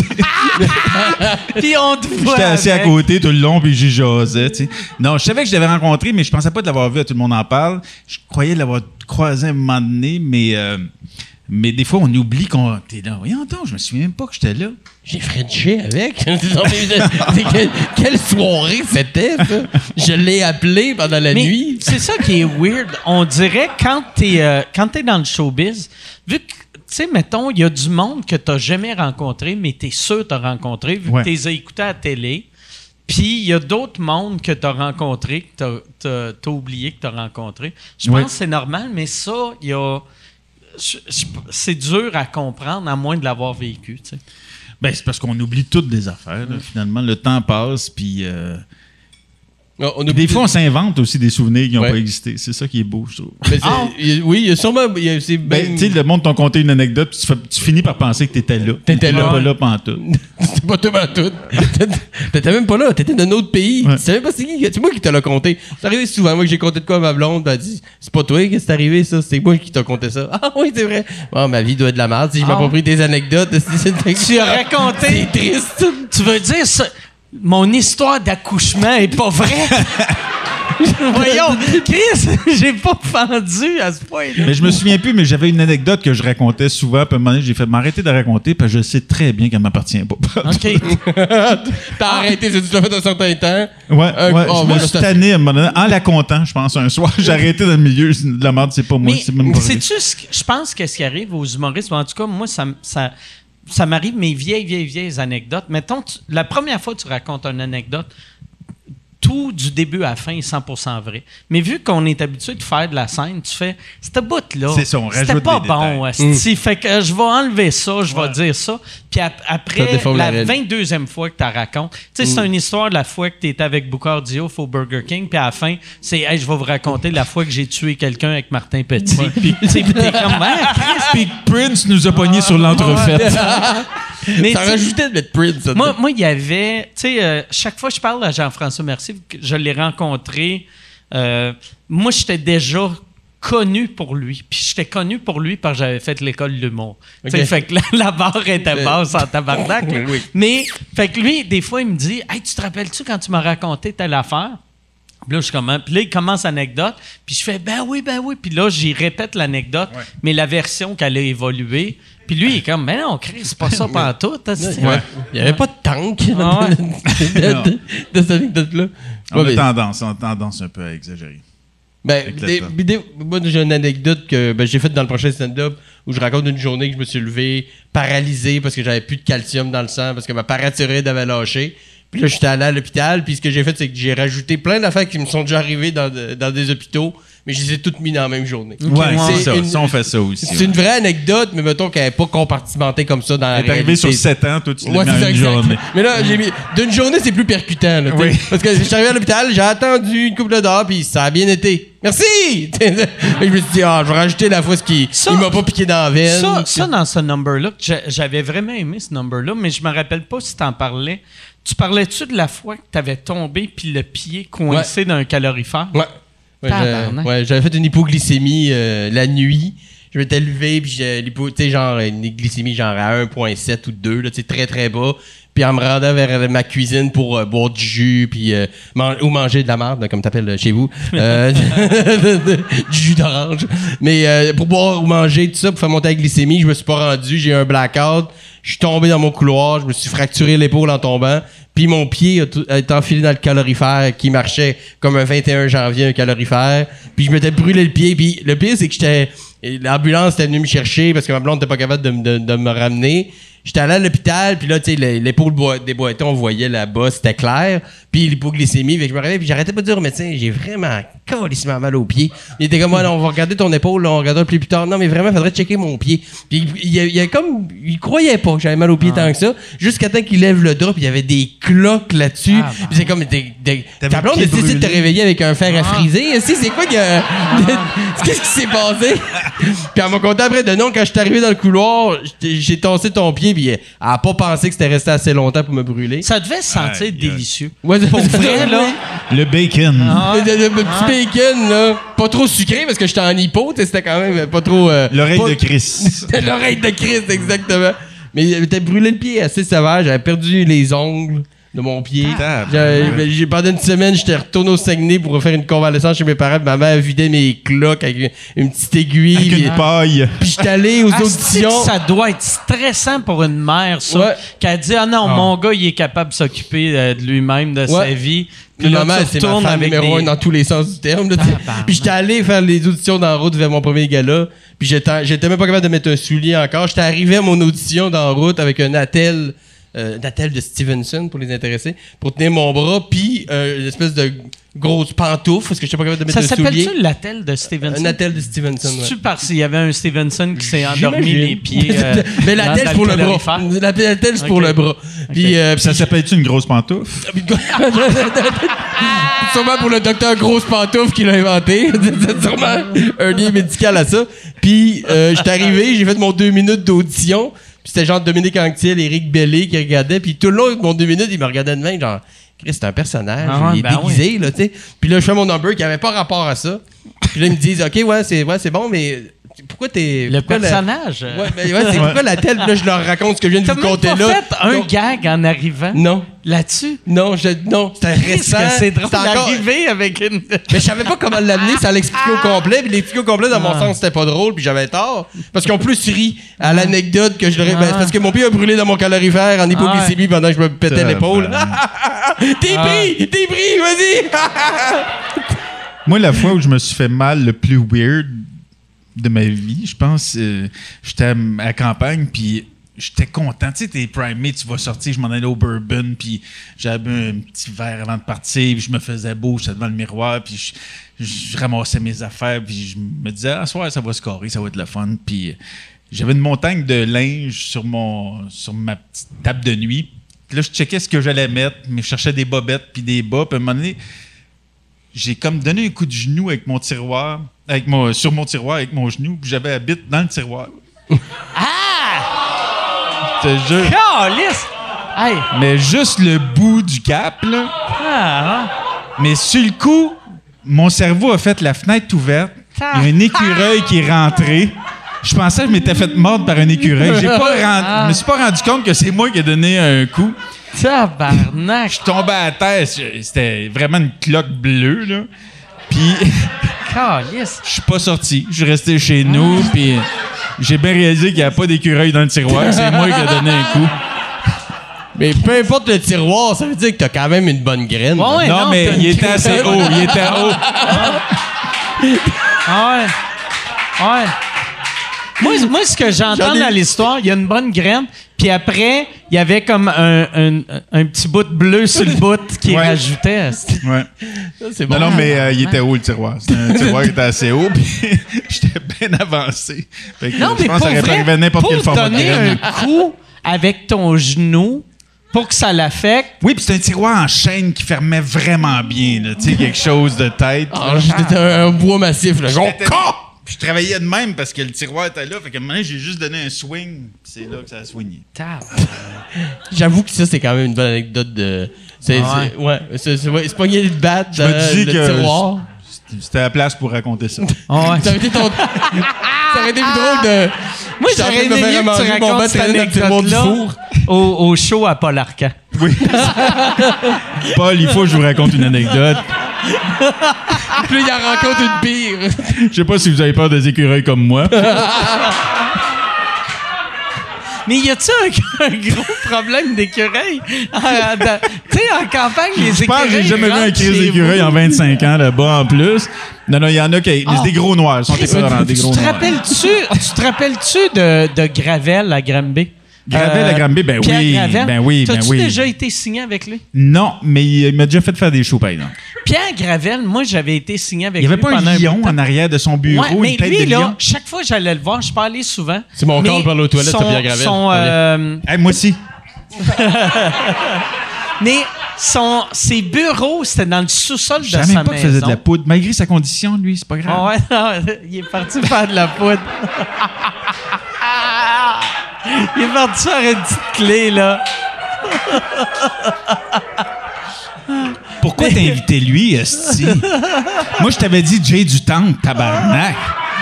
Puis on te voit J'étais assis à avec. côté tout le long, puis j'y jasais, tu sais. Non, je savais que je l'avais rencontré, mais je pensais pas de l'avoir vu à Tout le monde en parle. Je croyais l'avoir croisé à un moment donné, mais, euh, mais des fois, on oublie qu'on... T'es là, voyons donc, je me souviens même pas que j'étais là. J'ai frenché avec. Non, mais je- c'est quelle, quelle soirée c'était, ça? Je l'ai appelé pendant la Mais nuit. c'est ça qui est weird. On dirait quand t'es euh, quand t'es dans le showbiz, vu que, tu sais, mettons, il y a du monde que t'as jamais rencontré, mais t'es sûr que t'as rencontré, vu Ouais. que t'es écouté à la télé. Puis il y a d'autres mondes que t'as rencontrés, que t'as, t'as, t'as oublié que t'as rencontrés. Je pense Ouais. que c'est normal, mais ça, il y a... je- je- c'est dur à comprendre, à moins de l'avoir vécu, tu sais. Ben, c'est parce qu'on oublie toutes des affaires, là, finalement. Le temps passe, puis... euh, Non, on Des oublie- fois, on s'invente aussi des souvenirs qui n'ont Ouais. pas existé. C'est ça qui est beau, je trouve. Mais c'est- Ah. il y a- oui, il y a sûrement. il y a- c'est Ben, ben- tu sais, le monde t'a conté une anecdote, puis tu, fais- tu finis par penser que t'étais là. T'étais là. pas là pantoute. C'était pas tout en tout. T'étais même pas là, t'étais d'un autre pays. Ouais. Tu savais pas c'est qui. C'est moi qui te l'ai conté. C'est arrivé souvent. Moi, que j'ai conté de quoi à ma blonde, ben, elle dit c'est pas toi qui c'est arrivé, ça. C'est moi qui t'ai conté ça. Ah oui, c'est vrai. Bon, ma vie doit être de la merde. Si je Ah. m'approprie des anecdotes, Tu as raconté... C'est triste. Tu veux dire, ça, mon histoire d'accouchement est pas vraie? Voyons, Chris, j'ai pas fendu à ce point-là. Mais je me souviens plus, mais j'avais une anecdote que je racontais souvent. Puis à un moment donné, j'ai fait m'arrêter de la raconter, parce que je sais très bien qu'elle m'appartient pas. OK. T'as arrêté, c'est tu l'as fait un certain temps. Ouais, Un- ouais, oh, je moi, me là, suis c'est- tanné à un moment donné, en la comptant, je pense, un soir. J'ai arrêté dans le milieu de la merde, c'est pas moi, Mais c'est même pas vrai. sais-tu ce que je pense que ce qui arrive aux humoristes, en tout cas, moi, ça, m- ça, ça m'arrive mes vieilles, vieilles, vieilles anecdotes. Mettons, tu- la première fois que tu racontes une anecdote, tout du début à la fin est cent pour cent vrai. Mais vu qu'on est habitué de faire de la scène, tu fais cette bout-là. C'est ça, on C'était rajoute pas des bon. esti. Fait que euh, je vais enlever ça, je vais dire ça. Puis ap- Ça après déforme la la réalité. vingt-deuxième fois que tu la racontes, tu sais, c'est une histoire de la fois que tu étais avec Boucard Diouf au Burger King, puis à la fin, c'est hey, je vais vous raconter la fois que j'ai tué quelqu'un avec Martin Petit. Puis tu sais, puis t'es comme ah, Christ. Puis Prince nous a pogné sur l'entrefaite. Mais Ça tu sais, rajoutait de mettre Prince. ça. moi, moi, il y avait, tu sais, euh, chaque fois que je parle à Jean-François Mercier, que je l'ai rencontré, euh, moi, j'étais déjà connu pour lui. Puis j'étais connu pour lui parce que j'avais fait l'école de l'humour. Tu sais, Ok. fait que la, la barre était Euh, basse en tabarnak. là. Oui. Mais, fait que lui, des fois, il me dit « Hey, tu te rappelles-tu quand tu m'as raconté telle affaire? » Puis là, je commence, puis là, il commence l'anecdote, puis je fais « Ben oui, ben oui », puis là, j'y répète l'anecdote, ouais. mais la version qu'elle a évolué. Puis lui, il est comme « Mais non, Chris, c'est pas ça pantoute. » Ouais. Il n'y avait pas de tank ah ouais. de, de, de, de cette anecdote-là. On ouais, a mais... tendance, on a tendance un peu à exagérer. Ben, des, des, moi, j'ai une anecdote que ben, j'ai faite dans le prochain stand-up où je raconte une journée que je me suis levé paralysé parce que j'avais plus de calcium dans le sang, parce que ma parathyroïde avait lâché. Puis là, j'étais allé à l'hôpital, puis ce que j'ai fait, c'est que j'ai rajouté plein d'affaires qui me sont déjà arrivées dans, de, dans des hôpitaux, mais je les ai toutes mis dans la même journée. Ouais, c'est ça. Une, ça, on fait ça aussi. C'est ouais. une vraie anecdote, mais mettons qu'elle n'est pas compartimentée comme ça dans la réalité. Elle est arrivée sur sept ans, toi, tu l'as ouais, mis en une exact. journée. Mais là, j'ai mis... D'une journée, c'est plus percutant. Là, oui. Parce que je suis arrivé à l'hôpital, j'ai attendu une couple d'heures, puis ça a bien été. Merci! Et je me suis dit, ah, je vais rajouter la fois qu'il il m'a pas piqué dans la veine. Ça, ça dans ce number-là, j'avais vraiment aimé ce number-là, mais je me rappelle pas si t'en parlais. Tu parlais-tu de la fois que t'avais tombé puis le pied coincé ouais. dans un calorifère? Ouais. Ouais, j'avais, ouais, j'avais fait une hypoglycémie euh, la nuit. Je m'étais levé, puis j'ai l'hypo, tu sais, genre une glycémie genre à un virgule sept ou deux, là, tu sais, très très bas. Puis en me rendant vers ma cuisine pour euh, boire du jus, puis euh, man- ou manger de la merde, comme t'appelles chez vous, euh, du jus d'orange. Mais euh, pour boire ou manger, tout ça, pour faire monter la glycémie, je me suis pas rendu, j'ai eu un blackout. Je suis tombé dans mon couloir, je me suis fracturé l'épaule en tombant, puis mon pied a, t- a été enfilé dans le calorifère qui marchait comme un vingt et un janvier, un calorifère. Puis je m'étais brûlé le pied, puis le pire, c'est que j'étais... L'ambulance était venue me chercher parce que ma blonde n'était pas capable de, de, de me ramener. J'étais allé à l'hôpital, puis là, tu sais, l'épaule boi- déboîtée, on voyait là-bas, c'était clair. Puis l'hypoglycémie, fait que je me réveillais, puis j'arrêtais pas de dire au médecin, j'ai vraiment calissement mal au pied. Il était comme, ah, non, on va regarder ton épaule, là, on regardera plus, plus tard. Non, mais vraiment, il faudrait checker mon pied. Puis il, il, il, il comme, il croyait pas que j'avais mal au pied ah. tant que ça, jusqu'à temps qu'il lève le drap, puis il y avait des cloques là-dessus. Ah, bah. Puis c'est comme, des, des, ta blonde décide de te réveiller avec un fer ah. à friser. Si, c'est quoi que, qu'est-ce qui s'est passé? Puis elle m'a conté après de non, quand je suis arrivé dans le couloir, j'ai tossé ton pied, puis elle a pas pensé que c'était resté assez longtemps pour me brûler. Ça devait sentir ah, délicieux. Ouais, pour vrai, là. Le bacon. Ah. Le, le, le petit ah. bacon, là. Pas trop sucré parce que j'étais en hypo, c'était quand même pas trop. Euh, L'oreille pas... de Christ. L'oreille de Christ, exactement. Mais j'avais brûlé le pied assez sévère, j'avais perdu les ongles de mon pied. Ah, j'ai, j'ai, pendant une semaine, j'étais retourné au Saguenay pour refaire une convalescence chez mes parents. Ma mère vidait mes cloques avec une, une petite aiguille. Avec une paille. Puis j'étais allé aux ah, auditions. Ça doit être stressant pour une mère, ça. Ouais. Qu'elle dit, ah non, oh. mon gars, il est capable de s'occuper euh, de lui-même, de ouais. sa vie. Puis là, maman, c'est ma femme numéro des... un dans tous les sens du terme. Là, ah, puis j'étais allé faire les auditions dans la route vers mon premier gala. Puis j'étais, j'étais même pas capable de mettre un soulier encore. J'étais arrivé à mon audition dans la route avec un attel. Euh, d'attel de Stevenson pour les intéresser, pour tenir mon bras, puis euh, une espèce de grosse pantoufle, parce que je suis pas capable de mettre un soulier. Ça s'appelle-tu l'attel de Stevenson? Un attel de Stevenson, ouais. C'est-tu parce qu'il y avait un Stevenson qui s'est endormi les pieds euh, mais l'attel, c'est pour le bras. L'attel, c'est okay. pour le bras. Puis, okay. euh, ça s'appelle-tu une grosse pantoufle? Sûrement pour le docteur Grosse Pantoufle qui l'a inventé. C'est sûrement un lien médical à ça. Puis, euh, j'étais arrivé, j'ai fait mon deux minutes d'audition. Puis c'était genre Dominique Anctil, Éric Bellé qui regardait. Puis tout le long de mon deux minutes, il me regardait de même, genre, Chris, c'est un personnage, ah, il est ben déguisé, oui. là, tu sais. Puis là, je fais mon number qui avait pas rapport à ça. Puis là, ils me disent, OK, ouais, c'est, ouais, c'est bon, mais pourquoi t'es. Le pourquoi personnage. La... Ouais, ben, ouais, c'est pourquoi la telle. Là, je leur raconte ce que je viens de T'as vous conter pas là. T'as fait un Donc, gag en arrivant? Non. Là-dessus? Non, je, non, c'était récent. Que c'est drôle encore... d'arriver avec une... Mais je savais pas comment l'amener, ça l'expliquait au complet. Puis l'expliquer au complet, dans mon ah. sens, c'était pas drôle, puis j'avais tort. Parce qu'on plus ri à l'anecdote que je leur ai... Ah. Ben, parce que mon pied a brûlé dans mon calorifère en hypoglycémie ah. pendant que je me pétais ça l'épaule. T'es ah. pris! T'es pris! Vas-y! Moi, la fois où je me suis fait mal le plus weird de ma vie, je pense, euh, j'étais à la campagne, puis j'étais content. Tu sais, t'es primé, tu vas sortir, je m'en allais au bourbon, puis j'avais bu un petit verre avant de partir, puis je me faisais beau, j'étais devant le miroir, puis je, je ramassais mes affaires, puis je me disais, ah, soir, ça va scorer, ça va être le fun. Puis j'avais une montagne de linge sur, mon, sur ma petite table de nuit. Puis là, je checkais ce que j'allais mettre, mais je cherchais des bobettes, puis des bas, puis à un moment donné, j'ai comme donné un coup de genou avec mon tiroir, avec mon, sur mon tiroir avec mon genou, puis j'avais la bite dans le tiroir. Ah! Je te jure. Calisse! Hey. Mais juste le bout du cap, là. Ah. Mais sur le coup, mon cerveau a fait la fenêtre ouverte. Il y a un écureuil qui est rentré. Je pensais que je m'étais fait mordre par un écureuil. J'ai pas rendu, ah. Je me suis pas rendu compte que c'est moi qui ai donné un coup. Tabarnak! Je tombais à terre. C'était vraiment une cloque bleue, là. Puis, Calice! je suis pas sorti. Je suis resté chez nous, puis j'ai bien réalisé qu'il n'y a pas d'écureuil dans le tiroir. C'est moi qui ai donné un coup. Mais peu importe le tiroir, ça veut dire que t'as quand même une bonne graine. Ouais, ouais, non, non, mais t'as il une était assez graine. haut. Il était haut. Ah ouais. Ouais. Moi, moi, ce que j'entends J'en ai- dans l'histoire, il y a une bonne graine, puis après, il y avait comme un, un, un petit bout de bleu sur le bout qui Ouais. rajoutait. Ouais. Ça, c'est bon. Non, non, mais euh, il était haut, le tiroir. C'était un tiroir qui était assez haut, puis j'étais bien avancé. Fait que, Non, je mais pense pour que ça aurait pu vrai, arriver à n'importe quel pour format de donner graine. un coup avec ton genou pour que ça l'affecte. Oui, puis c'est un tiroir en chaîne qui fermait vraiment bien, là. Tu sais, quelque chose de tête. Ah, j'étais un, un bois massif, là. Genre, J'étais- Puis je travaillais de même parce que le tiroir était là. Fait qu'à un moment donné, j'ai juste donné un swing. Puis c'est là que ça a swingé. j'avoue que ça, c'est quand même une bonne anecdote de. C'est, Ah ouais. c'est, ouais, c'est, c'est, ouais, c'est pogné le bat Je me dans dis le que tiroir. c'était- c'était la place pour raconter ça. Ah ouais. Ça aurait été ton. ça aurait été plus drôle de. Moi, J'étais en j'aurais train de me aimé faire mieux que tu manger, mon racontes bat cette traînait dans le tiroir du anecdote-là four. au, au show à Paul Arcand. Oui. Paul, il faut que je vous raconte une anecdote. Puis là, il en rencontre une pire. Je sais pas si vous avez peur des écureuils comme moi. Mais y a-tu un, un gros problème d'écureuil? Ah, dans- Tu sais, en campagne, les Je pense écureuils. que j'ai jamais vu un rentrent crise chez d'écureuil vous. en vingt-cinq ans là-bas en plus. Non, non, il y en a qui. Ah. C'est des gros noirs. Ils sont épeurants, des Tu gros te noirs. rappelles-tu, tu te rappelles-tu de, de Gravel à Granby? Gravel à Granby, ben Pierre oui, Gravel. ben oui, ben T'as-tu oui. déjà été signé avec lui? Non, mais il il m'a déjà fait faire des shows, par exemple. Pierre Gravel, moi, j'avais été signé avec Il n'y avait lui pas pendant un bout lion de temps. en arrière de son bureau, Ouais, mais une tête lui, de là, lion. chaque fois que j'allais le voir, je parlais souvent. C'est mon mais corps par aux toilettes, son- c'est Pierre Gravel. son, Ça euh, Hey, moi aussi. mais son, ses bureaux, c'était dans le sous-sol de Je sa savais maison. même pas qu'il faisait de la poudre. Malgré sa condition, lui, c'est pas grave. Ah ouais, non, il est parti faire de la poudre. Il est parti faire une petite clé, là. Pourquoi t'as invité lui, esti? Moi, je t'avais dit Jay du Temple, tabarnak.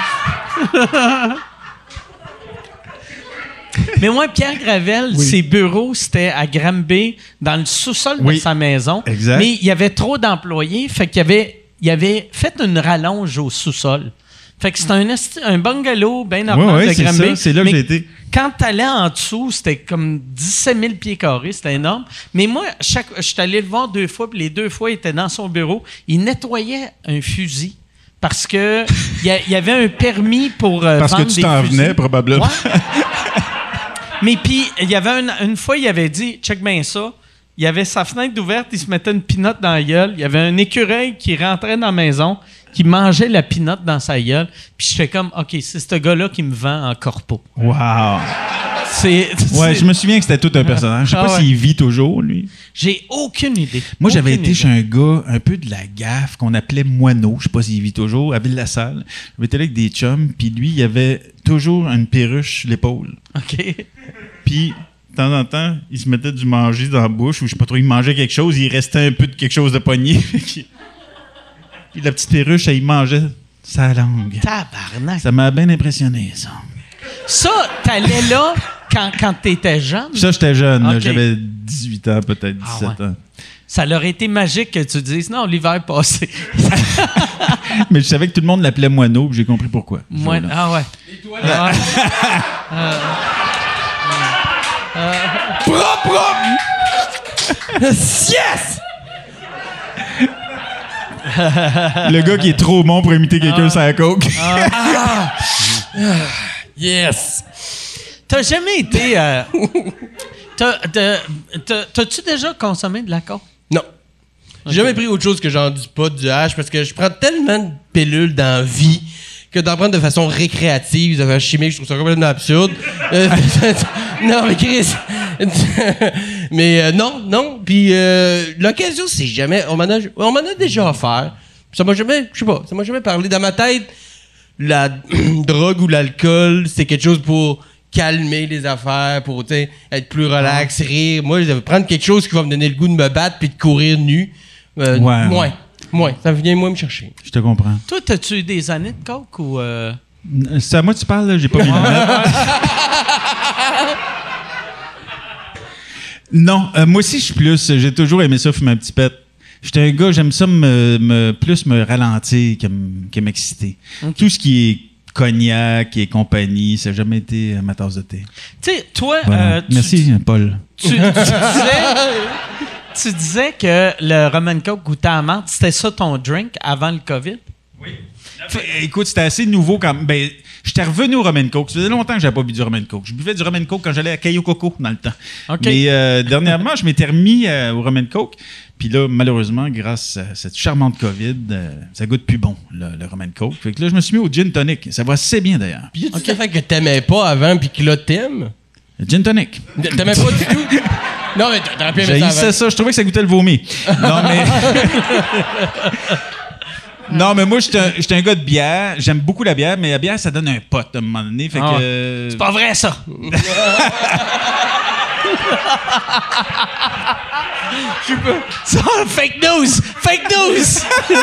Mais moi, Pierre Gravel, ses bureaux, c'était à Granby, dans le sous-sol Oui. de sa maison. Exact. Mais il y avait trop d'employés, fait qu'il avait, il avait fait une rallonge au sous-sol. Fait que c'était un, esti- un bungalow bien normal Ouais, ouais, de c'est Granby. ça, c'est là que Mais j'ai été. Quand t'allais en dessous, c'était comme dix-sept mille pieds carrés, c'était énorme. Mais moi, chaque, je suis allé le voir deux fois, puis les deux fois, il était dans son bureau. Il nettoyait un fusil parce que il y, a- il y avait un permis pour euh, Parce que vendre tu des t'en fusils. venais, probablement. Ouais. Mais puis, il y avait une, une fois, il avait dit, check bien ça. Il y avait sa fenêtre ouverte, il se mettait une pinotte dans la gueule. Il y avait un écureuil qui rentrait dans la maison, qui mangeait la pinotte dans sa gueule. Puis je fais comme, OK, c'est ce gars-là qui me vend en corpo. Wow. C'est, Ouais, c'est- je me souviens que c'était tout un personnage. Je sais Ah pas ouais. s'il vit toujours, lui. J'ai aucune idée. Moi, j'avais Aucune été idée. chez un gars un peu de la gaffe qu'on appelait Moineau. Je sais pas s'il vit toujours, à Ville-la-Salle. J'avais été là avec des chums, puis lui, il avait toujours une perruche sur l'épaule. OK. Puis, de temps en temps, il se mettait du manger dans la bouche, ou je sais pas trop, il mangeait quelque chose, il restait un peu de quelque chose de pogné. Puis la petite perruche, elle, il mangeait sa langue. Tabarnak. Ça m'a bien impressionné, ça. Ça, t'allais là quand, quand t'étais jeune. Ça, j'étais jeune, là. Ok. J'avais dix-huit ans, peut-être dix-sept Ah ouais. ans. Ça leur été magique que tu dises, non, l'hiver passé. Mais je savais que tout le monde l'appelait Moineau, puis j'ai compris pourquoi. ce Moi, jour-là. ah ouais. Ah ouais. Propre, propre! yes! Le gars qui est trop bon pour imiter quelqu'un sur la coke. Yes! T'as jamais été. euh, t'as- t'as- t'as- T'as-tu déjà consommé de la coke? Non. J'ai jamais pris autre chose que genre du pot, du hash, parce que je prends tellement de pilules dans la vie que d'en prendre de façon récréative, de façon chimique, je trouve ça complètement absurde. Euh, non, mais Chris... mais euh, non, non. Puis euh, l'occasion, c'est jamais... On m'en a, on m'en a déjà offert. Ça m'a jamais... Je sais pas, ça m'a jamais parlé. Dans ma tête, la drogue ou l'alcool, c'est quelque chose pour calmer les affaires, pour tu sais, être plus relax, rire. Moi, je vais prendre quelque chose qui va me donner le goût de me battre puis de courir nu. Euh, Ouais. Moins. Moins. Ça vient moins me chercher. Je te comprends. Toi, t'as-tu eu des années de coke ou. euh, C'est à moi que tu parles, là? J'ai pas mis la note. Non, euh, moi aussi, je suis plus. J'ai toujours aimé ça, fumer un petit pet. J'étais un gars, j'aime ça me, me, plus me ralentir que, m- que m'exciter. Okay. Tout ce qui est cognac et compagnie, ça n'a jamais été ma tasse de thé. Tu sais, toi... Voilà. Euh, tu, Merci, Paul. Tu, tu, disais, tu disais que le rum and coke goûtait à menthe. C'était ça ton drink avant le COVID? Oui. Fait, écoute, c'était assez nouveau quand même. Ben, j'étais revenu au rum and coke. Ça faisait longtemps que j'avais pas bu du rum and coke. Je buvais du rum and coke quand j'allais à Cayo Coco dans le temps. Okay. Mais euh, dernièrement, je m'étais remis euh, au rum and coke. Puis là, malheureusement, grâce à cette charmante COVID, euh, ça goûte plus bon, le, le rum and coke. Fait que là, je me suis mis au gin tonic. Ça va assez bien, d'ailleurs. Puis y a-tu okay. fait que t'aimais pas avant, puis que là, t'aimes? Le gin tonic. T'aimais pas du tout? Non, mais t'aurais pu aimer ça avant. J'haïssais ça. Je trouvais que ça goûtait le vomi. Non, mais... Non, mais moi, j'étais un, j'étais un gars de bière. J'aime beaucoup la bière, mais la bière, ça donne un pot à un moment donné. Fait ah, que, euh... C'est pas vrai, ça! Je peux... Ça, fake news! Fake news!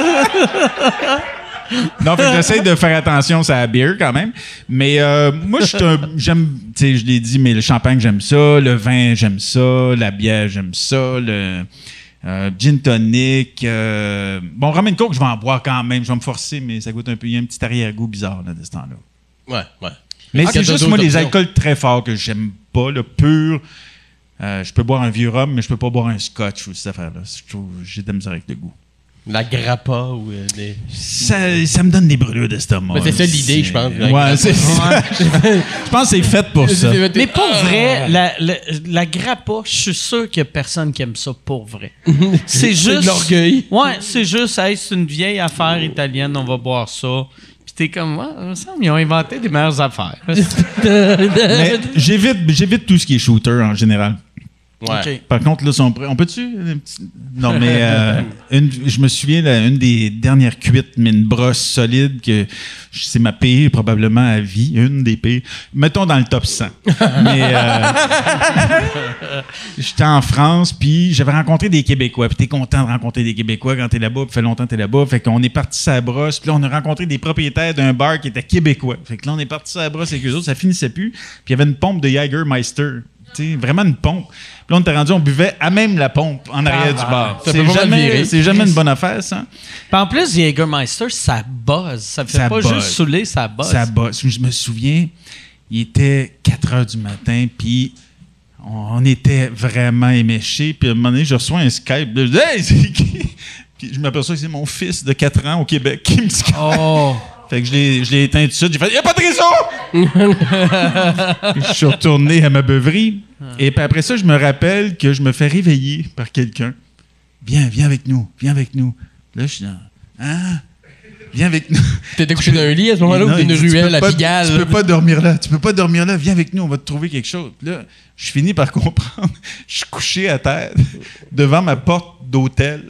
Non, fait que j'essaie de faire attention à la bière quand même. Mais euh, moi, j'aime, tu sais, je l'ai dit, mais le champagne, j'aime ça. Le vin, j'aime ça. La bière, j'aime ça. Le... Euh, gin tonic. Euh, bon, rum and coke, je vais en boire quand même. Je vais me forcer, mais ça goûte un peu. Il y a un petit arrière-goût bizarre là, de ce temps-là. Ouais, ouais. Mais ah, c'est juste, moi, les alcools très forts que j'aime pas, le pur. Euh, je peux boire un vieux rhum, mais je peux pas boire un scotch ou cette affaire-là. Je trouve, j'ai de la misère avec le goût. La grappa ou euh, des... ça, ça me donne des brûlures d'estomac. Mais c'est ça l'idée, je pense. Ouais, c'est ça. Je pense que c'est fait pour ça. Mais pour vrai, la, la, la grappa, je suis sûr qu'il y a personne qui aime ça pour vrai. C'est juste... C'est de l'orgueil. Ouais, c'est juste, hey, c'est une vieille affaire italienne, on va boire ça. Puis t'es comme, ouais, il me semble qu'ils ont inventé des meilleures affaires. Mais j'évite, j'évite tout ce qui est shooter en général. Ouais. Okay. Par contre, là, on, on peut-tu... Non, mais euh, une, je me souviens, là, une des dernières cuites, mais une brosse solide, que c'est ma pire, probablement, à vie. Une des pires. Mettons dans le top cent. Mais euh, j'étais en France, puis j'avais rencontré des Québécois. Puis t'es content de rencontrer des Québécois quand t'es là-bas, puis fait longtemps que t'es là-bas. Fait qu'on est parti sur la brosse, puis là, on a rencontré des propriétaires d'un bar qui était québécois. Fait que là, on est parti sur la brosse avec eux autres, ça finissait plus. Puis il y avait une pompe de Jägermeister. T'sais, vraiment une pompe. Puis là, on était rendu, on buvait à même la pompe en arrière ah, du bar. C'est jamais, c'est jamais une bonne affaire, ça. Puis en plus, Jägermeister, ça buzz. Ça fait ça pas buzz. Juste saouler, ça buzz. Ça buzz. Je me souviens, il était quatre heures du matin, puis on était vraiment éméchés. Puis à un moment donné, je reçois un Skype. Je dis, hey, c'est qui? Puis je m'aperçois que c'est mon fils de quatre ans au Québec qui me dit. Oh! Fait que je l'ai, je l'ai éteint tout de suite. J'ai fait « Il n'y a pas de réseau! » Je suis retourné à ma beuverie. Et puis après ça, je me rappelle que je me fais réveiller par quelqu'un. « Viens, viens avec nous. Viens avec nous. » Là, je suis dans « Hein? Viens avec nous. » T'étais couché dans un lit à ce moment-là ou d'une ruelle à Pigalle? Tu peux pas dormir là. Tu peux pas dormir là. Viens avec nous. On va te trouver quelque chose. Là, je finis par comprendre. Je suis couché à terre devant ma porte d'hôtel.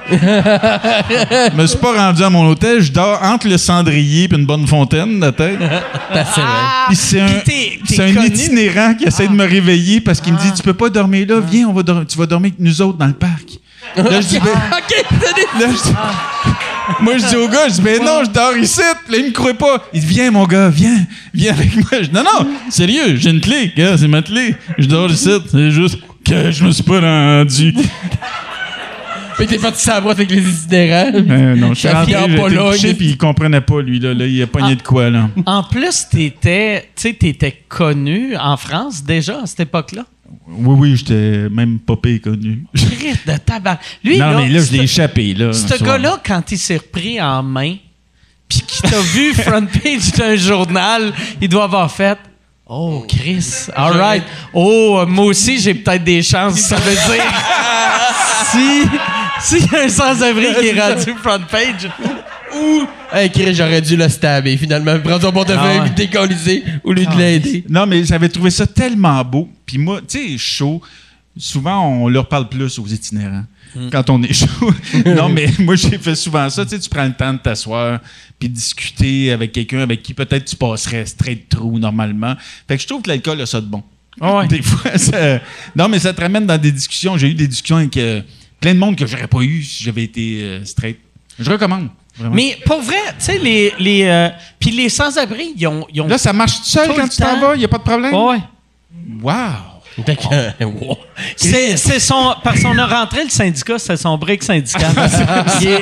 Je me suis pas rendu à mon hôtel, je dors entre le cendrier et une bonne fontaine, la tête. Ah, puis c'est un, t'es, t'es c'est un itinérant qui essaie ah. de me réveiller parce qu'il ah. me dit « Tu peux pas dormir là, viens, on va dor- tu vas dormir avec nous autres dans le parc. » Là, je dis ben, OK, là, je dis, moi, je dis au gars, je dis « Ben non, je dors ici. » Là, il me croit pas. Il dit « Viens, mon gars, viens, viens avec moi. » Je dis « Non, non, sérieux, j'ai une clé, gars, c'est ma clé. Je dors ici, c'est juste que je me suis pas rendu. » Mais t'es parti sur la brosse avec les itinérants. Euh, non, je suis rentré, j'étais couché, puis il comprenait pas, lui. Là, là il a pogné en, de quoi, là. En plus, t'étais, tu sais, t'étais connu en France, déjà, à cette époque-là? Oui, oui, j'étais même pas payé connu. Christ de tabac. Lui, non, là, mais là, je l'ai échappé, là. Ce gars-là, quand il s'est repris en main, puis qu'il t'a vu front page d'un journal, il doit avoir fait... Oh, Chris, all right. Oh, moi aussi, j'ai peut-être des chances. Ça veut dire... si... S'il y a un sans-abri qui est rendu front page... Ou... Hey, Chris, j'aurais dû le stabber, finalement. Prendre son portefeuille, ah ouais. décolliser, au lieu ah, de l'aider. Non, mais j'avais trouvé ça tellement beau. Puis moi, tu sais, chaud, souvent, on leur parle plus aux itinérants. Mm. Quand on est chaud. Non, mais moi, j'ai fait souvent ça. Tu sais, tu prends le temps de t'asseoir puis de discuter avec quelqu'un avec qui peut-être tu passerais straight through normalement. Fait que je trouve que l'alcool a ça de bon. Oh ouais. Des fois, ça... Non, mais ça te ramène dans des discussions. J'ai eu des discussions avec euh, plein de monde que j'aurais pas eu si j'avais été euh, straight. Je recommande. Vraiment. Mais pour vrai, tu sais, les. les euh, puis les sans-abri, ils ont, ils ont. Là, ça marche tout seul tout quand tu t'en vas, il n'y a pas de problème? Ouais. Wow! Fait que, wow. C'est, c'est son, parce qu'on a rentré le syndicat, c'est son break syndical. Il est-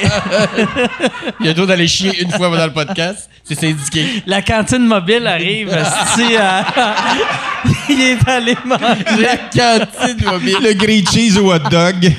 Il y a d'autres d'aller chier une fois dans le podcast. C'est syndiqué. la cantine mobile arrive, esti, à- il est allé manger. La cantine mobile. Le grilled cheese au hot dog.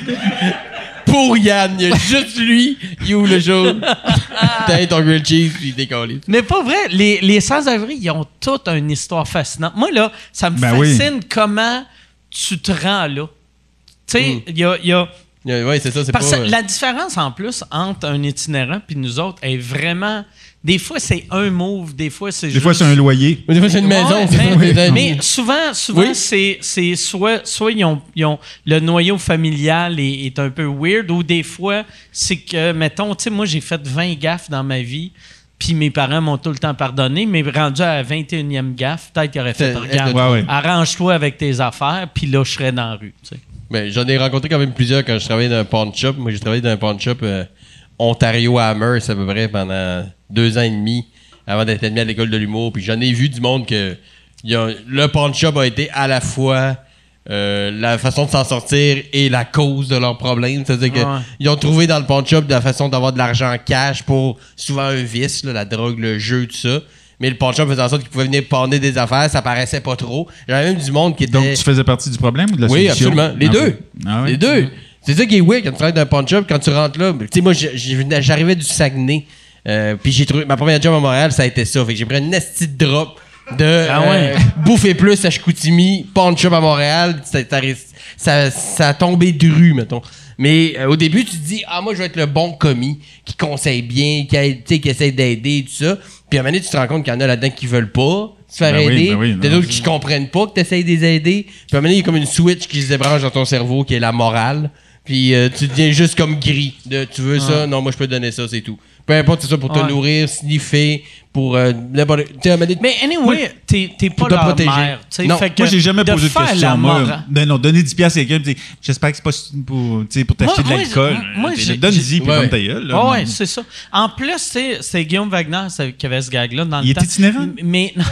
Pour Yann, il y a juste lui qui ouvre le show. T'as ton grilled cheese, puis il décolle. Mais pas vrai, les, les sans-abri, ils ont toute une histoire fascinante. Moi, là, ça me Ben oui. fascine comment tu te rends là. Tu sais, Mm. il y a... il y a Oui, c'est ça, c'est parce pas... que euh, la différence, en plus, entre un itinérant et nous autres est vraiment... Des fois, c'est un move, des fois, c'est Des juste... fois, c'est un loyer. Des fois, c'est une maison. Ouais, c'est ça, mais, des mais amis. souvent, souvent Oui. c'est, c'est soit, soit ils ont, ils ont le noyau familial est, est un peu weird, ou des fois, c'est que, mettons, tu sais, moi, j'ai fait vingt gaffes dans ma vie, puis mes parents m'ont tout le temps pardonné, mais rendu à la vingt et unième gaffe, peut-être qu'ils auraient fait, C'est- regarde, Ouais, ouais. arrange-toi avec tes affaires, puis là, je serais dans la rue, tu sais. Ben, j'en ai rencontré quand même plusieurs quand je travaillais dans un pawn shop. Moi, j'ai travaillé dans un pawn shop euh, Ontario à Amherst à peu près pendant deux ans et demi avant d'être admis à l'école de l'humour. Puis j'en ai vu du monde que il y a- le pawn shop a été à la fois euh, la façon de s'en sortir et la cause de leurs problèmes. C'est-à-dire Ouais. qu'ils ont trouvé dans le pawn shop de la façon d'avoir de l'argent cash pour souvent un vice, là, la drogue, le jeu, tout ça. Mais le pawn shop faisait en sorte qu'ils pouvaient venir panner des affaires, ça paraissait pas trop. J'avais même du monde qui était... Donc, tu faisais partie du problème ou de la Oui, solution? absolument. Les Ah, deux. oui. Ah oui? Les deux. C'est ça qui est weird quand tu travailles dans un pawn shop, quand tu rentres là. Tu sais, moi, j'ai- j'ai- j'arrivais du Saguenay. Euh, puis j'ai trouvé. Ma première job à Montréal, ça a été ça. Fait que j'ai pris une nasty de drop de Ah ouais. euh, bouffer plus à Chicoutimi, pawn shop à Montréal. Ça, ça, ça, ça a tombé de rue, mettons. Mais euh, au début, tu te dis, ah, moi, je vais être le bon commis, qui conseille bien, qui, aide- tu sais, qui essaie d'aider, tout ça. Puis à un moment donné, tu te rends compte qu'il y en a là-dedans qui veulent pas se faire Ben oui, aider. ben oui, T'as non, d'autres qui comprennent pas que tu essaies de les aider. Puis à un moment donné, il y a comme une switch qui se débranche dans ton cerveau, qui est la morale. Puis euh, tu deviens juste comme gris. De, tu veux ça? Non, moi, je peux te donner ça, c'est tout. Peu importe, c'est ça, pour te Ouais. nourrir, sniffer, pour euh, n'importe... Tu sais, à un moment donné- Mais anyway, t'es, t'es pas Pour te leur protéger. mère. tu sais, Non, fait que Moi, j'ai jamais de posé de faire la question. Moi, morale- non, non, donner dix piastres à quelqu'un, puis dire, j'espère que c'est pas pour, tu sais, pour t'acheter Moi- de l'alcool. moi, moi, T'sais, j'ai- Donne-y, j'ai- puis Ouais. ferme ta gueule. là. Ah ouais, c'est ça. En plus, c'est, c'est Guillaume Wagner c'est- qui avait ce gag-là dans Il le est temps. itinérant? M- Mais, non.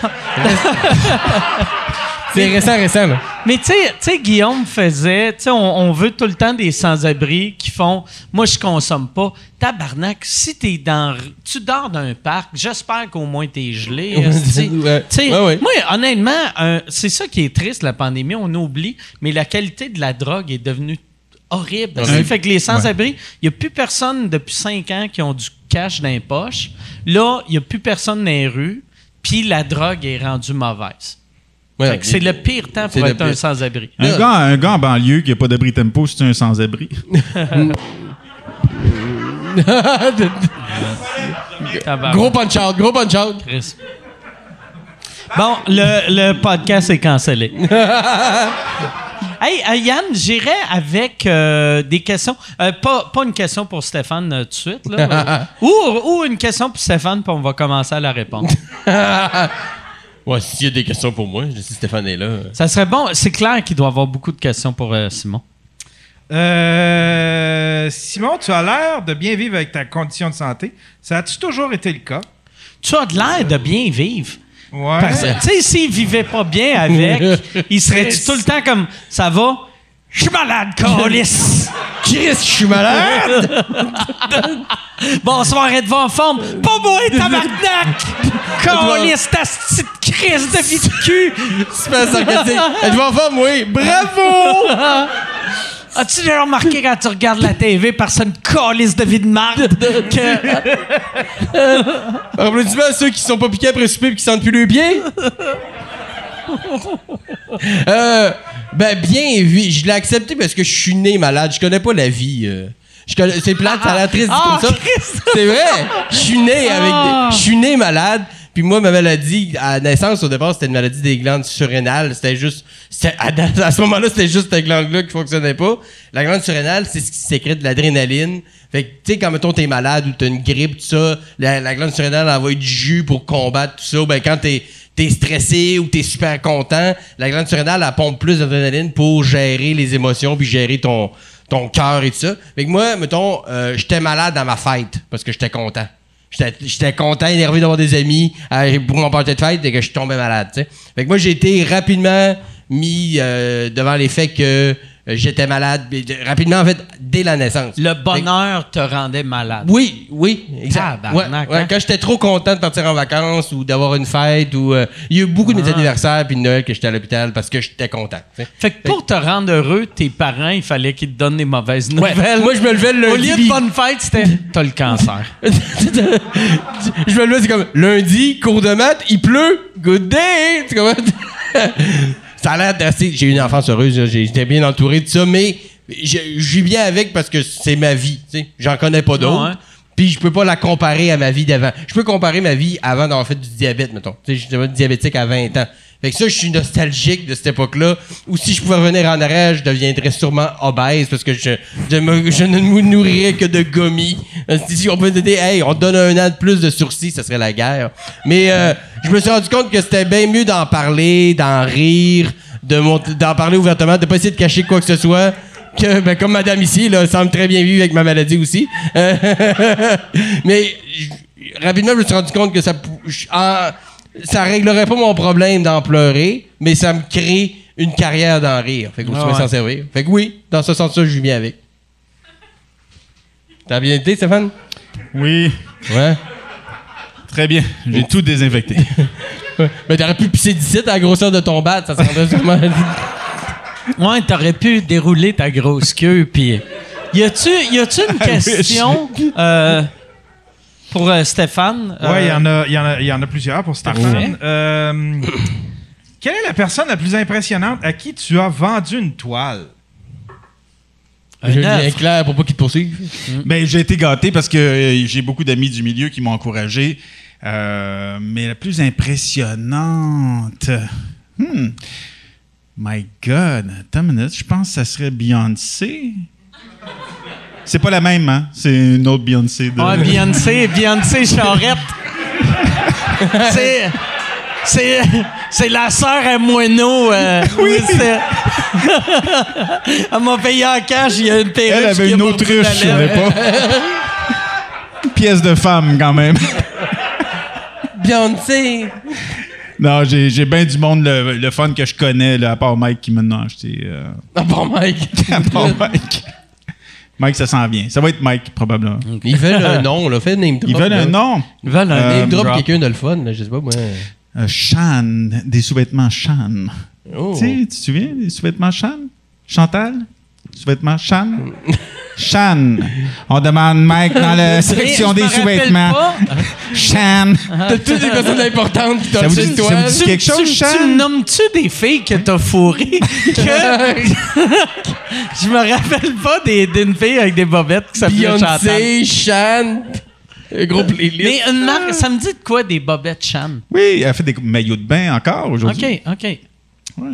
C'est récent, récent, là. mais tu sais, tu sais, Guillaume faisait, tu sais, on, on veut tout le temps des sans-abri qui font, moi, je consomme pas. Tabarnak, si t'es dans, tu dors dans un parc, j'espère qu'au moins t'es gelé. esti. Ouais. Tu sais, Ouais, ouais. moi, honnêtement, un- c'est ça qui est triste, la pandémie, on oublie, mais la qualité de la drogue est devenue horrible. Ouais. Fait que les sans-abri, il n'y a plus personne depuis cinq ans qui ont du cash dans les poches. Là, il n'y a plus personne dans les rues, puis la drogue est rendue mauvaise. Ouais, Fait que c'est le pire temps c'est pour le être un pire. sans-abri. Un gars, un gars en banlieue qui n'a pas d'abri tempo, c'est un sans-abri. Tabarnak. Gros punch-out, gros punch-out. Chris. Bon, le, le podcast est cancellé. Hey, euh, Yann, j'irais avec euh, des questions. Euh, pas, pas une question pour Stéphane euh, tout de suite. Là, ou, ou une question pour Stéphane, puis on va commencer à la répondre. Ouais, s'il y a des questions pour moi, je sais Stéphane est là. Ça serait bon. C'est clair qu'il doit y avoir beaucoup de questions pour euh, Simon. Euh, Simon, tu as l'air de bien vivre avec ta condition de santé. Ça a-tu toujours été le cas? Tu as de l'air de bien vivre. Ouais. Parce que, tu sais, s'il vivait pas bien avec, il serait tout le temps comme ça va. Je suis malade, câlisse. Chris, je suis malade! Bonsoir, êtes-vous en forme? Pas moi, tabarnak! Câlisse, ta petite crise de vie de cul! Super sarcastique. Êtes-vous en forme? Oui. Bravo! As-tu déjà remarqué quand tu regardes la T V, personne câlisse de vie de marde? que... Applaudissements à ceux qui sont pas piqués après souper et qui sentent plus le pied. euh, ben, bien vu. Je l'ai accepté parce que je suis né malade. Je connais pas la vie. euh. Je connais- C'est plate, ça a l'air triste dit Ah, comme ça. Christ! C'est vrai. Je suis né avec Ah. des- Je suis né malade. Puis moi, ma maladie, à naissance, au départ, c'était une maladie des glandes surrénales. C'était juste... c'était- À, à ce moment-là, c'était juste cette glande-là qui fonctionnait pas. La glande surrénale, c'est ce qui sécrète de l'adrénaline. Fait que, tu sais, quand, mettons, t'es malade ou t'as une grippe, tout ça, la, la glande surrénale envoie du jus pour combattre tout ça. Ben, quand t'es... T'es stressé ou t'es super content, la glande surrénale, elle pompe plus d'adrénaline pour gérer les émotions puis gérer ton, ton cœur et tout ça. Fait que moi, mettons, euh, j'étais malade à ma fête parce que j'étais content. J'étais, j'étais content, énervé d'avoir des amis euh, pour mon party de fête et que je tombais malade, tu sais. Fait que moi, j'ai été rapidement mis euh, devant les faits que euh, j'étais malade. Rapidement, en fait, dès la naissance. Le bonheur te rendait malade. Oui, oui, exact. Tabarnak, Ouais, ouais, hein? quand j'étais trop content de partir en vacances ou d'avoir une fête, ou euh, il y a eu beaucoup de mes Ah. anniversaires puis de Noël que j'étais à l'hôpital parce que j'étais content. T'sais. Fait que pour te rendre heureux, tes parents, il fallait qu'ils te donnent des mauvaises Ouais, nouvelles. moi, je me levais le lundi. Au lieu de puis- bonne fête, c'était t'as le cancer. je me levais, c'est comme lundi, cours de maths, il pleut, good day. Tu comprends? Ça a l'air d'assez. J'ai eu une enfance heureuse, là, j'ai- j'étais bien entouré de ça, mais je je vis bien avec parce que c'est ma vie. Tu sais. J'en connais pas d'autres. Ouais. Puis je peux pas la comparer à ma vie d'avant. Je peux comparer ma vie avant d'avoir fait du diabète, mettons. Tu sais, j'étais diabétique à vingt ans. Fait que ça, je suis nostalgique de cette époque-là. Ou si je pouvais revenir en arrière, je deviendrais sûrement obèse parce que je, je, me- je ne me nourrirais que de gommis. Euh, Si on peut te dire, hey, on te donne un an de plus de sursis, ça serait la guerre. Mais euh, je me suis rendu compte que c'était bien mieux d'en parler, d'en rire, de mon- d'en parler ouvertement, de pas essayer de cacher quoi que ce soit. Que, ben, comme madame ici, là, semble très bien vivre avec ma maladie aussi. Euh, mais j- rapidement, je me suis rendu compte que ça, pou- j- en- ça réglerait pas mon problème d'en pleurer, mais ça me crée une carrière d'en rire. Fait que vous Ah pouvez ouais. s'en servir. Fait que oui, dans ce sens-là, je vis bien avec. T'as bien été, Stéphane? Oui, Ouais. très bien. J'ai tout désinfecté. Ouais. Ben, t'aurais pu pisser d'ici à la grosseur de ton bat, ça se rendrait sûrement. Ouais, t'aurais pu dérouler ta grosse queue, puis... Y a-tu, y a-tu une question euh, pour euh, Stéphane? Oui, il y en a, il y en a, il y en a plusieurs pour Parfait. Stéphane. Euh, quelle est la personne la plus impressionnante à qui tu as vendu une toile? Un Je le dis œuvre. bien clair pour pas qu'il te poursuive. Ben, j'ai été gâté parce que euh, j'ai beaucoup d'amis du milieu qui m'ont encouragé. Euh, mais la plus impressionnante. Hmm. My God. Attends une minute. Je pense que ça serait Beyoncé. C'est pas la même, hein? C'est une autre Beyoncé. De... Ouais, Beyoncé, Beyoncé Charette. c'est, c'est, c'est la sœur à Moineau. Euh, oui. C'est... Elle m'a payé en cash, il y a une perruque. Elle avait qui a une mordu autruche, la je lèvre. savais pas. Pièce de femme, quand même. Beyoncé! Non, j'ai, j'ai bien du monde, le, le fun que je connais, là, à part Mike qui m'a acheté. Euh, Ah bon, Mike! à part Mike. Mike, ça s'en vient. Ça va être Mike, probablement. Ils veulent un nom, là. Fais name drop. Ils veulent là. un nom. Ils veulent un Euh, Name drop, drop. quelqu'un de le fun, là. Je sais pas, moi. Euh, Shan, des sous-vêtements Shan. Oh. Tu sais, tu te souviens des sous-vêtements Shan? Chantal? Sous-vêtements Shan? Shan. On demande Mike dans la section Je des me rappelle sous-vêtements. pas. Shan. T'as toutes des personnes importantes qui t'ont Ça vous dit dit- toi. ça vous dit- Tu, quelque tu- chose, tu Chan? nommes-tu des filles que t'as fourrées? Que... Je me rappelle pas des, d'une fille avec des bobettes qui s'appelait Chantal. Beyoncé, Shan. Un gros playlist. Mais une marque, ça me dit de quoi des bobettes Chan? Oui, elle fait des maillots de bain encore aujourd'hui. OK, OK. Ouais.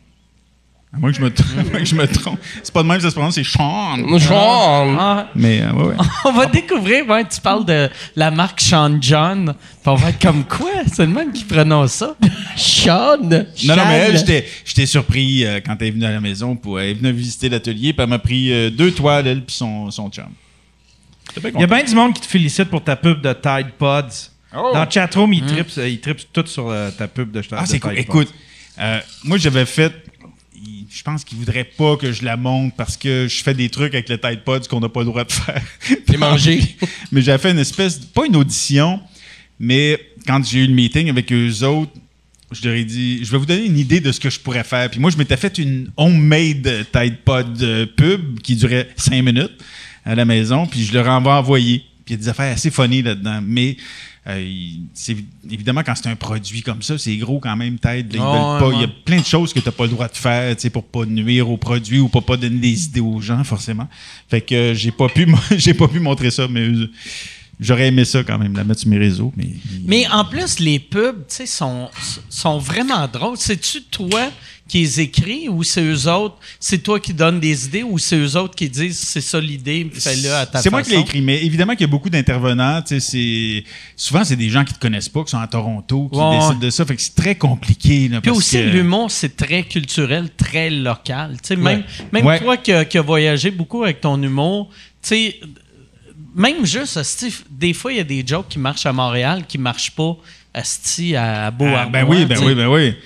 À moins que je me, tr- à moins que je me trompe. C'est pas de même que ça se prononce, c'est Sean. Sean. Ah, Mais, euh, ouais, ouais. on va découvrir, ouais, tu parles de la marque Sean John. Puis on va être comme quoi? C'est le même qui prononce ça. Sean. Non, non, mais elle, Shan. j'étais, j'étais surpris euh, quand elle est venue à la maison. Pour, elle est venue visiter l'atelier, puis elle m'a pris euh, deux toiles, elle, puis son, son chum. J'étais bien Il y a content. bien du monde qui te félicite pour ta pub de Tide Pods. Oh. Dans le chatroom, ils trippent ils trippent tout sur euh, ta pub de, de Ah, c'est Tide cool. Pods. Écoute, euh, moi, j'avais fait. il- Je pense qu'ils voudraient pas que je la montre parce que je fais des trucs avec le Tide Pods qu'on n'a pas le droit de faire. T'es mangé. Mais j'avais fait une espèce, pas une audition, mais quand j'ai eu le meeting avec eux autres, je leur ai dit, je vais vous donner une idée de ce que je pourrais faire. Puis moi, je m'étais fait une homemade Tide Pod euh, pub qui durait cinq minutes à la maison, puis je leur en ai envoyé. Puis il y a des affaires assez funny là-dedans, mais euh, il- c'est évidemment quand c'est un produit comme ça, c'est gros quand même, Tide. là, ils Oh, veulent pas. ouais, Il y a ouais. plein de choses que tu n'as pas le droit de faire, tu sais, pour pas nuire au produit ou pour pas donner des idées aux gens, forcément. Fait que euh, j'ai pas pu, j'ai pas pu montrer ça, mais euh, j'aurais aimé ça quand même, la mettre sur mes réseaux. Mais, Mais en plus, les pubs, tu sais, sont, sont vraiment drôles. C'est-tu toi qui les écris ou c'est eux autres? C'est toi qui donnes des idées ou c'est eux autres qui disent c'est ça l'idée, fais-le à ta façon? c'est moi qui l'ai écrit, mais évidemment qu'il y a beaucoup d'intervenants. tu sais, C'est souvent c'est des gens qui te connaissent pas, qui sont à Toronto, qui Ouais, décident ouais. de ça. Fait que c'est très compliqué. Là, Puis parce aussi, que- l'humour, c'est très culturel, très local. Tu sais, même Ouais. même Ouais. toi qui as qui as voyagé beaucoup avec ton humour, tu sais, même juste, asti, des fois, il y a des jokes qui marchent à Montréal qui marchent pas asti, à Ah, Beauharnois. ben oui, ben tu sais. oui, ben oui.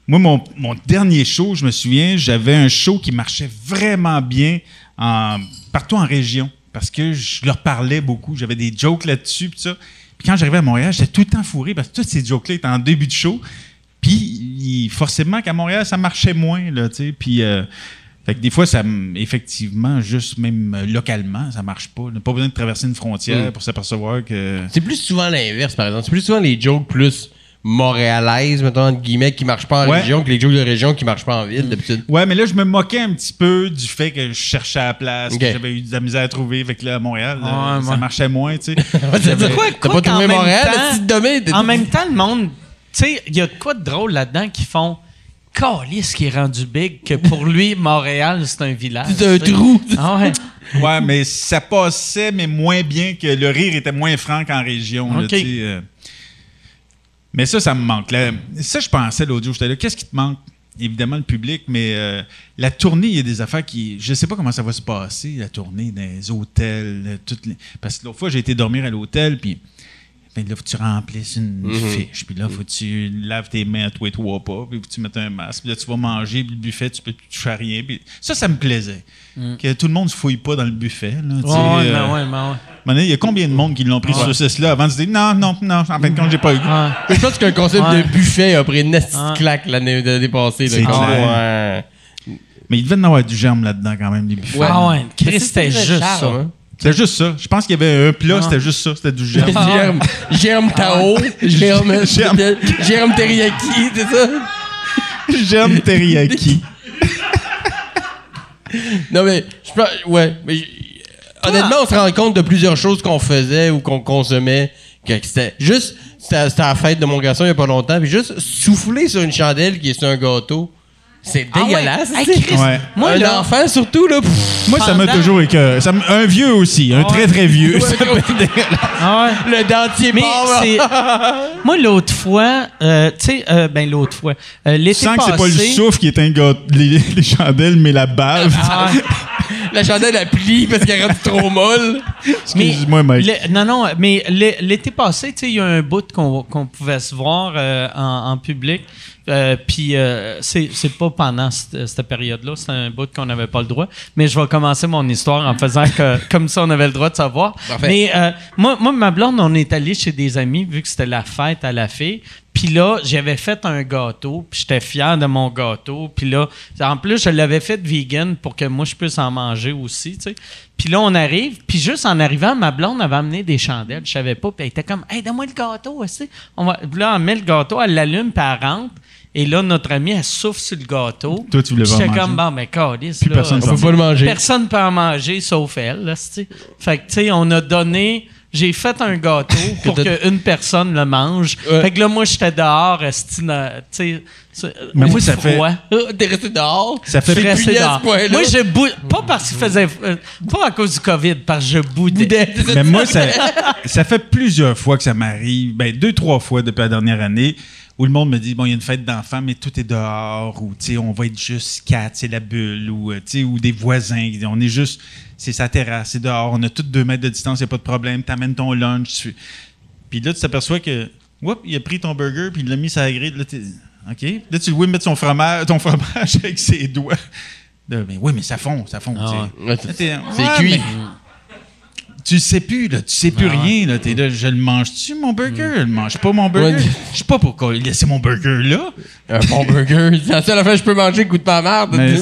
Moi, mon, mon dernier show, je me souviens, j'avais un show qui marchait vraiment bien en, partout en région parce que je leur parlais beaucoup. J'avais des jokes là-dessus, puis ça. Puis quand j'arrivais à Montréal, j'étais tout le temps fourré parce que tous ces jokes-là étaient en début de show. Puis il, forcément qu'à Montréal, ça marchait moins, là, tu sais. Puis... Euh, fait que des fois, ça, effectivement, juste même localement, ça marche pas. On n'a pas besoin de traverser une frontière mm. pour s'apercevoir que... C'est plus souvent l'inverse, par exemple. C'est plus souvent les jokes plus montréalaises, mettons, entre guillemets, qui marchent pas en ouais. région que les jokes de région qui marchent pas en ville, d'habitude. Ouais, mais là, je me moquais un petit peu du fait que je cherchais à la place, okay. que j'avais eu de la misère à trouver. Fait que là, à Montréal, ah, là, ça ouais. marchait moins, tu sais. C'est quoi, T'as pas trouvé Montréal, le domaine? En même temps, le monde... Tu sais, il y a de quoi de drôle là-dedans qui font... Calisse qui est rendu big, que pour lui, Montréal, c'est un village. C'est un trou. Ah ouais. Ouais, mais ça passait, mais moins bien que le rire était moins franc qu'en région. Okay. Là, tu sais, euh. Mais ça, ça me manque. Là. Ça, je pensais l'autre jour, j'étais là, qu'est-ce qui te manque? Évidemment, le public, mais euh, la tournée, il y a des affaires qui... Je ne sais pas comment ça va se passer, la tournée, dans les hôtels, toutes les... Parce que l'autre fois, j'ai été dormir à l'hôtel, puis... Ben là, faut que tu remplisses une mm-hmm. fiche. Puis là, faut que tu laves tes mains à toi et trois pas. Puis faut que tu mettes un masque. Puis là, tu vas manger. Puis le buffet, tu peux toucher à rien. Puis ça, ça me plaisait. Mm. Que tout le monde ne se fouille pas dans le buffet. Là, ouais, ouais, euh, ouais, ouais, ouais. Il y a combien de monde qui l'ont pris ouais. ce saucisse-là avant de se dire non, non, non, en fin de compte, j'ai pas eu. Ouais. Je pense qu'un concept ouais. de buffet a pris une nasty ouais. claque l'année passée. C'est clair. Ouais. Mais il devait y en avoir du germe là-dedans quand même, les buffets. Ouais, ah ouais. Chris, c'était juste ça. Hein. C'était juste ça. Je pense qu'il y avait un plat, ah. c'était juste ça. C'était du germe. germe, germe Tao, germe, germe, germe teriyaki, c'est ça? Germe teriyaki. Non, mais, je pense, ouais. Mais, honnêtement, on se rend compte de plusieurs choses qu'on faisait ou qu'on consommait. Que c'était juste, c'était, c'était à la fête de mon garçon il n'y a pas longtemps, puis juste souffler sur une chandelle qui est sur un gâteau. C'est dégueulasse. Ah ouais. Hey, Chris, ouais. Moi, un là, enfant, surtout, là. Pff, moi, ça m'a toujours écœuré. Un vieux aussi. Un ouais. très, très vieux. Ouais, ça peut être dégueulasse. Ah ouais. Le dentier mais mort, c'est... Moi, l'autre fois, euh, tu sais, euh, ben l'autre fois, euh, l'été passé... Tu sens que c'est pas le souffle qui est un gâteau, les, les chandelles, mais la bave. Ah, la chandelle, elle plie parce qu'elle rend trop molle. Excuse-moi, Mike. Le, non, non, mais l'été passé, tu sais, il y a un bout qu'on qu'on pouvait se voir euh, en, en public. Euh, Puis euh, c'est, c'est pas pendant cette, cette période-là, c'est un bout qu'on n'avait pas le droit. Mais je vais commencer mon histoire en faisant que comme ça on avait le droit de savoir. Parfait. Mais euh, moi, moi, ma blonde, on est allé chez des amis vu que c'était la fête à la fille. Puis là, j'avais fait un gâteau, puis j'étais fier de mon gâteau. Puis là, en plus, je l'avais fait vegan pour que moi, je puisse en manger aussi, tu sais. Puis là, on arrive, puis juste en arrivant, ma blonde avait amené des chandelles, je savais pas, puis elle était comme « Hey, donne-moi le gâteau, aussi. » On va... Puis là, elle met le gâteau, elle l'allume, puis elle rentre. Et là, notre amie, elle souffle sur le gâteau. Toi, tu voulais pas en manger. J'étais comme, bon, ben, câlisse, là. Personne ne peut pas le manger. Personne ne peut en manger, sauf elle, là, tu sais. Fait que, tu sais, on a donné... J'ai fait un gâteau pour qu'une personne le mange. Ouais. Fait que là, moi, j'étais dehors, tu sais... Mais moi, ça fait... T'es resté dehors? Ça fait resté dehors. Moi, je boudais... Pas parce qu'il faisait... Pas à cause du COVID, parce que je boudais. Mais moi, ça, ça fait plusieurs fois que ça m'arrive. Ben, deux, trois fois depuis la dernière année, où le monde me dit, bon, il y a une fête d'enfants, mais tout est dehors, ou, tu sais, on va être juste quatre, c'est la bulle, ou, tu sais, ou des voisins. On est juste... C'est sa terrasse, c'est dehors, on a tous deux mètres de distance, il n'y a pas de problème, t'amènes ton lunch. Tu... Puis là, tu t'aperçois que, whoop, il a pris ton burger, puis il l'a mis sur la grille. Là, t'es... OK. Là, tu le vois mettre son fromage, ton fromage avec ses doigts. Là, mais oui, mais ça fond, ça fond. Ah, ouais. Là, c'est ouais, cuit. Mais... Tu le sais plus, là. Tu sais plus ah, rien, là. T'es là, je le mange-tu, mon burger? Je le mange pas, mon burger. Ouais. Je sais pas pourquoi il laissait mon burger là. Un bon burger. C'est la seule affaire que je peux manger qui coûte pas la merde. Mais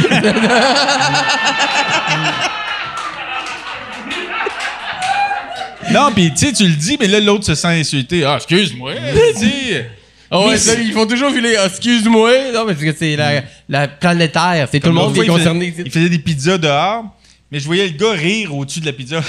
non, pis tu sais, tu le dis, mais là, l'autre se sent insulté. Ah, excuse-moi, dis. Oh, ouais, ça, ils font toujours filer. Ah, excuse-moi. Non, mais c'est, c'est la, la planétaire. C'est tout le monde qui est concerné. Il faisait, il faisait des pizzas dehors, mais je voyais le gars rire au-dessus de la pizza.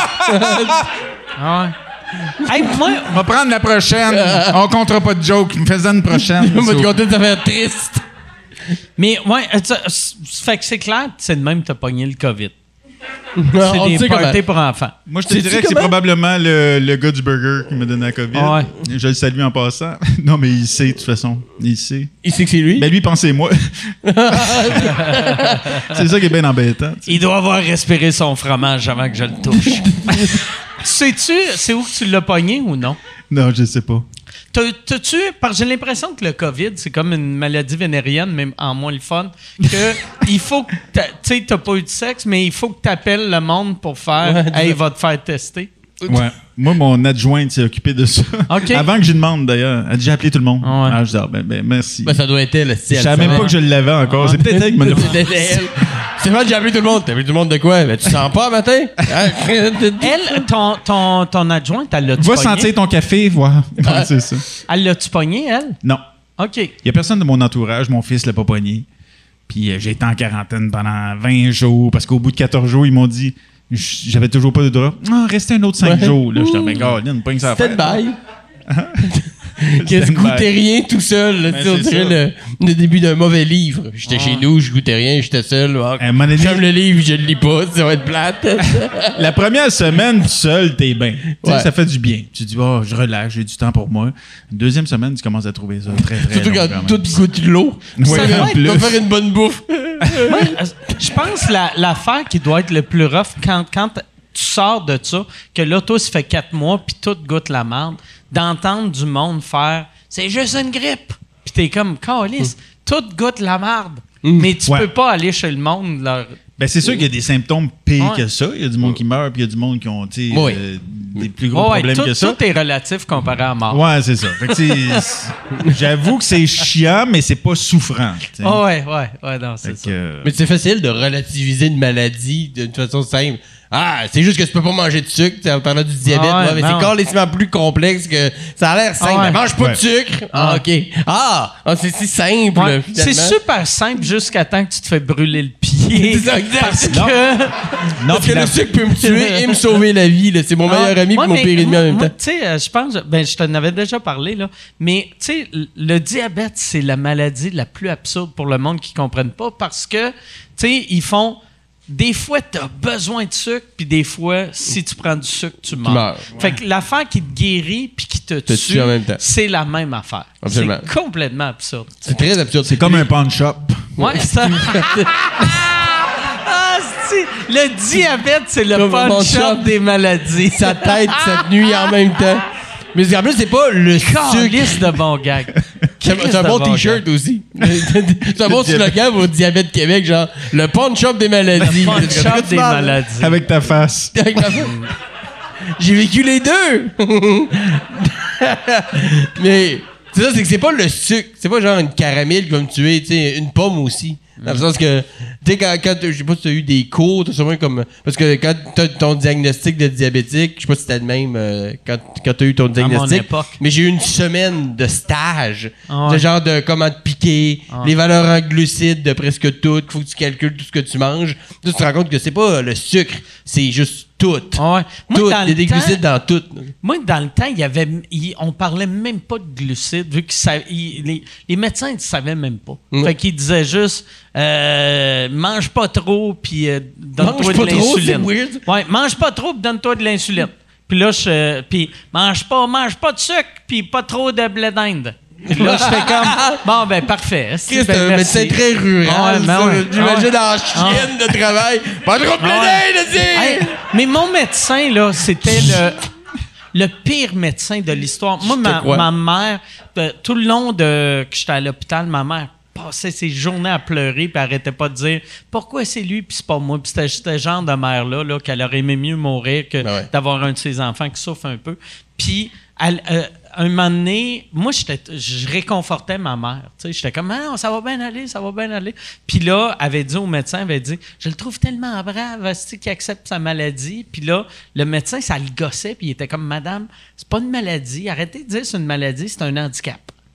Ah ouais. Hey, moi, on va prendre la prochaine. On comptera pas de joke. Il me faisait une prochaine. On va te compter des affaires tristes. Mais, ouais, ça, ça fait que c'est clair que c'est de même que t'as pogné le COVID. Non, c'est des parties pour enfants. Moi, je te dirais que c'est probablement le, le gars du burger qui m'a donné la COVID. Ah ouais. Je le salue en passant. Non, mais il sait, de toute façon. Il sait. Il sait que c'est lui? Ben, lui, pensez-moi. C'est ça qui est bien embêtant. T'sais. Il doit avoir respiré son fromage avant que je le touche. Sais-tu, c'est où que tu l'as pogné ou non? Non, je sais pas. T'as- T'as-tu... Parce que j'ai l'impression que le COVID, c'est comme une maladie vénérienne, mais en moins le fun, que il faut que... t'a- Tu sais, t'as pas eu de sexe, mais il faut que t'appelles le monde pour faire Ouais, « Hey, dis- va te faire tester ». Ouais. Moi, mon adjointe s'est occupée de ça. OK. Avant que j'y demande, d'ailleurs. Elle a déjà appelé tout le monde. Ah ouais. Ah, je dis, ah, ben, ben, merci. Ben, ça doit être elle. je savais même pas que je l'avais encore. C'est peut-être elle qui m'a dit. C'était elle. C'est vrai que j'ai appelé tout le monde. T'as appelé tout le monde de quoi? Ben, tu sens pas, matin? Elle, ton, ton, ton adjointe, elle l'a-tu Va pogné? sentir ton café, voir. Ouais, c'est ça. Elle l'a-tu pogné, elle? Non. OK. Il y a personne de mon entourage. Mon fils l'a pas pogné. Puis euh, j'ai été en quarantaine pendant vingt jours parce qu'au bout de quatorze jours, ils m'ont dit j'avais toujours pas de drap. Ah, restez un autre cinq Ouais. jours. Là, j'étais ben, Caroline, pas que ça à faire. Stand-by. Que je goûtais rien tout seul. Là, Ben, tu sais, on c'est dirait ça. le, le début d'un mauvais livre. J'étais chez nous, je goûtais rien, j'étais seul. Ah, À un moment donné, J'aime le livre, je le lis pas, ça va être plate. la première semaine, tout seul, t'es bien. Tu sais, Ouais. ça fait du bien. Tu dis, oh, je relâche, j'ai du temps pour moi. Une deuxième semaine, tu commences à trouver ça très, très Surtout long, quand quand tout même. goûte l'eau. Ouais, Ça en va plus. être- va faire une bonne bouffe. Moi, je pense que la- l'affaire qui doit être le plus rough quand, quand tu sors de ça, que là, toi, ça fait quatre mois, puis tout goûte la merde, d'entendre du monde faire « C'est juste une grippe! » Puis t'es comme « Calice, tout goûte la merde! Mais tu Ouais. peux pas aller chez le monde leur... Ben, c'est sûr qu'il y a des symptômes pires Ouais. que ça. Il y a du monde qui meurt, puis il y a du monde qui ont tu sais, Oui. euh, des plus gros Ouais, problèmes tout, que ça. tout est relatif comparé à la mort. Ouais, c'est ça. Fait que, tu sais, c'est- j'avoue que c'est chiant, mais c'est pas souffrant. tu sais. Ah ouais, ouais, ouais, non, Fait c'est que, ça. euh, Mais c'est facile de relativiser une maladie d'une façon simple. Ah, c'est juste que tu peux pas manger de sucre, tu sais, en parlant du diabète. Ah ouais, ouais, mais non. c'est carrément plus complexe que ça a l'air simple. Ah ouais. Mais mange pas Ouais. de sucre. Ah, OK. Ah, ah, c'est si simple. Ouais, finalement. c'est super simple jusqu'à temps que tu te fais brûler le pied. C'est ça, exact. Parce Non. que... non, Parce puis que la- le sucre peut me tuer et me sauver la vie. là. C'est mon meilleur ami et Ouais, mon mais pire ennemi moi- en même moi, temps. Tu sais, euh, je pense, ben, je t'en avais déjà parlé, là, mais tu sais, l- le diabète, c'est la maladie la plus absurde pour le monde qui ne comprenne pas parce que, tu sais, ils font. Des fois, tu as besoin de sucre, puis des fois, si tu prends du sucre, tu meurs. meurs, Fait que l'affaire qui te guérit puis qui te Te tue, tue en même temps. c'est la même affaire. Absolument. C'est complètement absurde. C'est très absurde. c'est comme un pawn shop. Ouais, ça. Ah, c'est- le diabète, c'est le Comme un punch shop. up des maladies. sa tête, cette nuit en même temps. Mais en plus, c'est pas le sucre. Calice de bon gag. C'est c'est un bon Calice de t-shirt aussi. C'est un bon slogan pour Diabète Québec, genre le punch-up des maladies. Le punch C'est comme, up tu des parles? maladies. Avec ta face. Avec ma- J'ai vécu les deux. Mais c'est ça, c'est que c'est pas le sucre. C'est pas genre une caramel comme tu es, tu sais, une pomme aussi. Dans le sens que, tu sais, quand, quand je sais pas si tu as eu des cours, t'as sûrement comme. Parce que quand tu as ton diagnostic de diabétique, je sais pas si c'était le même euh, quand, quand tu as eu ton diagnostic. époque. Mais j'ai eu une semaine de stage. Ah ouais. De genre de comment te piquer, Ah. les valeurs en glucides de presque tout, qu'il faut que tu calcules tout ce que tu manges. Là, tu te rends compte que c'est pas le sucre, c'est juste tout. Ah ouais. Moi, Tout. dans Il y a le des temps- glucides dans tout. Moi, dans le temps, il y avait, il- on parlait même pas de glucides, vu que ça, il- les, les médecins ne savaient même pas. Mm. Fait qu'ils disaient juste, euh, mange pas trop, puis euh, donne-toi Mange de pas trop, l'insuline. c'est weird. Ouais, mange pas trop, puis donne-toi de l'insuline. Puis là, je, puis mange pas, mange pas de sucre, puis pas trop de blé d'Inde. Puis là, je fais comme, bon, ben, parfait. Chris, Ben, c'est un merci. médecin très rural. Ah ouais, ben ça. ouais. J'imagine Ah en chienne de travail. Pas trop de Ah blé ouais. d'Inde, Hey, mais mon médecin, là, c'était le, le pire médecin de l'histoire. Moi, Je te ma, crois. ma mère, euh, tout le long de, que j'étais à l'hôpital, ma mère passait ses journées à pleurer puis arrêtait pas de dire pourquoi c'est lui puis c'est pas moi. Puis c'était c'était ce genre de mère-là là, qu'elle aurait aimé mieux mourir que Ben ouais. d'avoir un de ses enfants qui souffre un peu. Puis, elle, euh, un moment donné, moi, j'étais, je réconfortais ma mère. Tu sais, j'étais comme, ah, non, ça va bien aller, ça va bien aller. Puis là, elle avait dit au médecin, elle avait dit, je le trouve tellement brave, asti, qu'il accepte sa maladie. Puis là, le médecin, ça le gossait, puis il était comme, madame, c'est pas une maladie, arrêtez de dire c'est une maladie, c'est un handicap.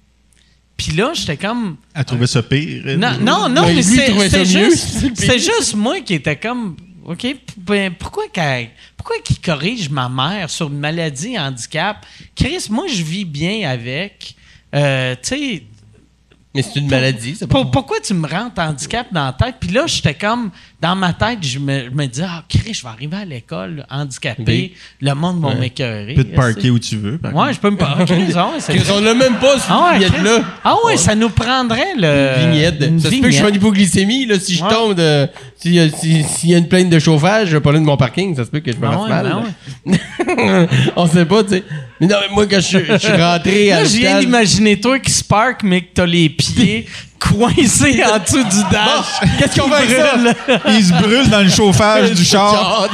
Puis là, j'étais comme, Elle trouvait ça pire. elle. non, non, non, Ouais, mais lui, il c'est- trouvait ça c'était mieux, juste, c'est le pire. c'était juste moi qui était comme, OK, ben, pourquoi qu'elle- pourquoi qu'il corrige ma mère sur une maladie, handicap? Chris, moi, je vis bien avec. Euh, tu sais, Mais c'est une maladie, c'est pas. pour- pourquoi tu me rentres handicap dans la tête? Puis là, j'étais comme, dans ma tête, je me, je me disais, ah, Chris, je vais arriver à l'école handicapé, Oui. le monde va Ouais. m'écœurer. Tu peux te parker où tu veux. par Ouais, je peux me parker. Chris, on l'a même pas, ce Ah ouais, billet là. ah ouais, ça nous prendrait le. Une vignette. une Ça se peut que je sois en hypoglycémie, là, si je Ouais. tombe de. S'il y, a- si- s'il y a une plaine de chauffage, je vais parler de mon parking, ça se peut que je me Ah fasse ouais, mal. ben là. On sait pas, tu sais. Mais non, mais moi, quand je, suis- je suis rentré à Là, je viens l'hôpital... d'imaginer toi qui spark, mais que t'as les pieds coincés en dessous du dash. Qu'est-ce qu'on fait avec ça? Il se brûle dans le chauffage du char.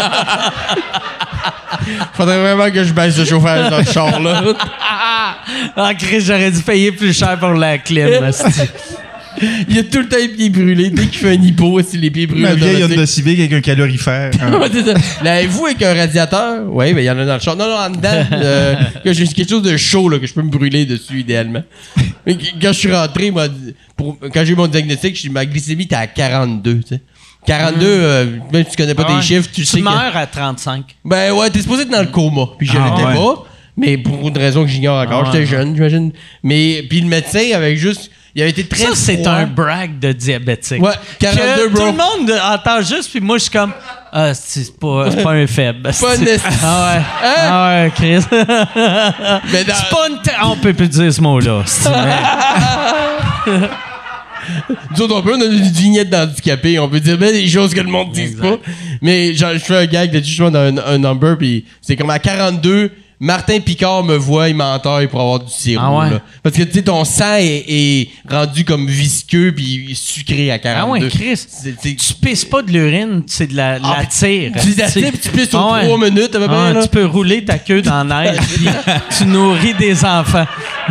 Faudrait vraiment que je baisse le chauffage dans le char, là. Ah, Chris, j'aurais dû payer plus cher pour la clim. asti. Il a tout le temps les pieds brûlés. Dès qu'il fait un hypo, c'est les pieds brûlés. Ma vieille automatiques. Honda Civic avec un calorifère. Ouais, c'est ça. L'avez-vous avec un radiateur? Oui, ben il y en a dans le char. Non, non, en dedans. euh, que j'ai quelque chose de chaud là, que je peux me brûler dessus, idéalement. Mais quand je suis rentré, moi, pour, quand j'ai eu mon diagnostic, j'ai- ma glycémie était à quarante-deux, tu sais. quarante-deux, euh, même si tu connais pas Ah tes ouais. chiffres, tu, Tu sais que- meurs à trente-cinq. Ben ouais, t'es supposé être dans le coma. Puis je Ah, l'étais ouais. pas. Mais pour une raison que j'ignore encore. Ah, J'étais ouais. jeune, j'imagine. Mais puis le médecin avait juste... Il avait été très Ça, c'est froid. un brag de diabétique. Ouais, quarante-deux, Que bro. Tout le monde entend juste, puis moi, je suis comme, ah, c'est c'est pas, c'est pas un faible. Pas c'est- un esti. Ah ouais. Hein? Ah ouais, Chris. Mais dans- C'est pas une. te- On peut plus dire ce mot-là. c'est- mais- Nous autres, on peut, on a une vignette d'handicapé. On peut dire ben, des choses que le monde ne dit pas. Mais genre, je fais un gag de justement dans un, un number, puis c'est comme à quarante-deux, Martin Picard me voit, il m'entaille pour avoir du sirop. Ah ouais? Là. Parce que tu sais, ton sang est, est rendu comme visqueux puis sucré à Ah quarante-deux. ouais, Chris. C'est- c'est- Tu pisses pas de l'urine, c'est de la, Ah, la tire. Tu la tires, puis tu pisses sur Ah ouais. trois minutes à peu près. Ah, là. tu peux rouler ta queue dans la neige, puis tu nourris des enfants.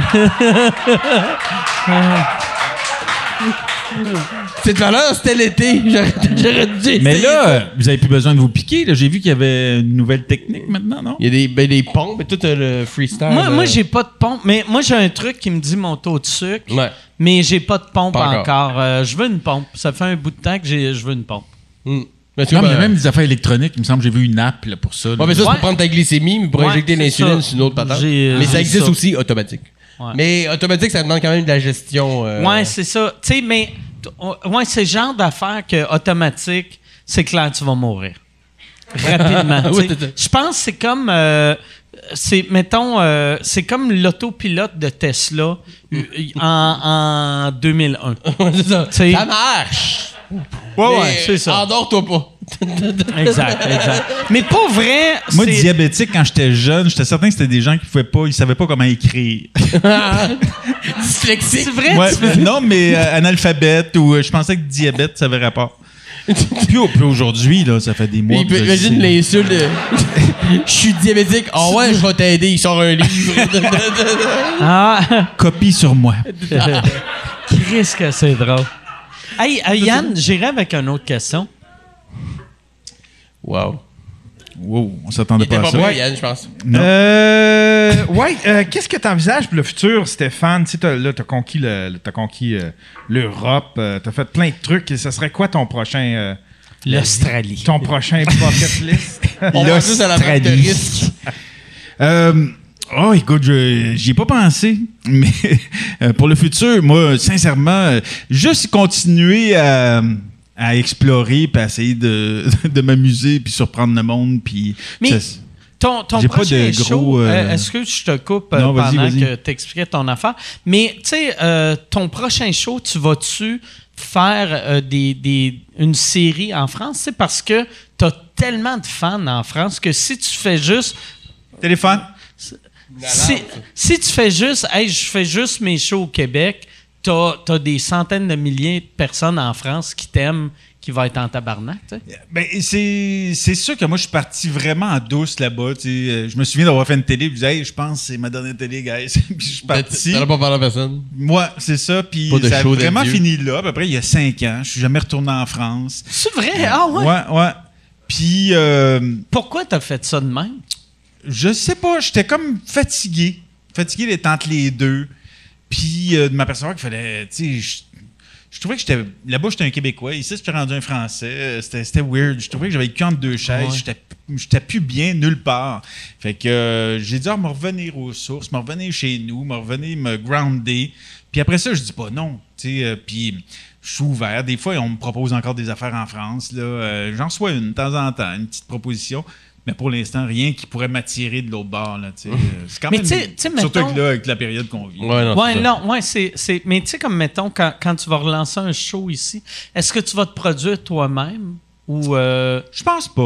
Cette valeur, c'était l'été. J'aurais j'aurais dû Mais essayer là, ça. euh, vous avez plus besoin de vous piquer. là. J'ai vu qu'il y avait une nouvelle technique maintenant, non? Il y a des, ben, des pompes et tout euh, le freestyle. Moi, moi euh, j'ai pas de pompe, mais moi, j'ai un truc qui me dit mon taux de sucre, Ouais. mais j'ai pas de pompe Pas encore. encore. Euh, je veux une pompe. Ça fait un bout de temps que j'ai- je veux une pompe. Hmm. Mais tu Non, vois, mais il y a ben, même des affaires électroniques. Il me semble que j'ai vu une app là, pour ça. là. Ouais, mais ça, c'est Ouais. pour prendre ta glycémie, mais pour Ouais, injecter c'est l'insuline, ça. c'est une autre patente. J'ai- Mais ça j'ai existe ça. aussi automatique. Ouais. Mais automatique, ça demande quand même de la gestion. euh, Ouais, c'est ça. Tu sais, mais t- ouais, c'est le genre d'affaire que automatique, c'est clair, tu vas mourir. Rapidement. tu Oui, sais. c'est ça. Je pense que c'est comme. euh, c'est, mettons, euh, c'est comme l'autopilote de Tesla euh, en, en deux mille un. c'est ça. Tu sais- Ça marche! Ouais, Mais ouais, c'est ça. Endors-toi pas. Exact, exact. Mais pour vrai, Moi, c'est. diabétique, quand j'étais jeune, j'étais certain que c'était des gens qui pouvaient pas, ils savaient pas comment écrire. Dyslexique. C'est vrai? Ouais, tu- euh, non, mais euh, analphabète ou euh, je pensais que diabète, ça avait rapport. Puis, au- puis aujourd'hui, là, ça fait des mois. Il que peut, je imagine sais. l'insulte. de- Je suis diabétique. Ah ouais, je vais t'aider. Il sort un livre. Ah, Copie sur moi. Christ que c'est drôle. Hey, euh, Yann, j'irai avec une autre question. Wow. Wow, on Il s'attendait était pas pas à ça. bon, Yann, je pense. Non. Euh, ouais, euh, qu'est-ce que tu envisages pour le futur, Stéphane? Tu sais, t'as- là, tu as conquis le- le- t'as conquis euh, l'Europe, euh, tu as fait plein de trucs. Et ce serait quoi ton prochain euh, L'Australie. ton prochain bucket list? On va juste à la marque de L'Australie. risque. Euh, oh, écoute, je j'y ai pas pensé, mais euh, pour le futur, moi, sincèrement, euh, juste continuer à, à explorer, puis à essayer de, de m'amuser, puis surprendre le monde, puis Mais- ça- Ton, ton J'ai pas prochain de show, gros, euh, euh, est-ce que je te coupe euh, Non, vas-y, pendant vas-y. que tu expliquais ton affaire? Mais, tu sais, euh, ton prochain show, tu vas-tu faire euh, des, des, une série en France? C'est parce que tu as tellement de fans en France que si tu fais juste... téléphone. Si, si tu fais juste... Hey, je fais juste mes shows au Québec, tu as des centaines de milliers de personnes en France qui t'aiment, qui vont être en tabarnak, tu sais. Ben, c'est c'est sûr que moi, je suis parti vraiment en douce là-bas. tu sais. Euh, Je me souviens d'avoir fait une télé, puis je disais, hey, je pense que c'est ma dernière télé, guys. Puis je suis parti. T'en as pas parlé à personne. Moi, c'est ça. Puis Pas de ça a show vraiment d'adieu. fini là. À peu près, il y a cinq ans. Je suis jamais retourné en France. C'est vrai? Ah ouais? Ouais, ouais. Puis, euh, Pourquoi tu as fait ça de même? je sais pas, j'étais comme fatigué. Fatigué d'être entre les deux. Puis, euh, de m'apercevoir qu'il fallait. Tu sais, je, je trouvais que j'étais. Là-bas, j'étais un Québécois. Ici, j'étais rendu un Français. Euh, C'était c'était weird. Je trouvais que j'avais le cul entre deux chaises. Ouais. J'étais J'étais plus bien nulle part. Fait que euh, j'ai dit, ah, me revenir aux sources, me revenir chez nous, me revenir me grounder. Puis après ça, je dis pas non. Tu sais, euh, puis je suis ouvert. Des fois, on me propose encore des affaires en France. Là. Euh, J'en reçois une de temps en temps, une petite proposition. Mais pour l'instant, rien qui pourrait m'attirer de l'autre bord. Là, tu sais. Euh, c'est quand Mais même. tu sais- tu sais, surtout mettons- que là, avec la période qu'on vit. Ouais, non. Ouais, c'est ça. non, ouais, c'est, c'est. Mais tu sais, comme mettons, quand, quand tu vas relancer un show ici, est-ce que tu vas te produire toi-même ou. euh, Je pense pas.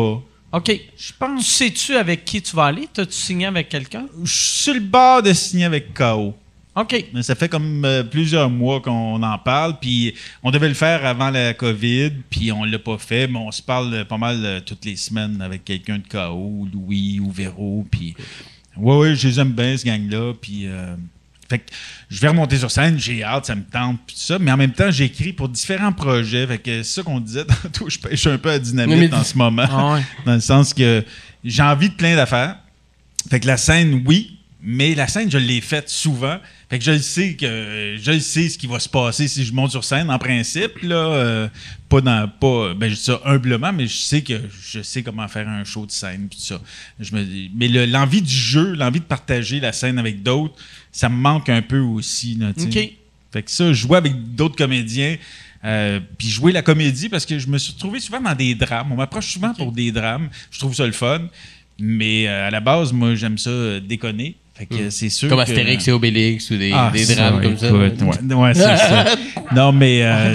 OK. Je pense. Tu sais-tu avec qui tu vas aller? T'as-tu signé avec quelqu'un? Je suis sur le bord de signer avec K O. OK. Mais ça fait comme euh, plusieurs mois qu'on en parle, puis on devait le faire avant la COVID, puis on l'a pas fait, mais on se parle euh, pas mal euh, toutes les semaines avec quelqu'un de K O, Louis ou Véro, puis ouais, ouais, je les aime bien, ce gang-là, puis euh, fait que je vais remonter sur scène, j'ai hâte, ça me tente, puis tout ça, mais en même temps, j'écris pour différents projets, fait que c'est ça qu'on disait tantôt, je pêche un peu à dynamite mais... en ce moment, Ah ouais. dans le sens que j'ai envie de plein d'affaires, fait que la scène, oui, mais la scène, je l'ai faite souvent. Fait que je le sais que je le sais ce qui va se passer si je monte sur scène, en principe, là. Euh, pas dans. Pas. Ben je dis ça humblement, mais je sais que je sais comment faire un show de scène puis tout ça. Je me, mais le, l'envie du jeu, l'envie de partager la scène avec d'autres, ça me manque un peu aussi. Là, OK. Fait que ça, jouer avec d'autres comédiens. Euh, puis jouer la comédie, parce que je me suis retrouvé souvent dans des drames. On m'approche souvent okay. pour des drames. Je trouve ça le fun. Mais euh, à la base, moi, j'aime ça euh, déconner. Fait que mmh. c'est sûr comme que, Astérix et Obélix ou des, ah, des ça, drames comme écoute, ça. Ouais, ouais c'est ça. Non, mais euh,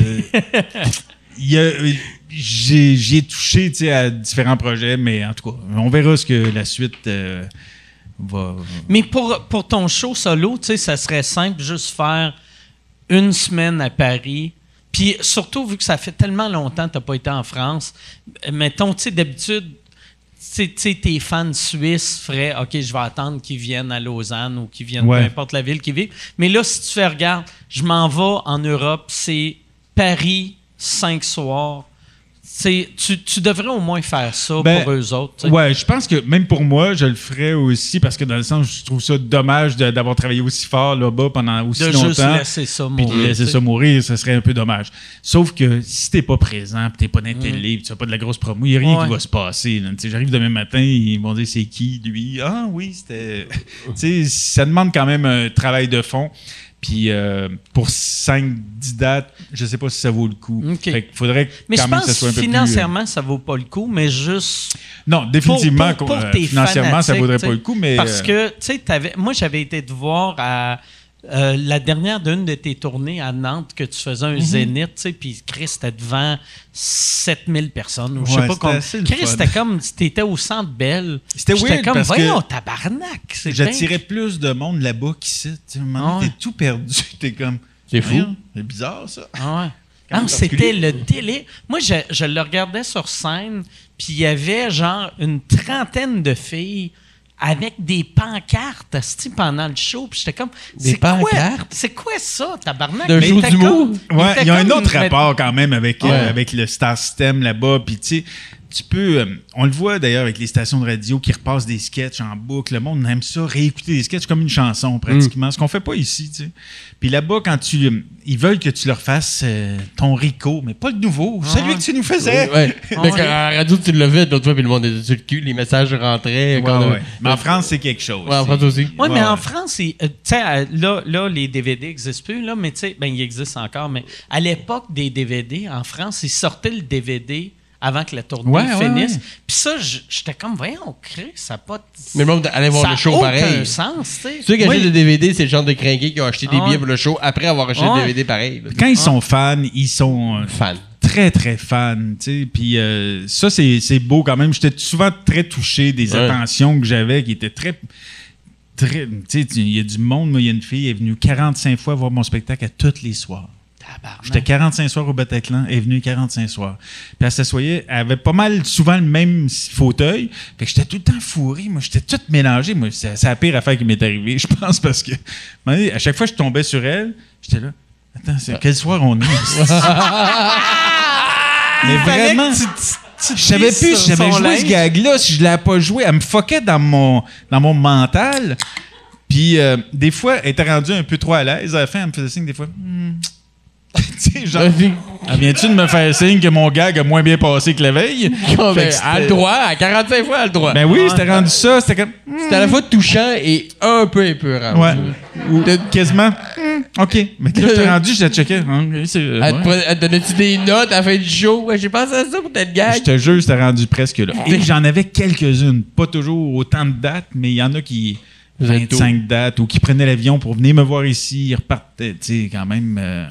y a, j'ai, j'y ai touché à différents projets, mais en tout cas, on verra ce que la suite euh, va... Mais pour, pour ton show solo, ça serait simple juste faire une semaine à Paris. Puis surtout, vu que ça fait tellement longtemps que tu n'as pas été en France, mettons, tu sais, d'habitude, tu sais, tes fans suisses feraient « OK, je vais attendre qu'ils viennent à Lausanne ou qu'ils viennent, ouais. peu importe la ville qu'ils vivent. » Mais là, si tu fais « Regarde, je m'en vais en Europe, c'est Paris, cinq soirs. » Tu, tu devrais au moins faire ça ben, pour eux autres. T'sais. Ouais, je pense que même pour moi, je le ferais aussi parce que dans le sens, je trouve ça dommage de, d'avoir travaillé aussi fort là-bas pendant aussi de longtemps. De juste laisser ça mourir. Puis de laisser t'sais. ça mourir, ça serait un peu dommage. Sauf que si t'es pas présent, puis t'es pas dans la télé, puis tu fais pas de la grosse promo, il n'y a rien ouais. qui va se passer. J'arrive demain matin, ils vont dire c'est qui, lui? Ah oui, c'était... tu sais, ça demande quand même un travail de fond. Puis euh, pour cinq dix dates, je sais pas si ça vaut le coup. Okay. Fait qu'il faudrait mais quand je même pense que ça soit un peu plus... financièrement, ça vaut pas le coup, mais juste... Non, définitivement, pour, pour, pour euh, financièrement, ça vaudrait pas le coup, mais... Parce que, tu sais, moi, j'avais été te voir à... Euh, la dernière d'une de tes tournées à Nantes que tu faisais un mm-hmm. zénith, tu sais, puis Chris, c'était devant sept mille personnes. Ou je ouais, sais pas comment. Chris, c'était comme si t'étais au Centre Bell. C'était weird comme, parce voyons, que tabarnak. C'est j'attirais dingue. Plus de monde là-bas qu'ici. Tu sais, ah ouais. T'es tout perdu. T'es comme... C'est fou. C'est bizarre, ça. Ah ouais. Non, c'était le délai. Moi, je, je le regardais sur scène, puis il y avait genre une trentaine de filles avec des pancartes pendant le show. Puis j'étais comme... Des pancartes? C'est quoi ça, tabarnak? De jour d'humour? Ouais, il y a un autre mais... rapport quand même avec, ouais. euh, avec le star system là-bas. Puis tu sais, tu peux... Euh, on le voit d'ailleurs avec les stations de radio qui repassent des sketchs en boucle. Le monde aime ça, réécouter des sketchs comme une chanson pratiquement. Mm. Ce qu'on fait pas ici, tu sais. Puis là-bas, quand tu... Ils veulent que tu leur fasses euh, ton Rico, mais pas le nouveau. Ah, celui que tu nous faisais. Oui, ouais. ah, mais ouais. à la radio, tu l'as fait l'autre fois, puis le monde était sur le cul. Les messages rentraient. Ouais, quand ouais. Mais en France, c'est quelque chose. Oui, en France aussi. Oui, ouais, mais ouais. en France, euh, tu sais, là, là, les D V D n'existent plus, là, mais tu sais, ben, ils existent encore. Mais à l'époque des D V D, en France, ils sortaient le D V D avant que la tournée ouais, finisse. Ouais, ouais. Puis ça, j'étais comme, voyons, Chris, ça n'a pas de... Mais le monde allait voir le show pareil. Ça n'a aucun sens, tu sais. Ceux qui oui. achètent le D V D, c'est le genre de crinqués qui ont acheté des ah, billets pour le show après avoir acheté ah, le D V D pareil. Là. Quand ils sont fans, ils sont... Euh, fans. Très, très fans, tu sais. Puis euh, ça, c'est, c'est beau quand même. J'étais souvent très touché des ouais. attentions que j'avais qui étaient très... très tu sais, il y a du monde. Moi, il y a une fille, elle est venue quarante-cinq fois voir mon spectacle à tous les soirs. J'étais quarante-cinq soirs au Bataclan, elle est venue quarante-cinq soirs. Puis elle s'assoyait, elle avait pas mal souvent le même fauteuil. Fait que j'étais tout le temps fourré. Moi, j'étais tout mélangé. Moi, c'est, c'est la pire affaire qui m'est arrivée, je pense, parce que à chaque fois que je tombais sur elle, j'étais là. Attends, c'est, quel soir on est? Mais vraiment, je savais plus si j'avais joué ce gag-là, si je l'avais pas joué. Elle me fuckait dans mon, dans mon mental. Puis euh, des fois, elle était rendue un peu trop à l'aise. À la fin, elle me faisait signe des fois. Hmm. Tu sais, genre, elle vient-tu de me faire signe que mon gag a moins bien passé que la veille? Oh, ben, elle a le droit, à quarante-cinq fois, elle a le droit. Ben oui, ouais, c'était rendu ça, c'était comme... Mm. C'était à la fois touchant et un peu épeurant. Ouais. Ou de... quasiment... Mm. OK. Mais quand j'étais rendu, je l'ai checké. Okay, c'est, euh, elle, ouais. elle te donnait-tu des notes à la fin du show? Ouais, j'ai pensé à ça pour tel gag. Je te jure, c'était rendu presque là. Et j'en avais quelques-unes. Pas toujours autant de dates, mais il y en a qui... vingt-cinq dates ou qui prenaient l'avion pour venir me voir ici. Ils repartaient, tu sais, quand même... Euh,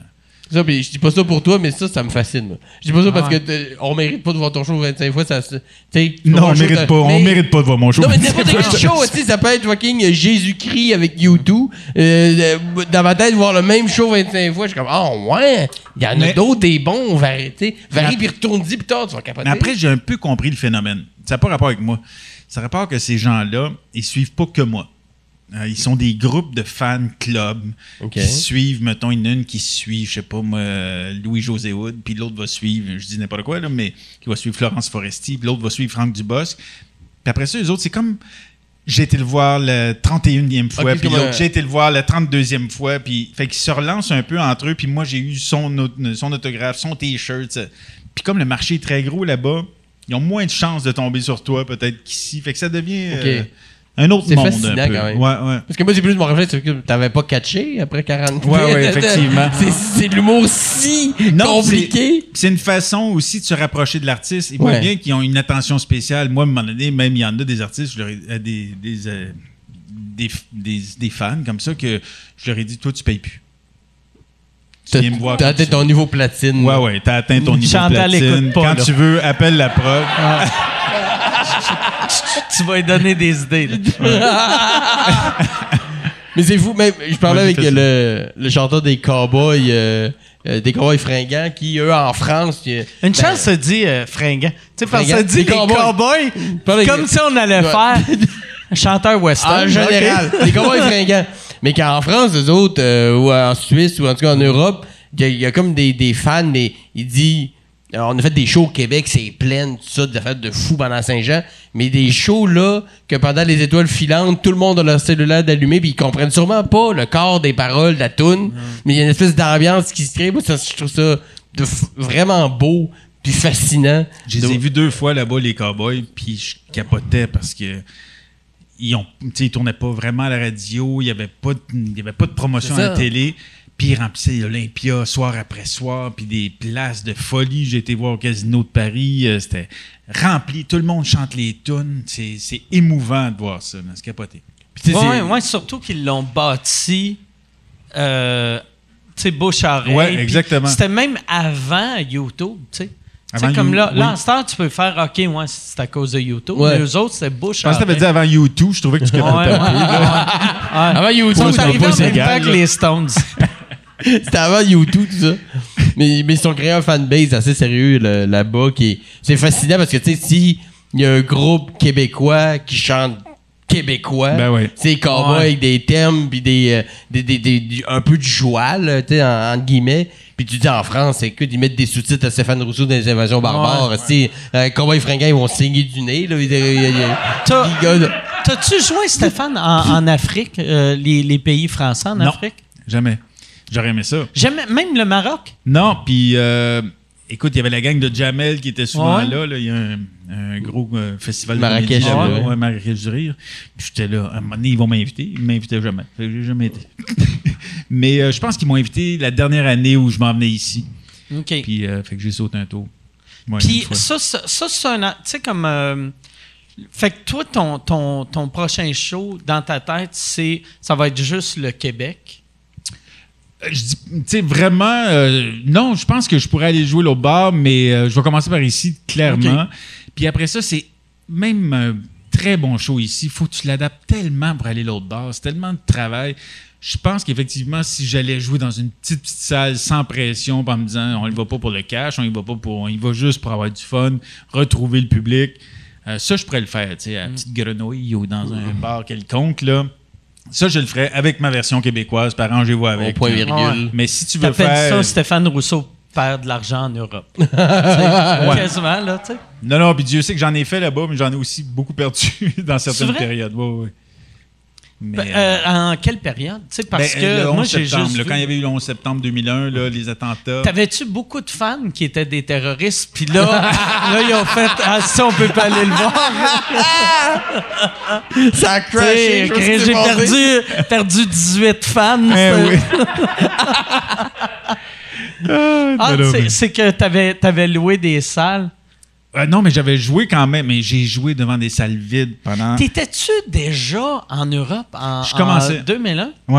Ça, puis je dis pas ça pour toi, mais ça, ça me fascine. Moi. Je dis pas ça Ah parce ouais. que t'es- on mérite pas de voir ton show vingt-cinq fois. Ça, se- t'sais, tu Non, vois un on show mérite de- pas. On mais- mérite pas de voir mon show. Non, mais n'importe quel show aussi, ça peut être fucking Jésus-Christ avec U deux. Euh, dans ma tête, voir le même show vingt-cinq fois, je suis comme, ah ouais, il y en a Mais- d'autres des bons, varie, tu sais. Varie, puis retourne-y, puis tard, tu vas capoter. Mais après, j'ai un peu compris le phénomène. Ça n'a pas rapport avec moi. Ça a rapport que ces gens-là, ils suivent pas que moi. Euh, ils sont des groupes de fans club Ok. qui suivent, mettons, il y en a une qui suit, je sais pas moi, euh, Louis-José Hood, puis l'autre va suivre, je dis n'importe quoi, là, mais qui va suivre Florence Foresti, puis l'autre va suivre Franck Dubosc. Puis après ça, eux autres, c'est comme... J'ai été le voir le trente et unième fois, Ok, puis comme l'autre, un- j'ai été le voir le trente-deuxième fois, puis fait qu'ils se relancent un peu entre eux, puis moi, j'ai eu son, au- son autographe, son T-shirt. ça. Puis comme le marché est très gros là-bas, ils ont moins de chances de tomber sur toi, peut-être qu'ici. Fait que ça devient Ok. euh, un autre C'est monde. fascinant, un peu. quand même. Ouais, ouais. Parce que moi, c'est plus mon réflexe, c'est que t'avais pas catché après quarante Ouais, ouais, effectivement. C'est, c'est de l'humour si Non, compliqué. C'est une façon aussi de se rapprocher de l'artiste. Ils voient Ouais. bien qu'ils ont une attention spéciale. Moi, à un moment donné, même il y en a des artistes, je leur ai- euh, des, des, euh, des, des, des fans comme ça, que je leur ai dit, toi, tu payes plus. Tu T'as, viens me voir t'as comme atteint ça. ton niveau platine. Ouais, ouais, t'as atteint ton niveau Chantal platine. écoute pas, Quand là. tu veux, appelle la preuve. Tu vas lui donner des idées. Là. Mais c'est fou, même, je parlais Moi, j'ai avec fait le, le chanteur des Cowboys, euh, euh, des Cowboys fringants, qui, eux, en France... euh, Une ben, chance se dit euh, fringant. Tu sais, parce que ça Fringant. dit Les les cowboys. cowboys, Parle comme avec- si on allait Ouais. faire un chanteur western. En général, les Cowboys fringants. Mais qu'en France, eux autres, euh, ou en Suisse, ou en tout cas en Europe, il y, a- il y a comme des, des fans, mais il dit... euh, on a fait des shows au Québec, c'est plein, tout ça, des affaires de fou pendant Saint-Jean. Mais des shows, là, que pendant les étoiles filantes, tout le monde a leur cellulaire d'allumé, puis ils comprennent sûrement pas le corps des paroles de la toune. Mais il y a une espèce d'ambiance qui se crée. Moi, ça, je trouve ça de f- vraiment beau, puis fascinant. Je les ai vus deux fois là-bas, les Cowboys, puis je capotais parce que ils ont, tu sais, ils tournaient pas vraiment à la radio, il y avait pas, de- il y avait pas de promotion C'est à ça. la télé, puis ils remplissaient l'Olympia soir après soir, puis des places de folie. J'ai été voir au Casino de Paris, euh, c'était rempli, tout le monde chante les tunes, c'est, c'est émouvant de voir ça, là, c'est capoté. Puis, tu sais, Ouais, c'est- ouais, surtout qu'ils l'ont bâti, euh, tu sais, bouche à oreille. Ouais, Puis exactement. C'était même avant YouTube, tu sais. Tu sais, Avant comme You- là, là, oui. en ce temps, tu peux faire, OK, ouais, c'est à cause de YouTube. Ouais. Mais eux autres, c'était bouche Je à pense que oreille. t'avais dit avant U deux, je trouvais que tu Ouais, capotais ouais, un peu. ouais, ouais. Avant YouTube, Ils sont c'était arrivés pas en même égal, temps que là. les Stones. C'était avant YouTube, tout ça. Mais, mais ils ont créé un fanbase assez sérieux là- là-bas. Qui est, c'est fascinant parce que, tu sais, si il y a un groupe québécois qui chante québécois, Ben ouais. c'est cowboy Ouais. avec des thèmes puis des, euh, des, des, des- du- un peu de joie, là, tu sais, en, entre guillemets. Puis tu dis en France, écoute, ils mettent des sous-titres à Stéphane Rousseau dans les invasions barbares. Ouais. Tu sais, euh, Cowboy fringants, ils vont saigner du nez. Là, Il y a- il y a- il y a- T'as- il y a- T'as-tu joué, Stéphane, en, en Afrique, euh, les, les pays français en Non. Afrique? Jamais. J'aurais aimé ça. Jamais, même le Maroc? Non, puis euh, écoute, il y avait la gang de Jamel qui était souvent Ouais. là, là. Il y a un, un gros euh, festival Marrakech, de comédie là-bas. ouais. Ouais, Marrakech du rire. Puis j'étais là, à un moment donné, ils vont m'inviter. Ils m'invitaient jamais. Fait que j'ai jamais été. Mais euh, je pense qu'ils m'ont invité la dernière année où je m'en venais ici. OK. Puis euh, fait que j'ai sauté un tour. Ouais, Puis une fois. ça, ça, ça, c'est un... Tu sais, comme... euh, fait que toi, ton, ton, ton prochain show, dans ta tête, c'est ça va être juste le Québec. Euh, Je dis, tu sais, vraiment, euh, non, je pense que je pourrais aller jouer l'autre bar, mais euh, je vais commencer par ici, clairement. Ok. Puis après ça, c'est même un très bon show ici. Il faut que tu l'adaptes tellement pour aller l'autre bar. C'est tellement de travail. Je pense qu'effectivement, si j'allais jouer dans une petite, petite salle sans pression, en me disant, on y va pas pour le cash, on y va pas pour, on y va juste pour avoir du fun, retrouver le public. Euh, ça, je pourrais le faire, tu sais, à la petite grenouille ou dans un bar quelconque, là. Ça, je le ferais avec ma version québécoise, puis arrangez-vous Au avec. point là. virgule. Ouais. Mais si tu veux T'appelles faire... ça Stéphane Rousseau perd de l'argent en Europe. Tu sais, Quasiment, là, tu sais. Non, non, puis Dieu sait que j'en ai fait là-bas, mais j'en ai aussi beaucoup perdu dans certaines vrai? périodes. Ouais, ouais. Mais, Ben, euh, euh, en quelle période? Tu sais, parce ben, que le moi, onze j'ai septembre, juste là, vu- quand il y avait eu le onze septembre deux mille un, là, les attentats. T'avais-tu beaucoup de fans qui étaient des terroristes? Puis là, là, ils ont fait « Ah, ça, on peut pas aller le voir. Ça a » Tu sais, crashé. je sais ce qui J'ai s'est passé. perdu, perdu dix-huit fans. Eh C'est- oui. Ah, Non, non, c'est mais- c'est que t'avais avais loué des salles. Euh, non, mais j'avais joué quand même, mais j'ai joué devant des salles vides pendant. T'étais-tu déjà en Europe en, Je commençais. en deux mille un? Ouais.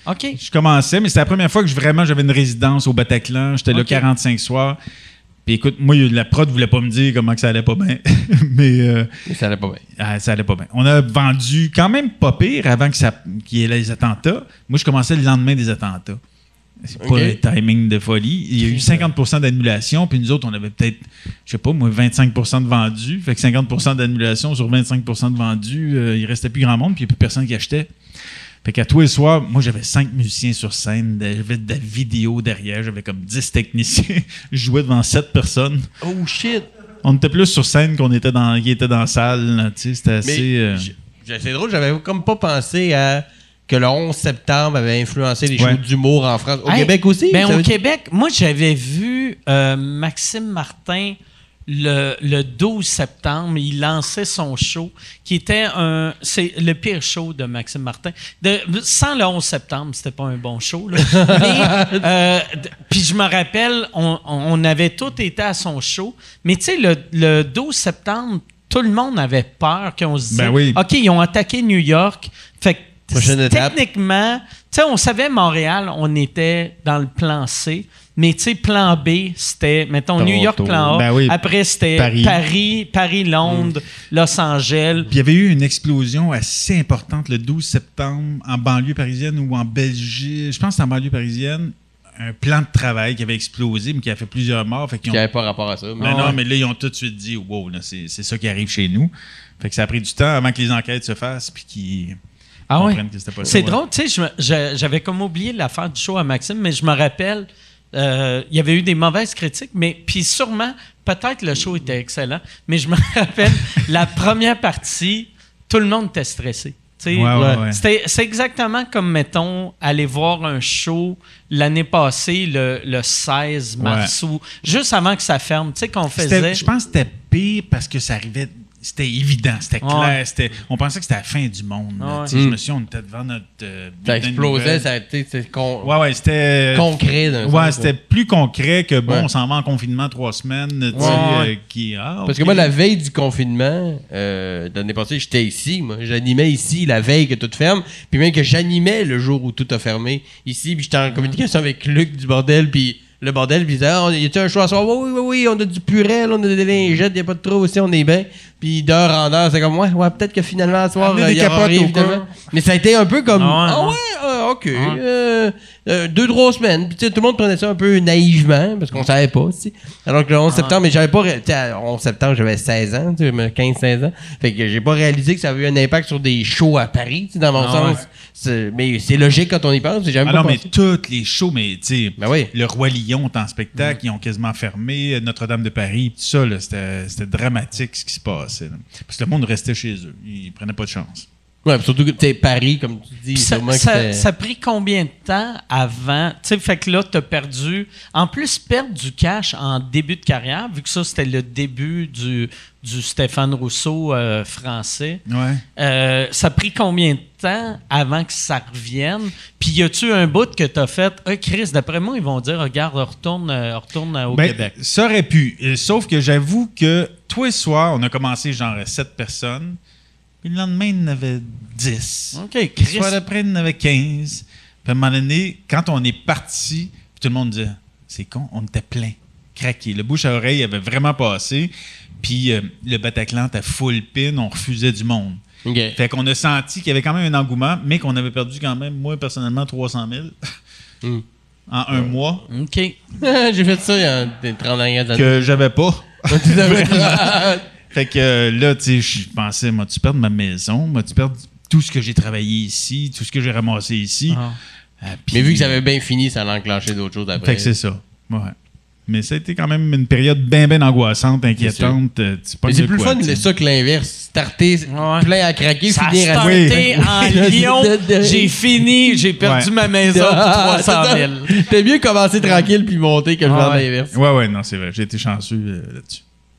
OK. Je commençais, mais c'était la première fois que je, vraiment j'avais une résidence au Bataclan. J'étais là OK. quarante-cinq soirs. Puis écoute, moi, la prod voulait pas me dire comment que ça allait pas bien. mais euh, Mais ça allait pas bien. ah, ça allait pas bien. On a vendu quand même pas pire avant que ça, qu'il y ait les attentats. Moi, je commençais le lendemain des attentats. C'est pas OK. un timing de folie. Il y a eu cinquante pour cent d'annulation, puis nous autres, on avait peut-être, je sais pas, moi, vingt-cinq pour cent de vendus. Fait que cinquante pour cent d'annulation sur vingt-cinq pour cent de vendus, euh, il restait plus grand monde, puis il n'y a plus personne qui achetait. Fait qu'à tous les soirs, moi, j'avais cinq musiciens sur scène, j'avais de la vidéo derrière, j'avais comme dix techniciens. Je jouais devant sept personnes. Oh shit! On était plus sur scène qu'on était dans, qui était dans la salle. là, Tu sais, c'était assez. Mais euh, j- c'est drôle, j'avais comme pas pensé à que le onze septembre avait influencé les shows Ouais. d'humour en France. Au Hey, Québec aussi? Ben, ça au veut- Québec, moi, j'avais vu euh, Maxime Martin le, le douze septembre. Il lançait son show, qui était un. C'est le pire show de Maxime Martin. De, sans le onze septembre, c'était pas un bon show. Là. Mais, euh, d- puis je me rappelle, on, on avait tous été à son show. Mais tu sais, le, le douze septembre, tout le monde avait peur qu'on se disait Ben oui. OK, ils ont attaqué New York. Fait que Prochaine étape. techniquement, tu sais, on savait Montréal, on était dans le plan C, mais tu sais, plan B, c'était, mettons, Toronto. New York, plan A. Ben oui. Après, c'était Paris. Paris, Paris, Londres, Los Angeles. Puis il y avait eu une explosion assez importante le douze septembre en banlieue parisienne ou en Belgique. Je pense que c'était en banlieue parisienne. Un plan de travail qui avait explosé, mais qui a fait plusieurs morts. Fait qu'ils Qui ont... avait pas rapport à ça. mais- Ben non, mais là, ils ont tout de suite dit wow, là, c'est, c'est ça qui arrive chez nous. Fait que ça a pris du temps avant que les enquêtes se fassent puis qu'ils Ah ouais. comprennent que c'était pas ça. C'est ouais. drôle, tu sais, je me- je- j'avais comme oublié l'affaire du show à Maxime, mais je me rappelle, euh, il y avait eu des mauvaises critiques, mais puis sûrement, peut-être le show était excellent, mais je me rappelle, la première partie, tout le monde était stressé. Tu sais, Ouais, ouais, ouais. C'était, c'est exactement comme, mettons, aller voir un show l'année passée, le, le seize mars, ou juste avant que ça ferme, tu sais, qu'on C'était- faisait... Je pense que c'était pire parce que ça arrivait. C'était évident, c'était clair. Ouais. C'était, on pensait que c'était la fin du monde. là. Ouais. Tu sais, Je Mm. me suis dit, on était devant notre. euh, Ça bulletin de explosait, nouvelles. ça a été c'est con- Ouais, ouais, c'était. concret d'un Ouais, sens, c'était plus concret que bon, Ouais. on s'en va en confinement trois semaines. Tu sais, Ouais, euh, ouais. qui, ah, Parce que ok. moi, la veille du confinement, euh, de l'année passée, j'étais ici. Moi, j'animais ici la veille que tout ferme. Puis même que j'animais le jour où tout a fermé ici. Puis j'étais en communication avec Luc du bordel. Puis le bordel, puis il disait, ah, y a-tu un choix à soir? Oui, oui, oui, oui, on a du purel, on a des lingettes, y a pas de trop aussi, on est bien. Puis d'heure en heure, c'est comme, ouais, ouais, peut-être que finalement, à soir, Amenez euh, des y aura capotes rien, au finalement. cas. Mais ça a été un peu comme, Ah ouais, ah ouais. ouais, ah, ok, euh, euh, deux, trois semaines. Puis tu sais, tout le monde prenait ça un peu naïvement, parce qu'on savait pas, tu sais. Alors que le onze septembre, mais j'avais pas, ré- tu sais, à onze septembre, j'avais seize ans, tu sais, quinze seize ans. Fait que j'ai pas réalisé que ça avait eu un impact sur des shows à Paris, tu sais, dans mon Ah sens. ouais. C'est- mais c'est logique quand on y pense, j'ai jamais Ah pas non, mais pensé. toutes les shows, mais tu sais, Ben oui. le Roi Lion est en spectacle, ils ont quasiment fermé, Notre-Dame de Paris, tout ça, là, c'était, c'était dramatique ce qui se passait. là. Parce que le monde restait chez eux, ils prenaient pas de chance. Ouais, puis surtout que, tu sais, Paris, comme tu dis, Puis ça, sûrement que ça, c'était- ça a pris combien de temps avant? Tu sais, fait que là, tu as perdu. En plus, perdre du cash en début de carrière, vu que ça, c'était le début du, du Stéphane Rousseau euh, français. Ouais. Euh, ça a pris combien de temps avant que ça revienne? Puis y a-tu un bout que tu as fait? Ah, Chris, d'après moi, ils vont dire, regarde, retourne, euh, retourne euh, au Ben, Québec. ça aurait pu. Euh, Sauf que j'avoue que tous les soirs, on a commencé genre sept personnes. Puis le lendemain, il y en avait dix. OK, Le Chris. soir d'après, il y en avait quinze. Puis à un moment donné, quand on est parti, puis tout le monde disait, c'est con, on était plein, craqué. Le bouche à oreille avait vraiment passé. Puis euh, le Bataclan était full pin, on refusait du monde. Ok. Fait qu'on a senti qu'il y avait quand même un engouement, mais qu'on avait perdu quand même, moi personnellement, trois cent mille Hmm. en un mois OK. J'ai fait ça il y a des trente dernières années. que j'avais pas. Tu devrais- Fait que euh, là, tu sais, je pensais, moi-tu perdre ma maison, moi-tu perdre tout ce que j'ai travaillé ici, tout ce que j'ai ramassé ici. Ah. Euh, puis- Mais vu que ça avait bien fini, ça allait enclencher d'autres choses après. Fait que c'est ça. Ouais. Mais ça a été quand même une période bien, bien angoissante, inquiétante. Euh, tu pognes Mais c'est de plus le quoi, fun tu sais. de ça que l'inverse. Starter Ouais. plein à craquer, Ça a finir à... starté Oui. en Lyon. J'ai fini, j'ai perdu Ouais. ma maison pour Ah, trois cent c'est ça. mille. T'es mieux commencer tranquille puis monter que le Ouais. faire l'inverse. Ouais, ouais, non, c'est vrai. J'ai été chanceux euh, là-dessus.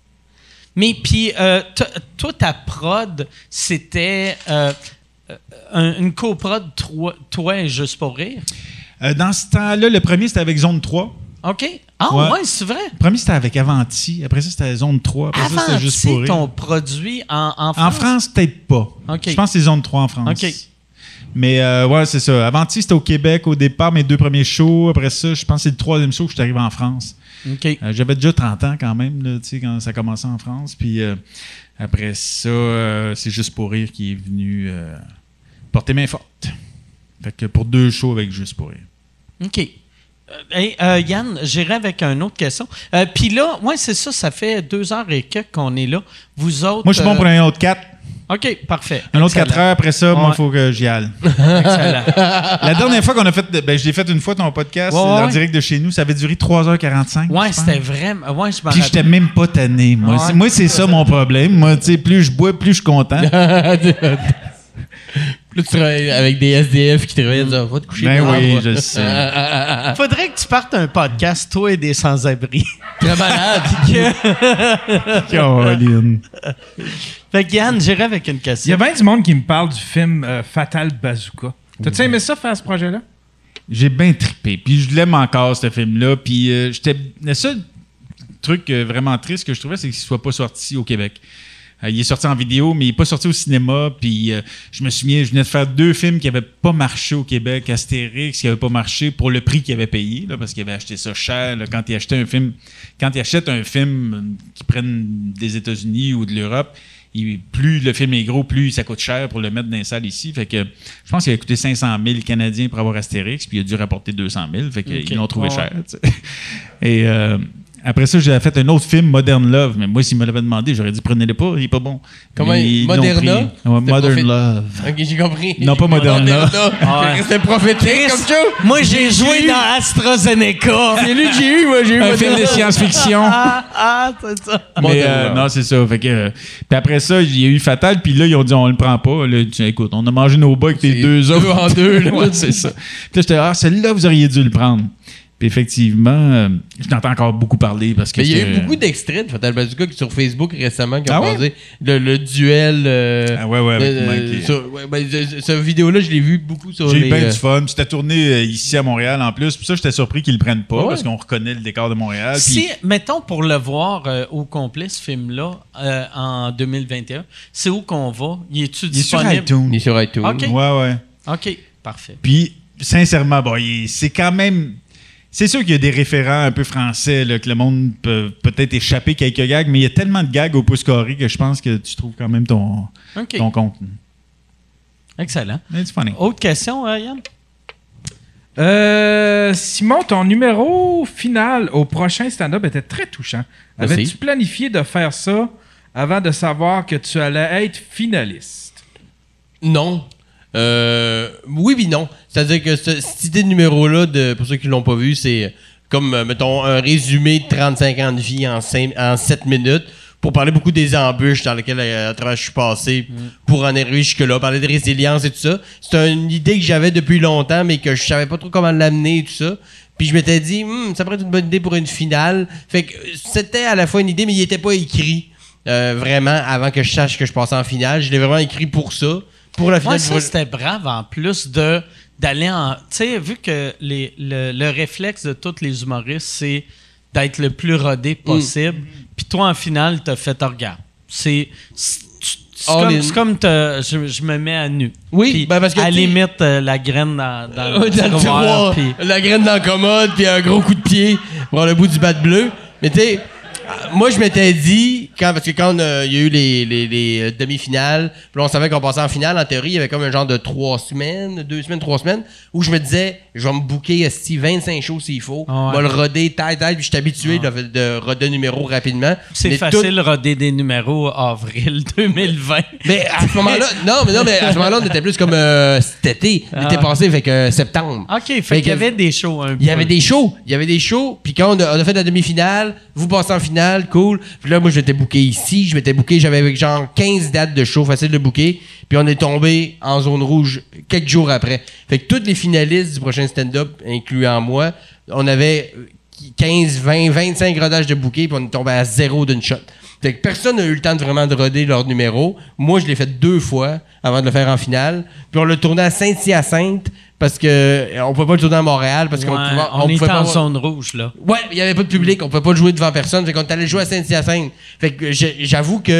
Mais puis, euh, t- toi, ta prod, c'était euh, euh, un- une coprod, toi, toi et Juste pour rire. Euh, dans ce temps-là, le premier, c'était avec Zone trois. OK. Ah, Ouais. ouais, c'est vrai. Le premier, c'était avec Avanti. Après ça, c'était Zone trois. Après ça, c'était juste pour Avant rire. ton produit en, en France. En France, peut-être pas. OK. Je pense que c'est Zone trois en France. OK. Mais euh, ouais, c'est ça. Avanti, c'était au Québec au départ, mes deux premiers shows. Après ça, je pense que c'est le troisième show que je suis arrivé en France. OK. Euh, j'avais déjà trente ans quand même, là, tu sais, quand ça commençait en France. Puis euh, après ça, euh, c'est Juste pour rire qui est venu euh, porter main forte. Fait que pour deux shows avec Juste pour rire. OK. Euh, hey, euh, Yann, j'irai avec une autre question. Euh, Puis là, ouais, c'est ça, ça fait deux heures et quelques qu'on est là. Vous autres... Moi, je suis bon euh, pour un autre quatre. OK, parfait. Un autre Excellent. quatre heures après ça, moi, Ouais. il faut que j'y aille. Excellent. La dernière fois qu'on a fait, ben, je l'ai fait une fois ton podcast, Ouais, ouais, en ouais. direct de chez nous, ça avait duré trois heures quarante-cinq. Ouais, je pense. c'était vraiment... Ouais, je m'en Puis j'étais rappelle. même pas tanné, moi. Ouais. C'est- Moi, c'est ça mon problème. Moi, tu sais, plus je bois, plus je suis content. Là, tu travailles avec des S D F qui travaillent en disant, va te coucher. Ben dehors, oui, moi. je sais. Faudrait que tu partes un podcast, toi et des sans-abri. Très malade. Caroline. Fait que Yann, j'irai avec une Il y a question. bien du monde qui me parle du film euh, Fatal Bazooka. T'as-tu aimé ça, faire ce projet-là? J'ai bien trippé. Puis je l'aime encore, ce film-là. Puis euh, j'étais. Le seul truc euh, vraiment triste que je trouvais, c'est qu'il ne soit pas sorti au Québec. Euh, il est sorti en vidéo, mais il n'est pas sorti au cinéma. Puis euh, je me souviens, je venais de faire deux films qui n'avaient pas marché au Québec. Astérix, qui n'avait pas marché pour le prix qu'il avait payé, là, parce qu'il avait acheté ça cher. Là, quand il achetait un film, quand il achète un film euh, qui prenne des États-Unis ou de l'Europe, il- plus le film est gros, plus ça coûte cher pour le mettre dans les salles ici. Fait que je pense qu'il a coûté cinq cent mille Canadiens pour avoir Astérix, puis il a dû rapporter deux cent mille. Fait qu'ils Ok. l'ont trouvé Ouais. cher. tu sais. Et euh, après ça, j'ai fait un autre film, Modern Love. Mais moi, s'il me l'avait demandé, j'aurais dit prenez-le pas, il est pas bon. Comment Mais il- ils l'ont Moderna? pris. Ouais, C'était Modern profit- Love. Ok, j'ai compris. Non, pas Moderna. Ouais. C'était prophétique comme ça. Moi, j'ai joué dans AstraZeneca. C'est lui que j'ai eu, moi, j'ai eu. Un film de science-fiction. Ah, ah, c'est ça. Mais Modern euh, Love. non, c'est ça. Fait que, euh, puis après ça, il y a eu Fatal, puis là, ils ont dit on le prend pas. Là, tu- écoute, on a mangé nos bas avec tes C'est deux deux autres. en deux, là. Ouais, c'est ça. Puis là, j'étais ah, celle-là, vous auriez dû le prendre. Puis effectivement, euh, je t'entends encore beaucoup parler parce que. Mais il y a eu j'étais- beaucoup d'extraits de Fatal Bazooka qui sur Facebook récemment qui ont Ah ouais? passé le, le duel. euh, Ah ouais, ouais, avec euh, Mike et- sur- ouais, ben, ce- ce- cette vidéo-là, je l'ai vu beaucoup sur J'ai les. eu bien euh, du fun. C'était tourné euh, ici à Montréal en plus. Puis ça, j'étais surpris qu'ils le prennent pas Ouais. parce qu'on reconnaît le décor de Montréal. Puis Si, mettons, pour le voir euh, au complet, ce film-là, euh, en deux mille vingt et un, c'est où qu'on va? Il est-tu il est sur disponible? iTunes. Il est sur iTunes. Ok. Ouais, ouais. OK, parfait. Puis, sincèrement, bon, il- c'est quand même. C'est sûr qu'il y a des référents un peu français, là, que le monde peut peut-être échapper quelques gags, mais il y a tellement de gags au pouce carré que je pense que tu trouves quand même ton, OK, ton compte. excellent. C'est funny. Autre question, euh, Yann? Euh, Simon, ton numéro final au prochain stand-up était très touchant. Merci. Avais-tu planifié de faire ça avant de savoir que tu allais être finaliste? Non. Euh, oui, puis non. C'est-à-dire que ce- cette idée de numéro-là, de, pour ceux qui l'ont pas vu, c'est comme, euh, mettons, un résumé de trente-cinq ans de vie en, cinq, en sept minutes pour parler beaucoup des embûches dans lesquelles euh, à travers je suis passé pour en arriver jusque-là, parler de résilience et tout ça. C'est une idée que j'avais depuis longtemps, mais que je savais pas trop comment l'amener et tout ça. Puis je m'étais dit, Hum, ça pourrait être une bonne idée pour une finale. Fait que c'était à la fois une idée, mais il était pas écrit euh, vraiment avant que je sache que je passais en finale. Je l'ai vraiment écrit pour ça. Pour la finale Ouais, du ça, c'était brave en plus de d'aller en. Tu sais, vu que les, le, le réflexe de tous les humoristes, c'est d'être le plus rodé possible. Puis toi, en finale, t'as fait un regard. C'est. C'est c'est All comme, in. c'est comme te- je, je me mets à nu. Oui, Puis ben parce que, à la tu sais- limite, euh, la graine dans, dans Ouais, le dans le tiroir, tiroir, puis- la graine dans la commode, puis un gros coup de pied pour avoir le bout du bat bleu. Mais tu sais, moi, je m'étais dit, quand, parce que quand euh, il y a eu les, les, les euh, demi-finales, puis là, on savait qu'on passait en finale, en théorie, il y avait comme un genre de trois semaines, deux semaines, trois semaines, où je me disais, je vais me booker esti vingt-cinq shows s'il faut, Ah ouais. je vais le roder tête tête, puis je suis habitué de, de roder numéro rapidement. C'est Mais facile de roder des numéros avril deux mille vingt. tout- mais à ce moment-là, non, mais non, mais à ce moment-là, on était plus comme euh, cet été, l'été Ah. passé, fait que euh, septembre. OK, fait, Fait qu'il y que- avait des shows un peu. Il y avait des shows. Il y avait des shows. Puis quand on a, on a fait la demi-finale, vous passez en finale, cool. Puis là, moi, je m'étais booké ici. Je m'étais booké, j'avais avec genre quinze dates de show, facile de booker. Puis on est tombé en zone rouge quelques jours après. Fait que tous les finalistes du prochain stand-up, incluant moi, on avait quinze, vingt, vingt-cinq rodages de bouquets, puis on est tombé à zéro d'une shot. Fait que personne n'a eu le temps de vraiment de roder leur numéro. Moi, je l'ai fait deux fois avant de le faire en finale. Puis on l'a tourné à Saint-Hyacinthe parce que euh, on pouvait pas le tourner à Montréal parce qu'on Ouais, pouvait, on, est pouvait pas en avoir- zone rouge, là. Ouais, il y avait pas de public, on pouvait pas le jouer devant personne, fait qu'on est allé jouer à Saint-Hyacinthe. Fait que j'ai- j'avoue que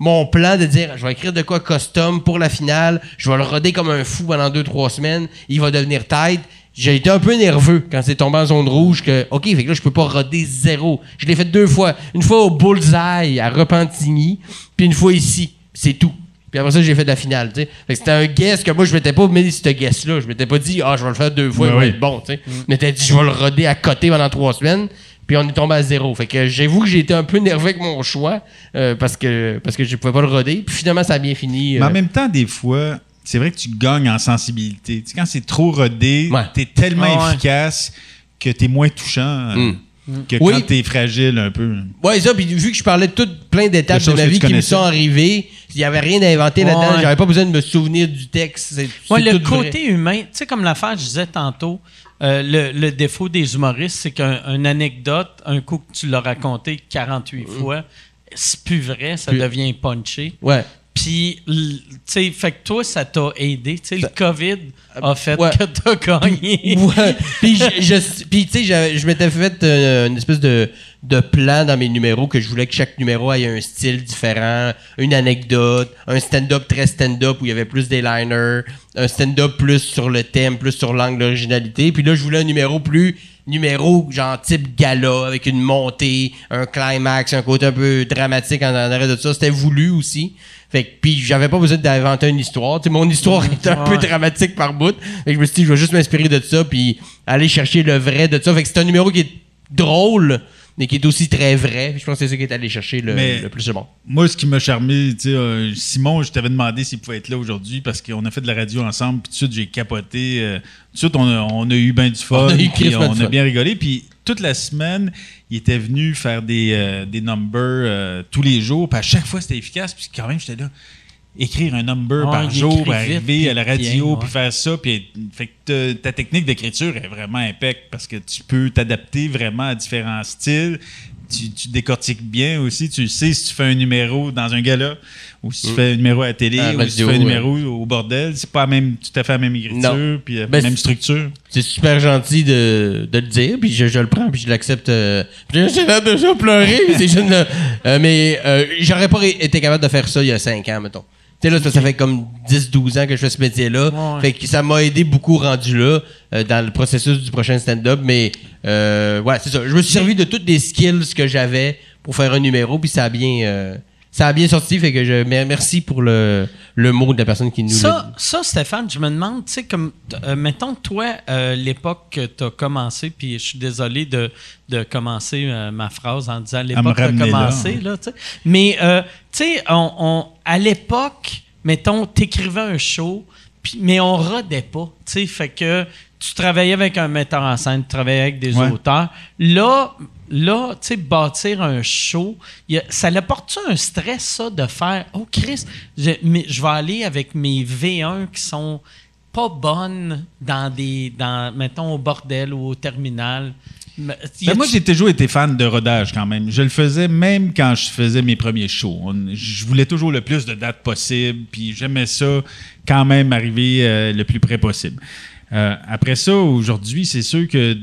mon plan de dire, je vais écrire de quoi custom pour la finale, je vais le roder comme un fou pendant deux, trois semaines, il va devenir tight. J'ai été un peu nerveux quand c'est tombé en zone rouge que, OK, fait que là, je peux pas roder zéro. Je l'ai fait deux fois. Une fois au Bullseye à Repentigny, puis une fois ici. C'est tout. Puis après ça, j'ai fait de la finale, tu sais. Fait que c'était un guess que moi, je m'étais pas mis ce guess-là. Je m'étais pas dit, ah, je vais le faire deux fois, ouais, il va ouais. être bon, tu sais. Je m'étais dit, je vais le roder à côté pendant trois semaines. Puis on est tombé à zéro. Fait que j'avoue que j'ai été un peu nerveux avec mon choix euh, parce que parce que je pouvais pas le roder. Puis finalement, ça a bien fini. Euh... Mais en même temps, des fois, c'est vrai que tu gagnes en sensibilité. Tu sais, quand c'est trop rodé, Ouais. t'es tellement Ah ouais. efficace que t'es moins touchant euh, Mm. que Oui. quand t'es fragile un peu. Ouais, ça, puis vu que je parlais de toutes plein d'étapes Des de choses ma que vie tu qui me connaissais. sont arrivées, il n'y avait rien à inventer là-dedans, Ouais. j'avais pas besoin de me souvenir du texte. C'est, Ouais, c'est le tout vrai. côté humain, tu sais, comme l'affaire, je disais tantôt, euh, le, le défaut des humoristes, c'est qu'une anecdote, un coup que tu l'as raconté quarante-huit fois, c'est plus vrai, ça Plus- devient punché. Ouais. Puis, l- tu sais, fait que toi, ça t'a aidé. Tu sais, le COVID a fait ouais. que t'as gagné. Ouais. Puis, je, je- puis, tu sais, j'avais- je m'étais fait euh, une espèce de, de plan dans mes numéros que je voulais que chaque numéro ait un style différent, une anecdote, un stand-up très stand-up où il y avait plus des liners, un stand-up plus sur le thème, plus sur l'angle d'originalité. Puis là, je voulais un numéro plus numéro genre type gala avec une montée, un climax, un côté un peu dramatique en, en arrêt de ça. C'était voulu aussi. Fait que, puis j'avais pas besoin d'inventer une histoire. Tu sais, mon histoire est un peu Ouais. dramatique par bout. Fait que je me suis dit, je vais juste m'inspirer de ça puis aller chercher le vrai de ça. Fait que c'est un numéro qui est drôle, mais qui est aussi très vrai. Puis je pense que c'est ça qui est allé chercher le, Mais- le plus de bon. Moi, ce qui m'a charmé, tu sais, euh, Simon, je t'avais demandé s'il pouvait être là aujourd'hui parce qu'on a fait de la radio ensemble, puis tout de suite, j'ai capoté. euh, tout de suite, on a, on a eu bien du fun, On a eu puis crissement on de a fun. bien rigolé. Puis toute la semaine, il était venu faire des, euh, des numbers euh, tous les jours, puis à chaque fois, c'était efficace. Puis quand même, j'étais là. Écrire un number Ouais, par il jour, écrit puis vite, arriver puis à la bien, radio, puis ouais. faire ça. Puis, fait que ta, ta technique d'écriture est vraiment impec parce que tu peux t'adapter vraiment à différents styles. Tu, tu décortiques bien aussi. Tu sais si tu fais un numéro dans un gala ou si tu Mm. fais un numéro à la télé À la ou si tu radio, fais un ouais. numéro au bordel. C'est pas la même, tout à fait la même écriture Non. puis la Ben, même c'est- structure. C'est super gentil de, de le dire, puis je, je le prends, puis je l'accepte. Euh, puis j'ai l'air de déjà pleurer, puis c'est juste... euh, euh, mais euh, j'aurais pas ré- été capable de faire ça il y a cinq ans, mettons. Tu sais, là, ça, ça fait comme dix douze ans que je fais ce métier-là. Ouais. Fait que ça m'a aidé beaucoup rendu là, euh, dans le processus du prochain stand-up. Mais, euh, ouais, c'est ça. Je me suis servi de toutes les skills que j'avais pour faire un numéro, puis ça a bien... euh, ça a bien sorti, fait que je mer- merci pour le, le mot de la personne qui nous l'a Ça, dit. ça, Stéphane, je me demande, tu sais, comme, euh, mettons que toi, euh, l'époque que tu as commencé, puis je suis désolé de, de commencer euh, ma phrase en disant l'époque que tu as ramener là, commencé, hein. là, tu sais. Mais, euh, tu sais, on, on- à l'époque, mettons, t'écrivais un show, puis, mais on rodait pas, tu sais, fait que tu travaillais avec un metteur en scène, tu travaillais avec des Ouais. auteurs. Là, là, tu sais, bâtir un show, il y a- ça l'apporte-tu un stress, ça, de faire « Oh, Christ, je, mais je vais aller avec mes V un qui sont pas bonnes dans des, dans, mettons, au bordel ou au terminal. » Mais, y Ben, a-tu- moi, j'ai toujours été fan de rodage quand même. Je le faisais même quand je faisais mes premiers shows. On- je voulais toujours le plus de dates possible, puis j'aimais ça quand même arriver euh, le plus près possible. Euh, après ça, aujourd'hui, c'est sûr que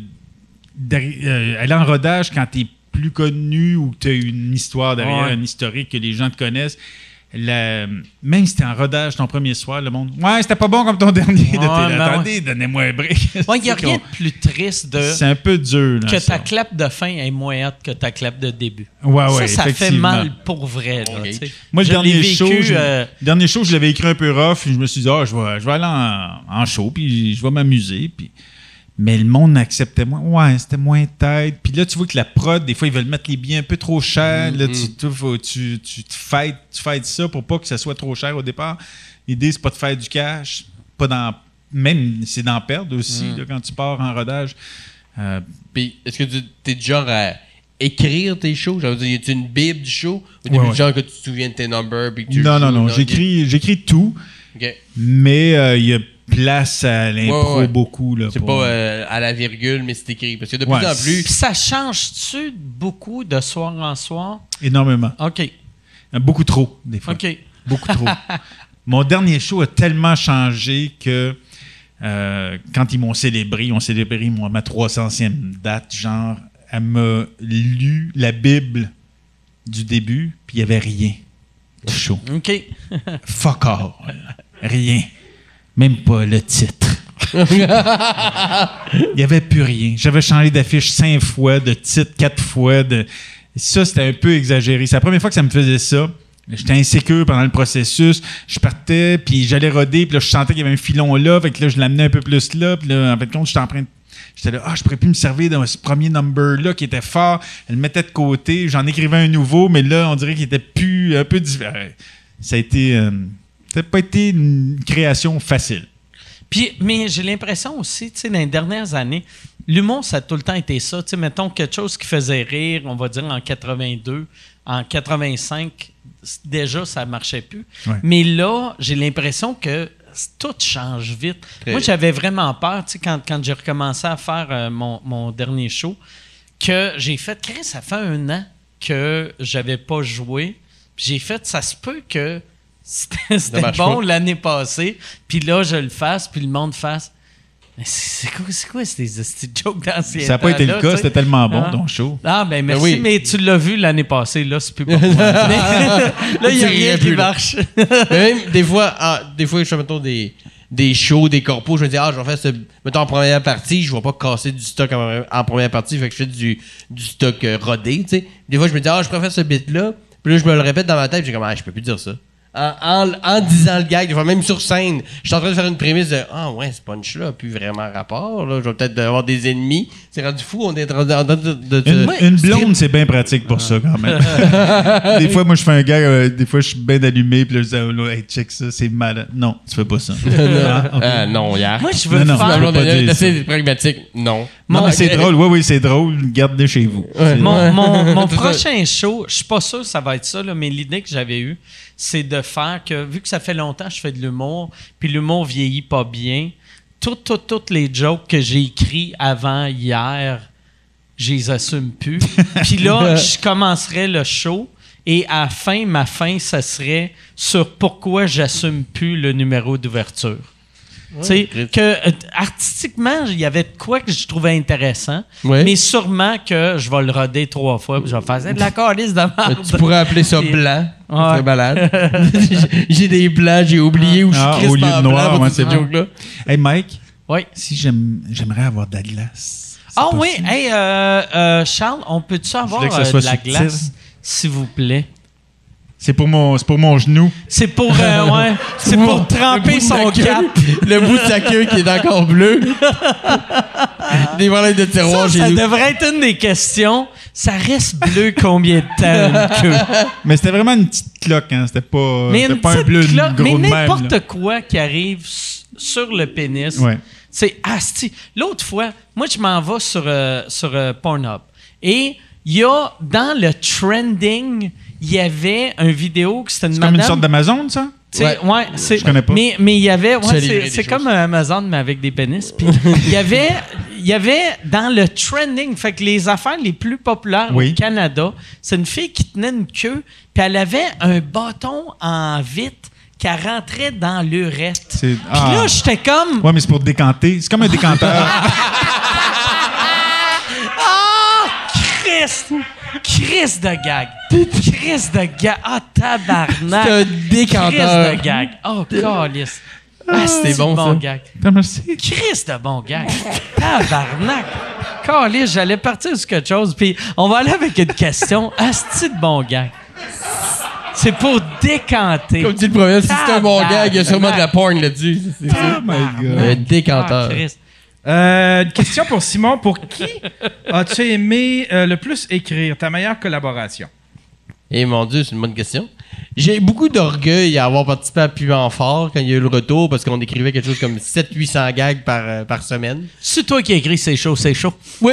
derri- euh, aller en rodage quand tu es plus connu ou que tu as une histoire derrière, Ouais. un historique que les gens te connaissent, la- même si t'es en rodage ton premier soir, le monde « Ouais, c'était pas bon comme ton dernier. de Ouais, télé. ben Attendez, donnez-moi un break. » Ouais, il n'y a rien de plus triste de C'est un peu dur. là, que ça. ta clap de fin est moins haute que ta clap de début. Ouais, ouais, ça, ça fait effectivement. mal pour vrai. Là, Ok. tu sais. Moi, le Je dernier l'ai vécu, show, je, euh, dernier show, je l'avais écrit un peu rough. Puis je me suis dit, ah, je vais, je vais aller en, en show, puis je vais m'amuser. Puis... Mais le monde acceptait moins. Ouais, c'était moins tête. Puis là, tu vois que la prod, des fois, ils veulent mettre les billets un peu trop chers. Là, tu, tu, faut- tu, tu te fêtes, tu fêtes ça pour pas que ça soit trop cher au départ. L'idée, c'est pas de faire du cash. Pas dans, même, c'est d'en perdre aussi là, quand tu pars en rodage. Euh, Puis, est-ce que tu es du genre à écrire tes shows? Genre, y a-tu une bible du show? Ou t'es Ouais, plus ouais. du genre que tu te souviens de tes numbers? Puis que tu non, le non, joues non. dans- J'écris, j'écris tout, Ok. mais euh, il y a place à l'impro Ouais, ouais. beaucoup. Là, C'est pour- pas euh, à la virgule, mais c'est écrit. Parce que de plus Ouais, en plus. Puis ça change-tu beaucoup de soir en soir? Énormément. OK. Beaucoup trop, des fois. OK. Beaucoup trop. Mon dernier show a tellement changé que euh, quand ils m'ont célébré, ils ont célébré moi, ma trois centième date, genre, elle m'a lu la Bible du début, puis il n'y avait rien. du show. OK. Fuck all. Rien. Même pas le titre. Il n'y avait plus rien. J'avais changé d'affiche cinq fois, de titre quatre fois. De... Ça, c'était un peu exagéré. C'est la première fois que ça me faisait ça. J'étais insécure pendant le processus. Je partais, puis j'allais roder, puis là, je sentais qu'il y avait un filon là. Fait que là, je l'amenais un peu plus là. Puis là, en fait, compte, j'étais en train de... J'étais là, ah, je pourrais plus me servir de ce premier number-là qui était fort. Elle le mettait de côté. J'en écrivais un nouveau, mais là, on dirait qu'il était plus... un peu différent. Ça a été... Euh... Ça n'a pas été une création facile. Puis, mais j'ai l'impression aussi, tu sais, dans les dernières années, l'humour, ça a tout le temps été ça. Tu sais, mettons quelque chose qui faisait rire, on va dire en quatre-vingt-deux, en quatre-vingt-cinq, déjà, ça ne marchait plus. Ouais. Mais là, j'ai l'impression que tout change vite. Très Moi, vite. j'avais vraiment peur, tu sais, quand, quand j'ai recommencé à faire euh, mon, mon dernier show, que j'ai fait, Chris, ça fait un an que j'avais pas joué. Puis j'ai fait, ça se peut que c'était, c'était marche bon pas. l'année passée, puis là, je le fasse, puis le monde fasse. Mais c'est c'est quoi, c'est quoi ces ces jokes d'anciens Ça n'a pas été le temps-là, cas. tu sais? C'était tellement bon, Ah. ton show. Ah, ben merci, oui. mais tu l'as vu l'année passée, là, c'est plus bon. Mais- là, il n'y a Tu rien rirais qui plus, là. marche. Mais même des fois, ah, des fois, je fais, mettons, des, des shows, des corpos, je me dis, ah, je vais faire ce, mettons, en première partie, je vais pas casser du stock en, en première partie, fait que je fais du, du stock euh, rodé, tu sais. Des fois, je me dis, ah, je préfère ce bit-là, puis là, je me le répète dans ma tête, puis j'ai comme, ah, je peux plus dire ça. En, en, en disant le gag, des fois, même sur scène, je suis en train de faire une prémisse de, ah, ouais, ce punch-là a plus vraiment rapport, là, je vais peut-être avoir des ennemis. C'est rendu fou, on est en train de, de, de, de- Une, de- une blonde, c'est bien pratique pour ça, quand même. Des fois, moi, je fais un gag, euh, des fois, je suis bien allumé, puis là, je dis, oh, là, hey, check ça, c'est malade. Non, tu fais pas ça. Ah, ok. Ah, non, hier. Moi, je veux Non, non, faire. je Ma veux blonde pas est dire assez pragmatique. Non. Non, mais c'est Ok. drôle. Oui, oui, c'est drôle. Gardez chez vous. Ouais. C'est- Mon, mon, mon C'est ça. prochain show, je suis pas sûr que ça va être ça, là, mais l'idée que j'avais eue, c'est de faire que, vu que ça fait longtemps que je fais de l'humour, puis l'humour vieillit pas bien, toutes, toutes, toutes les jokes que j'ai écrits avant hier, je les assume plus. Puis là, je commencerai le show, et à la fin, ma fin, ça serait sur pourquoi j'assume plus le numéro d'ouverture. Tu sais, que euh, artistiquement, il y avait de quoi que je trouvais intéressant, Ouais. mais sûrement que je vais le roder trois fois puis je vais faire c'est de la calice de Euh, merde. Tu pourrais appeler ça Puis- blanc. Ouais. C'est malade. J'ai- J'ai des blancs, j'ai oublié où je suis Ah, crispé au lieu de en noir, blanc ouais, pour c'est cette bon. joke-là. Hey, Mike, Oui. si j'aime, j'aimerais avoir de la glace. C'est Ah oui, possible? hey, euh, euh, Charles, on peut-tu avoir voulais que ça euh, soit de la subtil. glace, s'il vous plaît? C'est pour mon, c'est pour mon genou. C'est pour, euh, ouais, c'est pour tremper Le bout de son la queue- cap. Le bout de sa queue qui est encore bleu. Des problèmes de tiroir Ça, chez ça nous. devrait être une des questions. Ça reste bleu combien de temps, une queue? Mais c'était vraiment une petite cloque, hein. C'était pas, Mais c'était une pas un petite bleu cloque, gros mais de même. n'importe là. quoi qui arrive s- sur le pénis, Ouais. c'est asti. L'autre fois, moi, je m'en vais sur, euh, sur euh, Pornhub. Et il y a, dans le trending, il y avait une vidéo que c'était une C'est madame... comme une sorte d'Amazon, ça? Tu sais, Ouais. ouais, c'est, Je connais pas. Mais mais il y avait, ouais, Tu as livré c'est, des c'est choses. comme Amazon mais avec des pénis. Puis il y avait, il y avait dans le trending, fait que les affaires les plus populaires Oui. au Canada, c'est une fille qui tenait une queue, puis elle avait un bâton en vitre qui rentrait dans l'urètre. C'est- Puis ah. là, j'étais comme, Ouais, mais c'est pour décanter. C'est comme un décanteur. Christ, Christ de gag, Christ de gag, ah tabarnak, C'est un décanteur. Christ de gag, oh calice. Ah, c'était bon, bon ça. gag. Merci. Christ de bon gag. Tabarnak. Caliste, j'allais partir sur quelque chose. Puis on va aller avec une question. Asti de bon gag. C'est pour décanter. Comme dit le premier, si c'est un bon Tabarnak. gag, il y a sûrement de la porn là-dessus. C'est ça. Oh my God. Un Ah, décanteur. Christ. Euh, une question pour Simon. Pour qui as-tu aimé euh, le plus écrire? Ta meilleure collaboration? Eh mon Dieu, c'est une bonne question. J'ai beaucoup d'orgueil à avoir participé à Puant Fort quand il y a eu le retour parce qu'on écrivait quelque chose comme sept à huit cents gags par, euh, par semaine. C'est toi qui as écrit C'est chaud, c'est chaud. Oui.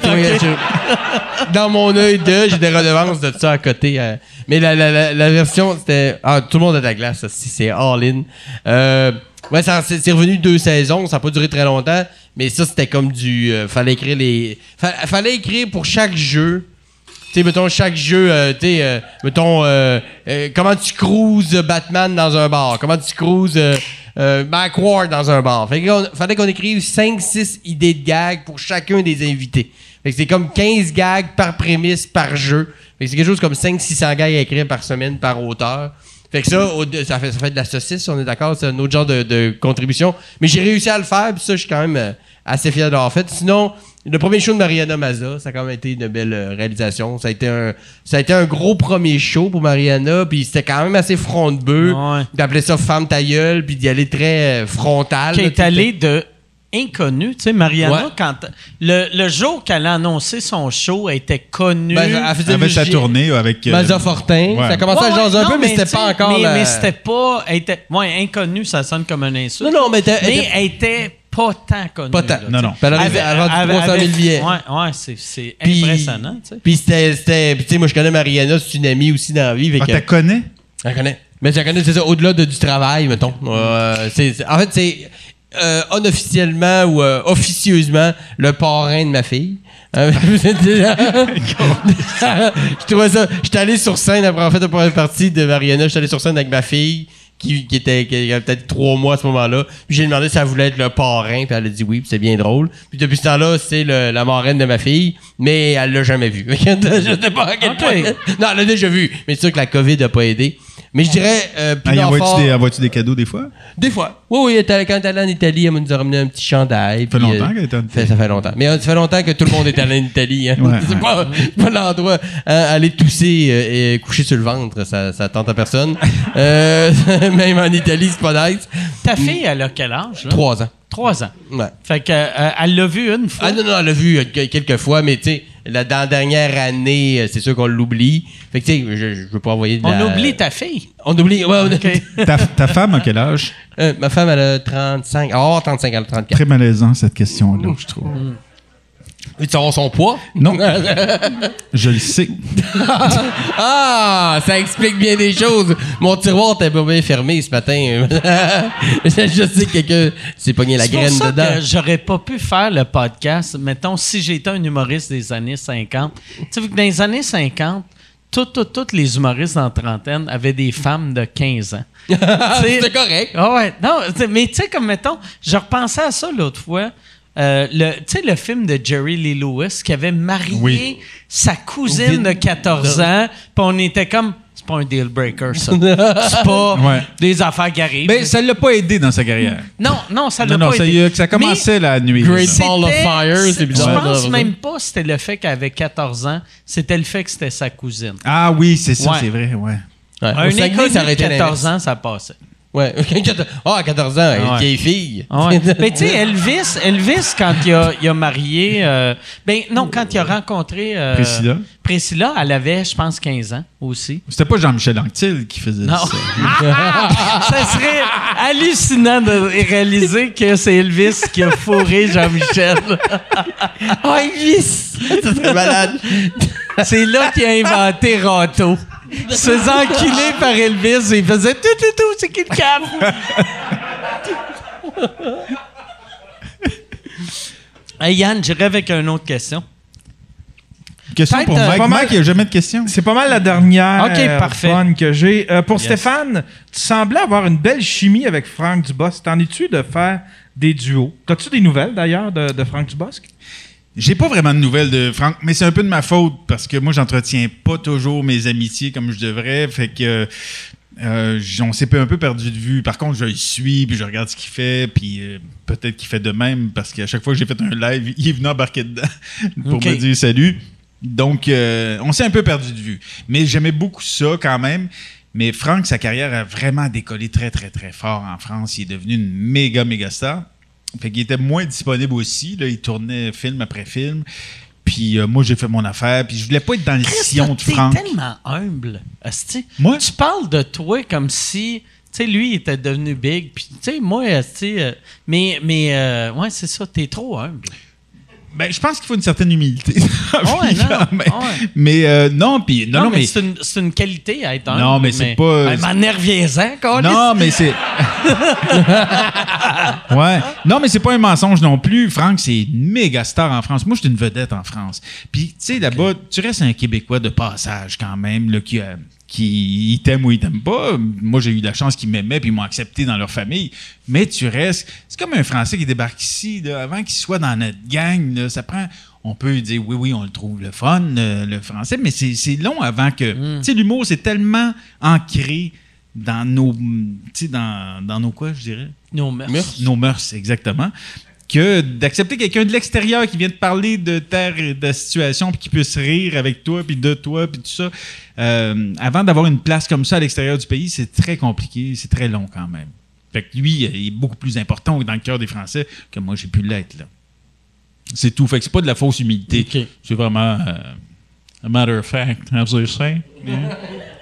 Dans mon œil de, j'ai des redevances de ça à côté. euh. Mais la, la, la, la version, c'était. Ah, tout le monde a de la glace, ça, si c'est all-in. Euh, ouais, ça, c'est, c'est revenu deux saisons, ça n'a pas duré très longtemps. Mais ça, c'était comme du. euh, fallait écrire les. fa- fallait écrire pour chaque jeu. Tu sais, mettons, chaque jeu, euh, tu sais, euh, mettons, euh, euh, comment tu cruises Batman dans un bar, comment tu cruises euh, euh, Mac Ward dans un bar. Fait qu'on, fallait qu'on écrive cinq six idées de gags pour chacun des invités. Fait que c'est comme quinze gags par prémisse par jeu. Fait que c'est quelque chose comme cinq cents six cents gags à écrire par semaine par auteur. Fait que ça, au- ça fait, ça fait de la saucisse, on est d'accord, c'est un autre genre de, de contribution. Mais j'ai réussi à le faire, puis ça, je suis quand même euh, assez fier d'avoir fait. Sinon, le premier show de Mariana Mazza, ça a quand même été une belle euh, réalisation. Ça a été un, ça a été un gros premier show pour Mariana, puis c'était quand même assez front de bœuf, Ouais. d'appeler ça femme ta gueule, puis d'y aller très euh, frontal. Qui là, est allé de inconnu. Tu sais, Mariana, Ouais. quand le, le jour qu'elle a annoncé son show, elle était connue. Ben, elle faisait Elle avait sa Virgi- tournée avec... euh, Mazza Fortin. ouais. Ça a commencé à Ouais, jaser un non, peu, mais, c'était tu sais, pas encore Mais, la- mais c'était pas... Elle était, ouais, inconnu, ça sonne comme un insulte. Non, non, mais elle était- Mais elle était- elle était pas tant connue. Pas tant. là, Non, tu sais. non. Puis elle avait- elle a vendu avait- trois cent mille avait- billets. Ouais, ouais, c'est, c'est Puis- impressionnant, tu sais. Puis c'était, c'était, puis tu sais, moi je connais Mariana, c'est une amie aussi dans la vie. fait Ah, que- t'as connais? Je la connais. Mais je la connais, c'est ça, au-delà de, du travail, mettons. Euh, c'est, c'est- en fait, c'est euh, unofficiellement ou euh, officieusement le parrain de ma fille. Euh, je trouvais ça. J'étais allé sur scène après avoir fait la première partie de Mariana. J'étais allé sur scène avec ma fille. Qui, qui était qui avait peut-être trois mois à ce moment-là. Puis j'ai demandé si elle voulait être le parrain, puis elle a dit oui, puis c'est bien drôle. Puis depuis ce temps-là, c'est le- la marraine de ma fille, mais elle l'a jamais vu. Je sais pas à quel Ok. point. Non, elle l'a déjà vu, mais c'est sûr que la COVID a pas aidé. Mais je dirais euh, plus Ah, y d'enfants- envoies-tu des, envoies-tu des cadeaux des fois? Des fois. Oui, oui, elle était- quand elle est allée en Italie, elle nous a ramené un petit chandail. Ça fait puis, longtemps euh, qu'elle est en fait- Ça fait longtemps. Mais euh, ça fait longtemps que tout le monde est allé en Italie. Hein. Ouais, c'est ouais. pas, c'est pas l'endroit. Hein, aller tousser euh, et coucher sur le ventre, ça, ça tente à personne. Euh, même en Italie, c'est pas nice. Ta fille, elle a quel âge? Là? Trois ans. Trois ans. Ouais. Fait que, euh, elle l'a vu une fois. Ah non, non, elle l'a vu euh, que- quelques fois, mais tu sais, la, dans la dernière année, euh, c'est sûr qu'on l'oublie. Fait que tu sais, je, je veux pas envoyer de On la- oublie ta fille. On oublie. Ouais, on- OK. Ta, ta femme a quel âge? Euh, ma femme, elle a trente-cinq. Oh, trente-cinq, elle a trente-quatre. Très malaisant, cette question-là, je trouve. Veux-tu savoir son poids? Non. Je le sais. Ah, ça explique bien des choses. Mon tiroir était pas bien fermé ce matin. Je sais que quelqu'un s'est pogné la C'est pour graine ça dedans. que j'aurais pas pu faire le podcast, mettons, si j'étais un humoriste des années cinquante. Tu sais, vu que dans les années cinquante, tous tout, tous les humoristes en trentaine avaient des femmes de quinze ans. Tu sais- C'est correct. Ah ouais, non, t'sais, mais tu sais, comme mettons, je repensais à ça l'autre fois. Euh, le, tu sais, le film de Jerry Lee Lewis qui avait marié Oui. sa cousine de quatorze ans, puis on était comme, c'est pas un deal breaker, ça. C'est pas Ouais. des affaires qui arrivent. Ben, ça l'a pas aidé dans sa carrière. non, non, ça l'a Non, non, pas ça, aidé. y a- ça commençait la nuit. Great ça. Ball of C'était- Fire, c'est c'est- bizarre. Je pense Ouais. même pas que c'était le fait qu'elle avait quatorze ans, c'était le fait que c'était sa cousine. Ah oui, c'est ça, Ouais. c'est vrai, ouais. Ouais. Au Un Saguenay, inconnu ça aurait de été quatorze l'inverse. ans, ça passait. Ouais. Ah, à quatorze ans, elle est Ouais. vieille fille. Ah ouais. Mais tu sais, Elvis, Elvis, quand il a, il a marié. euh, ben non, quand il a rencontré. euh, Priscilla. Priscilla, elle avait, je pense, quinze ans aussi. C'était pas Jean-Michel Anctil qui faisait Non. ça. Ça serait hallucinant de réaliser que c'est Elvis qui a fourré Jean-Michel. Ah, Elvis! Ça serait malade. C'est là qu'il a inventé Rato. Il se faisait enculer par Elvis et il faisait tout, tout, tout, c'est qui le cap? Hey Yann, j'irai avec une autre question. Question Peut-être, pour euh, Mike. pas mal- Mike, il n'y a jamais de questions. C'est pas mal la dernière Ok, euh, parfait. fun que j'ai. Euh, pour Stéphane, tu semblais avoir une belle chimie avec Franck Dubosc. T'en es-tu de faire des duos? T'as-tu des nouvelles d'ailleurs de, de Franck Dubosc? J'ai pas vraiment de nouvelles de Franck, mais c'est un peu de ma faute parce que moi, j'entretiens pas toujours mes amitiés comme je devrais. Fait que euh, j- on s'est un peu perdu de vue. Par contre, je le suis, puis je regarde ce qu'il fait, puis euh, peut-être qu'il fait de même parce qu'à chaque fois que j'ai fait un live, il est venu embarquer dedans pour Ok. me dire salut. Donc, euh, on s'est un peu perdu de vue. Mais j'aimais beaucoup ça quand même. Mais Franck, sa carrière a vraiment décollé très, très, très fort en France. Il est devenu une méga, méga star. Fait qu'il était moins disponible aussi. Là. Il tournait film après film. Puis euh, moi, j'ai fait mon affaire. Puis je voulais pas être dans le sillon de T'es Franck. tellement humble, asti. Moi? Tu parles de toi comme si, tu sais, lui, il était devenu big. Puis, tu sais, moi, asti, euh, mais, mais euh, ouais, c'est ça, t'es trop humble. Ben, je pense qu'il faut une certaine humilité. dans la Ouais, vie, non, quand même. ouais. Mais euh, non, puis non, Non, non, mais, mais, c'est une, c'est une qualité à être humble. Non, mais c'est pas- Ben, m'en reviens-en, câlisse. non, mais c'est. ouais. Non, mais c'est pas un mensonge non plus. Franck, c'est une méga star en France. Moi, je suis une vedette en France. Puis, tu sais, là-bas, tu restes un Québécois de passage quand même, là, qui, euh, qui il t'aime ou il t'aime pas. Moi, j'ai eu la chance qu'ils m'aimaient puis ils m'ont accepté dans leur famille. Mais tu restes. C'est comme un Français qui débarque ici, là, avant qu'il soit dans notre gang. Là, ça prend. On peut dire oui, oui, on le trouve le fun, euh, le français, mais c'est c'est long avant que. Tu sais, l'humour, c'est tellement ancré dans nos, tu sais, dans, dans nos quoi, je dirais? Nos mœurs. Mœurs. Nos mœurs, exactement. Que d'accepter quelqu'un de l'extérieur qui vient te parler de ta, de ta situation puis qui puisse rire avec toi puis de toi puis tout ça. Euh, avant d'avoir une place comme ça à l'extérieur du pays, c'est très compliqué, c'est très long quand même. Fait que lui, il est beaucoup plus important dans le cœur des Français que moi, j'ai pu l'être, là. C'est tout. Fait que c'est pas de la fausse humilité. Okay. C'est vraiment euh, a matter of fact, as they say. Yeah.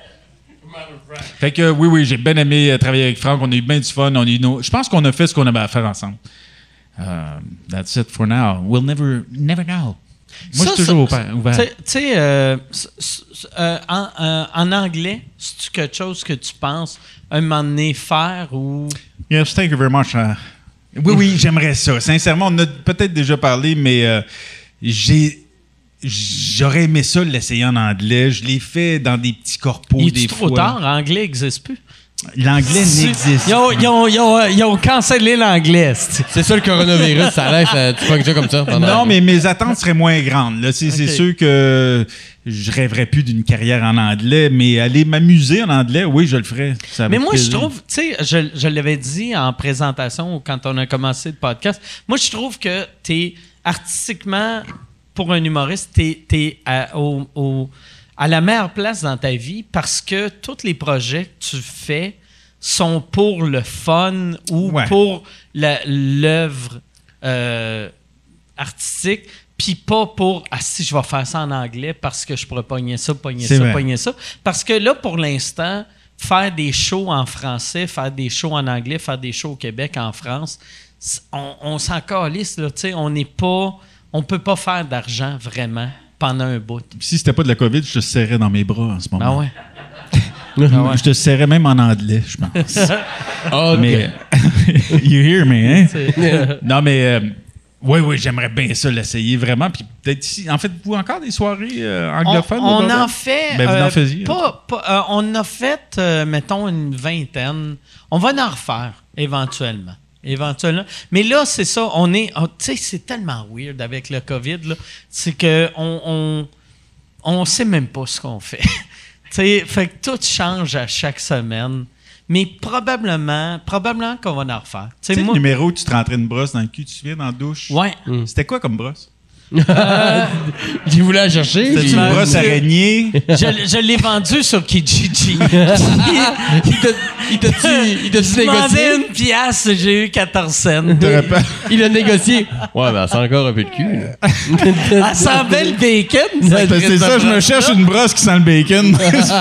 Fait que oui, oui, j'ai bien aimé euh, travailler avec Franck. On a eu bien du fun. On a eu nos... Je pense qu'on a fait ce qu'on avait à faire ensemble. Uh, that's it for now. We'll never, never know. Moi, Ça, je suis toujours ça, ouvert. Tu sais, euh, euh, en, euh, en anglais, c'est-tu quelque chose que tu penses un moment donné faire ou... Yes, thank you very much. Uh, oui, oui, j'aimerais ça. Sincèrement, on en a peut-être déjà parlé, mais euh, j'ai... J'aurais aimé ça l'essayer en anglais. Je l'ai fait dans des petits corpos Il des est trop fois. tard? L'anglais n'existe plus. L'anglais n'existe Ils ont, ils ont, ils ont, ils ont cancellé l'anglais. c'est- C'est ça le coronavirus, ça a l'air, ça- tu pognes ça comme ça. pendant- Non, mais mes attentes seraient moins grandes. Là. C'est, c'est Ok. sûr que je rêverais plus d'une carrière en anglais, mais aller m'amuser en anglais, oui, je le ferais. Ça Mais avec moi, je plaisir. trouve, tu sais, je, je l'avais dit en présentation ou quand on a commencé le podcast, moi, je trouve que tu es artistiquement, pour un humoriste, tu es à, au- au- à la meilleure place dans ta vie parce que tous les projets que tu fais sont pour le fun ou Ouais. pour la- l'œuvre euh, artistique, puis pas pour « Ah, si, je vais faire ça en anglais parce que je pourrais pogner ça, pogner C'est ça, vrai. pogner ça. » Parce que là, pour l'instant, faire des shows en français, faire des shows en anglais, faire des shows au Québec, en France, c- on, on s'en calisse, là, tu sais, on n'est pas... On peut pas faire d'argent, vraiment, pendant un bout. Si c'était pas de la COVID, je te serrais dans mes bras en ce moment. Ah ouais? Je te serrais même en anglais, je pense. Ah, ok. Mais you hear me, hein? Non, mais euh, oui, oui, j'aimerais bien ça l'essayer vraiment. Puis peut-être ici, en faites-vous encore des soirées euh, On, anglophones? au on bordel? en fait... Ben, vous euh, en faisiez. pas, pas- euh, on a fait, euh, mettons, une vingtaine. On va en refaire, éventuellement. Éventuellement. Mais là, c'est ça, on est... oh, tu sais, c'est tellement weird avec le COVID, là. C'est que on, on, on sait même pas ce qu'on fait. Tu sais, fait que tout change à chaque semaine. Mais probablement, probablement qu'on va en refaire. Tu sais, Tu sais, moi... le numéro où tu te rentrais une brosse dans le cul, tu te souviens, dans la douche? Ouais. C'était quoi comme brosse? J'ai voulu la chercher. C'était j'ai- une brosse araignée? Je, je l'ai vendu sur Kijiji. Il t'a- il t'a-tu il t'a-tu Je demandais négocié? une pièce, j'ai eu quatorze cents. T'aurais pas- Il a négocié. Ouais, ben, c'est encore un peu de cul. là. Elle sentait le bacon. C'est c'est ça, je me cherche une brosse qui sent le bacon.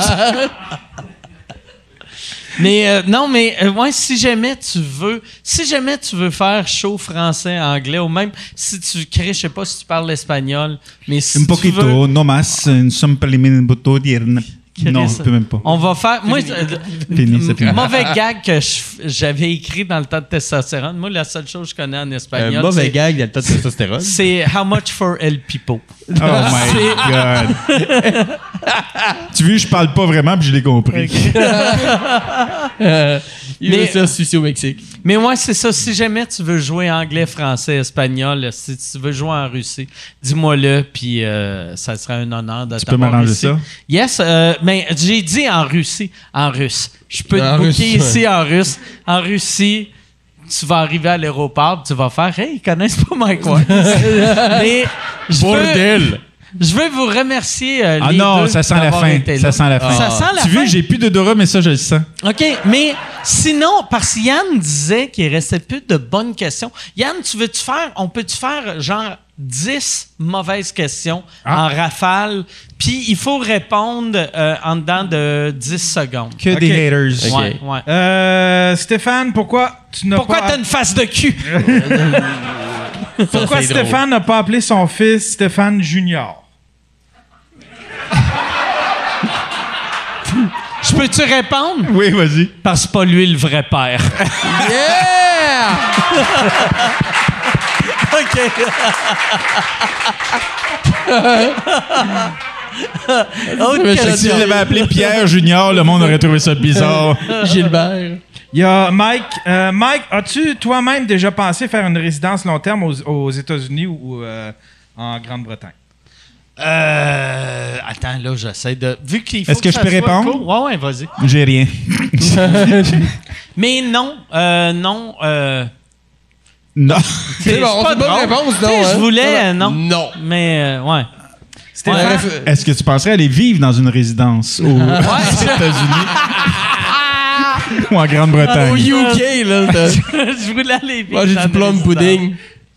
Mais euh, non, mais euh, ouais, si jamais tu veux, si jamais tu veux faire show français, anglais, ou même si tu crées, je sais pas si tu parles espagnol, mais si Un tu veux, poquito, no más, un son peliminbuto dierne. Non, je peux même pas. on va faire. Moi, euh, Fini, c'est fini. mauvais gag que je- j'avais écrit dans le temps de testostérone. Moi, la seule chose que je connais en Un espagnol, mauvais c'est- gag, il y a le tas de testostérone. c'est How much for El Pipo. Oh my God. Tu vois, je parle pas vraiment, puis je l'ai compris. Il Mais- veut se faire sucer au Mexique. Mais moi, c'est ça. Si jamais tu veux jouer anglais, français, espagnol, si tu veux jouer en Russie, dis-moi-le, puis euh, ça sera un honneur de Tu peux t'avoir m'arranger ici. ça? Yes, euh, mais j'ai dit en Russie, en russe. Je peux En te russe, booker ouais. ici en russe. En Russie, tu vas arriver à l'aéroport, tu vas faire « Hey, ils connaissent pas Mike Ward. » Mais je veux, Bordel! je veux vous remercier euh, Ah les non, deux ça sent la d'avoir fin. été Ça là. sent la fin. Ça sent la Tu fin. vois, j'ai plus d'odorat, mais ça, je le sens. OK, mais sinon, parce que Yann disait qu'il restait plus de bonnes questions. Yann, tu veux-tu faire, on peut-tu faire genre dix mauvaises questions Ah. en rafale, puis il faut répondre euh, en dedans de dix secondes. Que Ok. des haters. Ok. Ouais, ouais. Euh, Stéphane, pourquoi tu n'as Pourquoi pas... t'as une face de cul? Pourquoi c'est Stéphane n'a pas appelé son fils Stéphane Junior? Je peux-tu répondre? Oui, vas-y. Parce que c'est pas lui le vrai père. Yeah! OK. Autre Mais Si question. je l'avais appelé Pierre Junior, le monde aurait trouvé ça bizarre. Gilbert. Il y a Mike. Euh, Mike, as-tu toi-même déjà pensé faire une résidence long terme aux, aux États-Unis ou euh, en Grande-Bretagne? Euh, attends, là, j'essaie de... Vu qu'il faut Est-ce que ça je peux soit répondre? court. Ouais, ouais, vas-y. J'ai rien. Mais non, euh, non, euh... Non. C'est bon, c'est pas une bonne drôle. réponse, Tu sais, non, je hein? voulais, euh, non. Non. Mais, euh, ouais. C'était Ouais. bref. Est-ce que tu penserais aller vivre dans une résidence aux États-Unis ou en Au Grande-Bretagne? U K, là. t'as- Je voulais aller vivre Moi, j'ai dans du une plum résidence. pudding.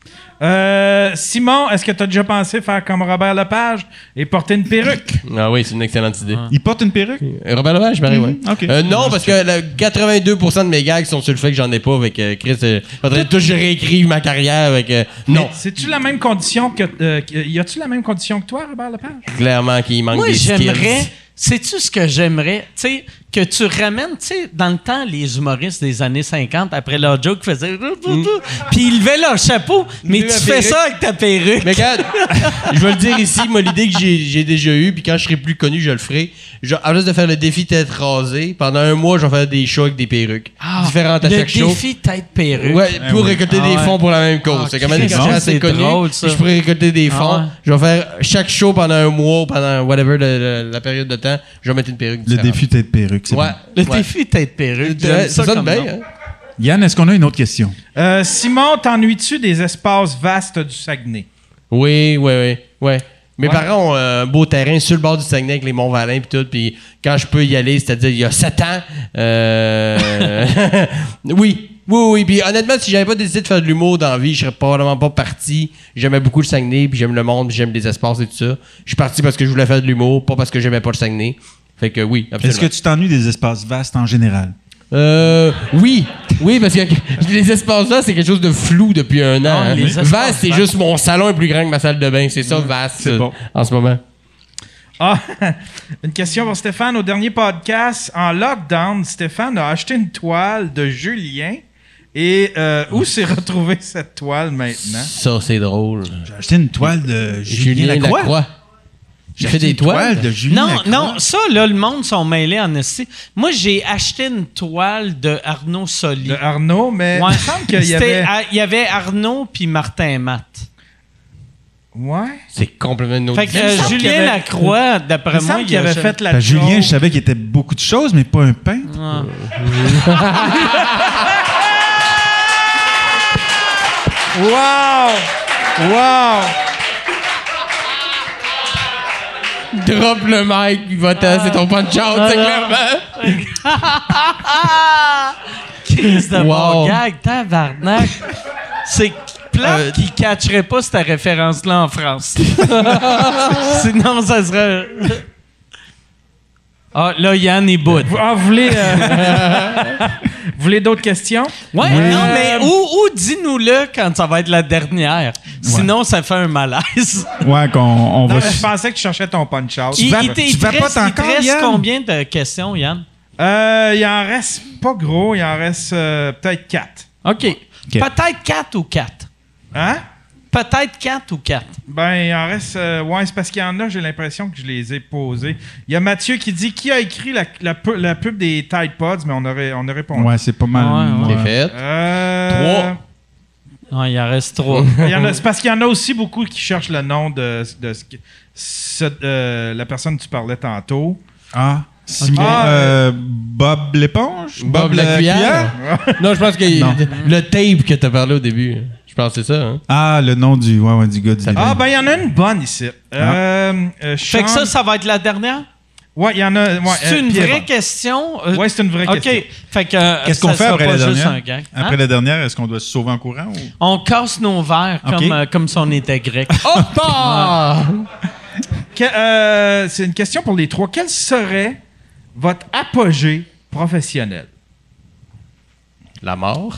Euh, Simon, est-ce que tu as déjà pensé faire comme Robert Lepage et porter une perruque? Ah oui, c'est une excellente idée. Il porte une perruque? Euh, Robert Lepage, pareil, ouais. ok. Euh, non, parce que le quatre-vingt-deux pour cent de mes gags sont sur le fait que j'en ai pas. Avec euh, Chris, euh, faudrait tout que je réécrive ma carrière avec. euh, non, Mais C'est-tu la même condition que. euh, que- y a-tu la même condition que toi, Robert Lepage? clairement qu'il manque Moi, des skills. j'aimerais... Sais-tu ce que j'aimerais? Tu sais, que tu ramènes, tu sais, dans le temps, les humoristes des années cinquante, après leur joke, faisaient... Puis ils levaient leur chapeau, mais Lever tu la fais perruque. ça avec ta perruque. Mais regarde, je vais le dire ici, moi, l'idée que j'ai, j'ai déjà eue, puis quand je serai plus connu, je le ferai. Genre, à place de faire le défi tête rasée, pendant un mois, je vais faire des shows avec des perruques. différentes à le chaque show. défi tête-perruque. Ouais, pour oui. récolter Ah des ouais. fonds pour la même cause. Ah, c'est comme quand je Christ, suis assez c'est connu, drôle, ça. puis je pourrais récolter des Ah fonds. ouais. Je vais faire chaque show pendant un mois, pendant whatever le- le- la période de temps, je vais mettre une perruque Le différente. défi tête perruque, c'est Ouais. bon. Le Ouais. défi tête-perruque. Ouais, J'aime ça ça sonne comme bien, nom. hein? Yann, est-ce qu'on a une autre question? Euh, Simon, t'ennuies-tu des espaces vastes du Saguenay? Oui, oui, oui. Ouais. Mes Ouais. parents ont un beau terrain sur le bord du Saguenay avec les Monts-Valin puis tout. Puis quand je peux y aller, c'est-à-dire il y a sept ans, euh... oui. Oui, oui. Puis honnêtement, si j'avais pas décidé de faire de l'humour dans la vie, je serais probablement pas parti. J'aimais beaucoup le Saguenay, puis j'aime le monde, puis j'aime les espaces et tout ça. Je suis parti parce que je voulais faire de l'humour, pas parce que j'aimais pas le Saguenay. Fait que oui, absolument. Est-ce que tu t'ennuies des espaces vastes en général? Euh, oui, oui, parce que les espaces là, c'est quelque chose de flou depuis un an. Ah, hein. les espaces Vaste, c'est vastes. juste mon salon est plus grand que ma salle de bain. C'est ça, vaste, c'est euh, bon. en ce moment. Ah, une question pour Stéphane. Au dernier podcast, en lockdown, Stéphane a acheté une toile de Julien. Et euh, où s'est retrouvée cette toile maintenant? Ça, c'est drôle. J'ai acheté une toile de Julien, Lacroix. J'ai fait des une toiles. de Julien Non, Lacroix. non, ça, là, le monde sont mêlés en esti. Moi, j'ai acheté une toile de Arnaud Soli. De Arnaud, mais Ouais. il me semble qu'il y C'était- avait... ah, Il y avait Arnaud puis Martin Matt. Ouais. C'est complètement une autre Fait que Il me euh, semble qu'il y Julien avait- Lacroix, Il d'après me moi, semble il qu'il avait a fait la Ben, Julien, chose. je savais qu'il était beaucoup de choses, mais pas un peintre. Ah. Wow! Wow! Drop le mic, il va te... c'est ton punch-out, c'est clairement. Crise de Wow. bon gag, tabarnak. C'est plate Euh, qu'il catcherait pas cette référence-là en France. Sinon, ça serait... Ah, là, Yann est bout. Vous, ah, vous voulez... euh, vous voulez d'autres questions? Ouais, non, mais ou, ou dis-nous-le quand ça va être la dernière. Sinon, ça fait un malaise. Ouais, qu'on on Non, va... mais je pensais que tu cherchais ton punch-out. Il, vas- il te- il tu te vas reste, pas il te encore, reste Yann? combien de questions, Yann? Euh, il en reste pas gros, il en reste euh, peut-être quatre. OK. Peut-être quatre ou quatre. Hein? Peut-être quatre ou quatre. Ben, il en reste... euh, ouais, c'est parce qu'il y en a, j'ai l'impression que je les ai posés. Il y a Mathieu qui dit qui a écrit la, la, pu- la pub des Tide Pods, mais on aurait, on a répondu. Ouais, c'est pas mal. Ouais, C'est ouais. fait. Euh, Non, il en reste trois. il y en a- c'est parce qu'il y en a aussi beaucoup qui cherchent le nom de, de ce que- ce- euh, la personne que tu parlais tantôt. Ah, Simon, Ah, euh, Bob l'éponge? Bob la cuillère? Non, je pense que Non. le tape que t'as parlé au début. Je pense que c'est ça, hein? Ah, le nom du, ouais, ouais, du gars du Ah, ben, il y en a une bonne ici. Euh, euh, Fait que ça, Sean- ça va être la dernière? Ouais, il y en a... Ouais, C'est euh, une Pierre. vraie question? Euh, Ouais, c'est une vraie OK. question. Fait que, euh, Qu'est-ce qu'on ça fait sera après pas la juste dernière? un gag. Hein? Après la dernière, est-ce qu'on doit se sauver en courant? Ou... On casse nos verres OK. comme, euh, comme si on était grec. Oh, bah! Que- euh, c'est une question pour les trois. Quel serait votre apogée professionnel? La mort?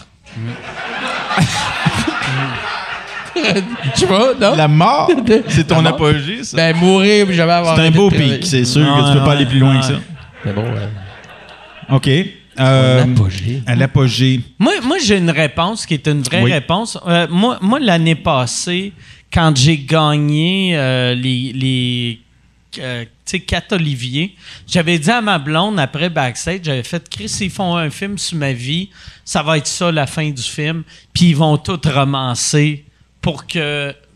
Je sais pas, non? La mort? C'est ton La mort? apogée, ça? Ben, mourir, puis jamais avoir... c'est un arrêté beau de travailler. pic, c'est sûr Ouais, que tu peux pas ouais, aller plus loin ouais. que ça. C'est bon, ouais. OK. Euh, L'apogée. à l'apogée. Moi, moi j'ai une réponse qui est une vraie Oui. réponse. Euh, moi, moi l'année passée, quand j'ai gagné euh, les, les euh, tu sais, quatre Olivier, j'avais dit à ma blonde après backstage, j'avais fait Chris, ils font un film sur ma vie, ça va être ça la fin du film, puis ils vont tout romancer pour que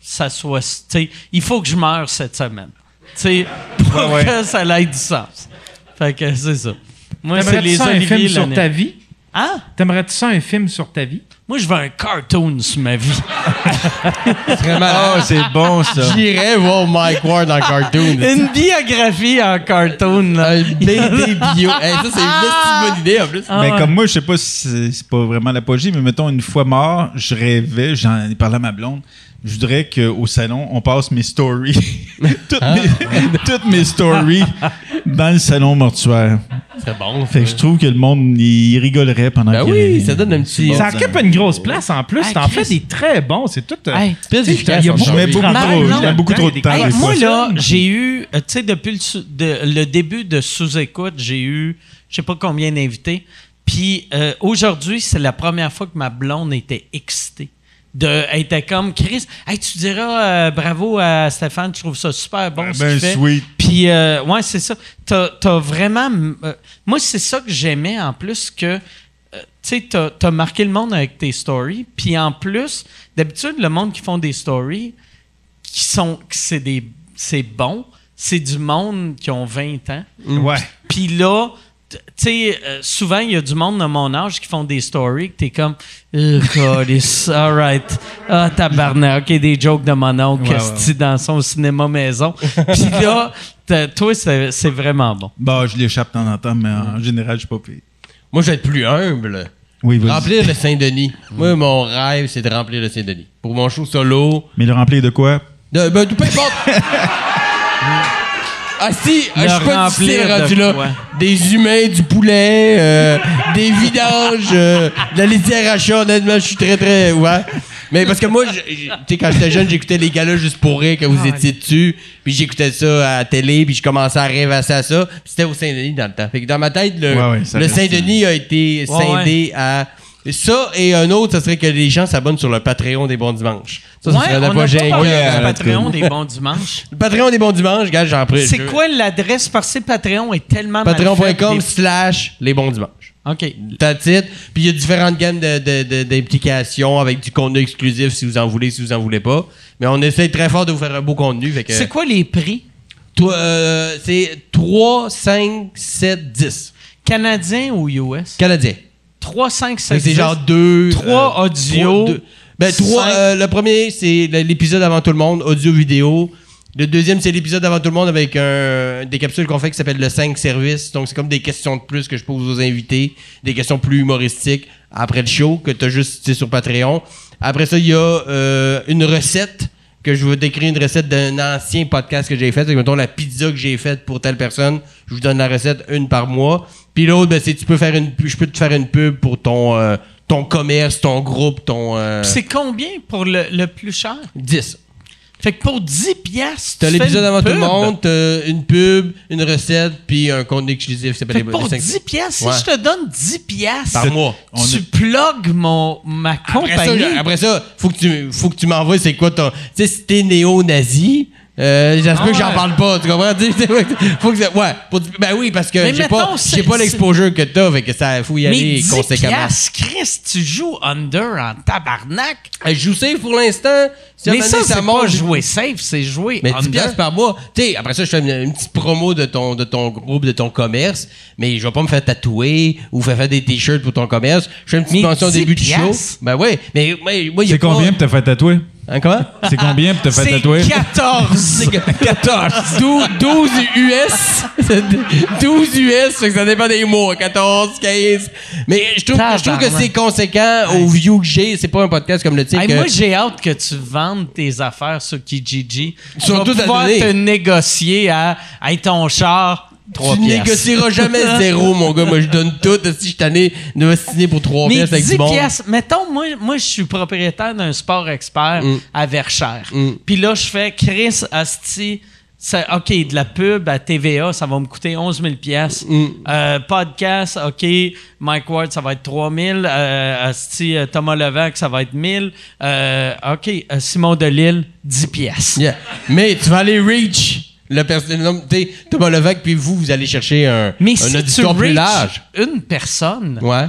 ça soit... Tu sais, il faut que je meure cette semaine. Tu sais, pour Ouais, ouais. que ça ait du sens. Fait que c'est ça. Moi, c'est T'aimerais-tu les ça un oliviers film sur l'année. ta vie? Hein? T'aimerais-tu ça un film sur ta vie? Moi, je veux un cartoon sur ma vie. Vraiment. Ah, c'est bon, ça. J'irais voir Mike Ward en cartoon. Une biographie en cartoon. Là. Un B D bio. Hey, ça, c'est une bonne idée en plus. Ah Mais ouais. comme moi, je sais pas si c'est, c'est pas vraiment l'apogée, mais mettons, une fois mort, je rêvais, j'en ai parlé à ma blonde, je voudrais qu'au salon, on passe mes stories, toutes, mes, toutes mes stories dans le salon mortuaire. C'est bon. Fait que je trouve que le monde, il rigolerait pendant Ben qu'il oui, ça donne un petit. Ça occupe une grosse place en plus. Hey, T'en fais Chris. des très bons. C'est tout. euh, Hey, Plus tu sais, efficace, il y a on beaucoup- Je mets beaucoup Non, trop, non, je mets beaucoup trop de temps. Hey, des moi, fois. là, j'ai eu, euh, tu sais, depuis le, sous- de- le début de Sous-Écoute, j'ai eu, je sais pas combien d'invités. Puis euh, aujourd'hui, c'est la première fois que ma blonde était excitée. De, elle était comme, Chris, hey, tu diras euh, bravo à Stéphane, je trouve ça super bon Ben, ce ben qu'il fait. sweet. Puis, euh, ouais, c'est ça. T'as, t'as vraiment. euh, moi, c'est ça que j'aimais en plus que. euh, tu sais, t'as, t'as marqué le monde avec tes stories. Puis en plus, d'habitude, le monde qui font des stories, qui sont. que c'est des. C'est bon, c'est du monde qui ont vingt ans. Ouais. Puis là, tu sais, euh, souvent, il y a du monde de mon âge qui font des stories que t'es comme, oh, God, it's all right. Ah, tabarnak, OK, des jokes de mon oncle, Ouais, esti, dans son cinéma maison. Puis là, t'as- toi, c'est, c'est vraiment bon. Bah, je l'échappe de temps en temps, mais en général, je suis pas pire. Moi, je vais être plus humble. Oui, vas-y. Remplir le Saint-Denis. Moi, mon rêve, c'est de remplir le Saint-Denis. Pour mon show solo. Mais le remplir de quoi? De, ben, peu importe. Ah si, Le je suis pas remplir difficile de rendu là. quoi? Des humains, du poulet, euh, des vidanges, euh, de la litière à chat, honnêtement, je suis très très... Ouais. Mais parce que moi, je- je- tu sais, quand j'étais jeune, j'écoutais les gars-là juste pour rire quand vous étiez dessus. Puis j'écoutais ça à la télé, puis je commençais à rêvasser à ça. Puis c'était au Saint-Denis dans le temps. Fait que dans ma tête, le, Ouais, ouais, ça le reste, Saint-Denis a été Ouais, scindé à... Ça, et un autre, ça serait que les gens s'abonnent sur le Patreon des Bons Dimanches. Ça, ça Ouais, serait on n'a pas l'apogée parlé incroyable. Ouais, du euh, Patreon des bons dimanches. Le Patreon des Bons Dimanches, gars, j'en prie. C'est je- quoi l'adresse? Parce que Patreon est tellement mal Patreon point com fait, des- slash les bons dimanches. OK. That's it. Puis il y a différentes gammes de, de, de- d'implications avec du contenu exclusif si vous en voulez, si vous en voulez pas. Mais on essaie très fort de vous faire un beau contenu. Fait que, C'est quoi les prix? toi, euh, c'est trois, cinq, sept, dix. Canadien ou U S? Canadien. trois, cinq, Fait sept, que c'est genre deux. Trois euh, audio. trois, deux. Ben, trois. cinq- euh, le premier, c'est l'épisode avant tout le monde, audio-vidéo. Le deuxième, c'est l'épisode avant tout le monde avec un, des capsules qu'on fait qui s'appellent le cinq services. Donc, c'est comme des questions de plus que je pose aux invités, des questions plus humoristiques après le show que tu as juste tu sais, sur Patreon. Après ça, il y a euh, une recette que je veux décrire une recette d'un ancien podcast que j'ai fait. C'est mettons la pizza que j'ai faite pour telle personne. Je vous donne la recette une par mois. Puis l'autre, ben, c'est tu peux faire une, je peux te faire une pub pour ton, euh, ton commerce, ton groupe, ton euh, C'est combien pour le, le plus cher? dix. Fait que pour dix piastres, T'as tu fais l'épisode une avant tout le pub. monde, t'as une pub, une recette, puis un contenu exclusif qui s'appelle Fait que les pour les cinq- dix piastres, Ouais. si je te donne dix piastres, par mois. On tu est- plugues mon, ma Après compagnie. ça, après ça, faut que tu, faut que tu m'envoies c'est quoi ton. Tu sais, si t'es néo-nazi, euh, ça se Ah peut que j'en ouais. parle pas, tu comprends? Tu sais, faut que ça- ouais. Pour- ben oui, parce que Mais j'ai mettons, pas, c'est- j'ai pas c'est- l'exposure que t'as, fait que ça, faut y Mais aller dix conséquemment. piastres, Chris, tu joues under en tabarnak. Euh, Je joue safe pour l'instant. Si à un Mais moment ça, donné, c'est monte, pas je- jouer safe, c'est jouer Mais dix under. piastres par mois. Tu sais, après ça, je fais une, une petite promo de ton, de ton groupe, de ton commerce, mais je vais pas me faire tatouer ou faire faire des t-shirts pour ton commerce. Je fais une petite Mais mention au dix début du show. piastres? Ben ouais, mais mais, moi, il y a C'est pas- combien pour te faire tatouer? Hein, comment? C'est combien pour te faire C'est tatouer? quatorze. C'est que- quatorze. douze, douze U S. C'est douze U S, fait que ça dépend des mois. quatorze, quinze. Mais je trouve, je trouve que Tabarnak. c'est conséquent au view que j'ai. C'est pas un podcast comme le tien. Hey, que- moi, j'ai hâte que tu vendes tes affaires sur Kijiji. Tu Surtout vas pouvoir à donner. te négocier à hey, ton char, trois Tu piastres. négocieras jamais zéro, mon gars. Moi, je donne tout. Si je t'en ai de signer pour trois Mais pièces avec dix du monde. piastres, mettons, moi, moi je suis propriétaire d'un sport expert Mm. à Verchères. Mm. Puis là, je fais Chris Asti. Ça, OK, de la pub à T V A, ça va me coûter onze mille piastres. Mm. Euh, podcast, OK, Mike Ward, ça va être trois mille. Euh, Asti, euh, Thomas Levac, ça va être mille. Euh, OK, euh, Simon Delille, dix piastres. Yeah. Mais tu vas aller reach le personnel. Tu sais, Thomas Levac, puis vous, vous allez chercher un, Mais un si tu auditoire plus reach large. une personne, Ouais.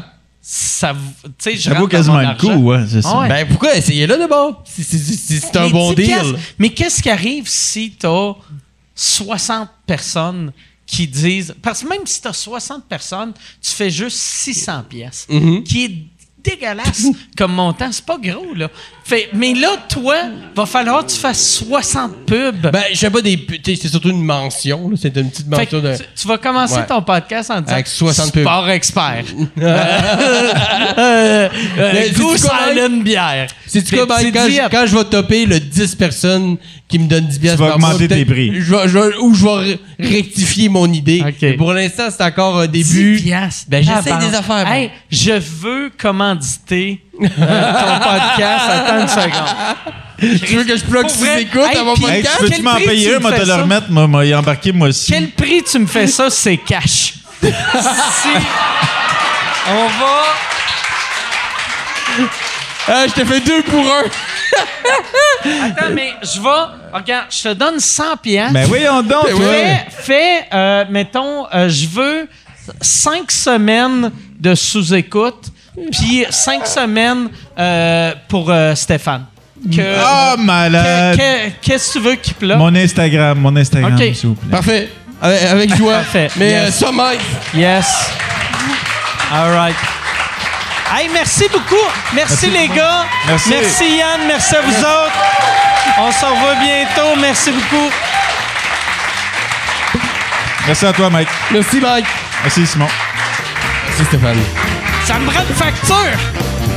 ça, tu sais, je Ça vaut rentre dans quasiment mon le argent. coup, ouais, c'est ça. Ah ouais. Ben pourquoi essayer là d'abord? Si c'est si, si c'est un Mais bon dix deal. piastres. Mais qu'est-ce qui arrive si t'as soixante personnes qui disent... Parce que même si t'as soixante personnes, tu fais juste six cents pièces, Mhm. qui est dégueulasse comme montant. C'est pas gros, là. Fait, mais là, toi, va falloir que tu fasses soixante pubs. Ben, je sais pas des. tu sais, c'est surtout une mention, là. C'est une petite Fait mention que de. tu, tu vas commencer Ouais. ton podcast en disant Avec soixante pubs. Sport expert. euh, euh, Mais Goose c'est-tu quoi, Island bière. C'est-tu quoi, Puis Mike, quand, dit je- à- quand je vais topper le dix personnes qui me donnent dix piastres vas par mois, augmenter tes peut-être- prix. Je vais, je vais- ou je vais ré- rectifier mon idée. Ok. Mais pour l'instant, c'est encore un début. dix piastres. Ben, j'essaie Ah, des affaires. Hey, bon. je veux commanditer euh, ton podcast. Attends une seconde. Tu veux que je plug Pour sous vrai? écoute Hey, à mon puis- Hey, podcast? tu veux-tu Quel m'en prix payer tu un? me Moi, te fais le ça? remettre, moi, moi, y embarquer, moi aussi. Quel prix tu me fais ça, c'est cash. Si on va... Ah, je te fais deux pour un. Attends, mais je vais... Regarde, je te donne cent piastres. Ben voyons donc, toi. Fais, fais euh, mettons, euh, je veux cinq semaines de sous-écoute, puis cinq semaines euh, pour euh, Stéphane. Que- Ah, que- malade. que- Qu'est-ce que tu veux qu'il plug? Mon Instagram, mon Instagram, Ok. s'il vous plaît. Parfait. Avec, avec joie. Parfait. Mais Yes. euh, ça, Mike. Yes. All right. Hey, merci beaucoup. Merci, Merci, les tout le gars. Merci. Merci Yann. Merci à vous autres. On se revoit bientôt. Merci beaucoup. Merci à toi, Mike. Merci, Mike. Merci, Simon. Merci, Stéphane. Ça me prend une facture.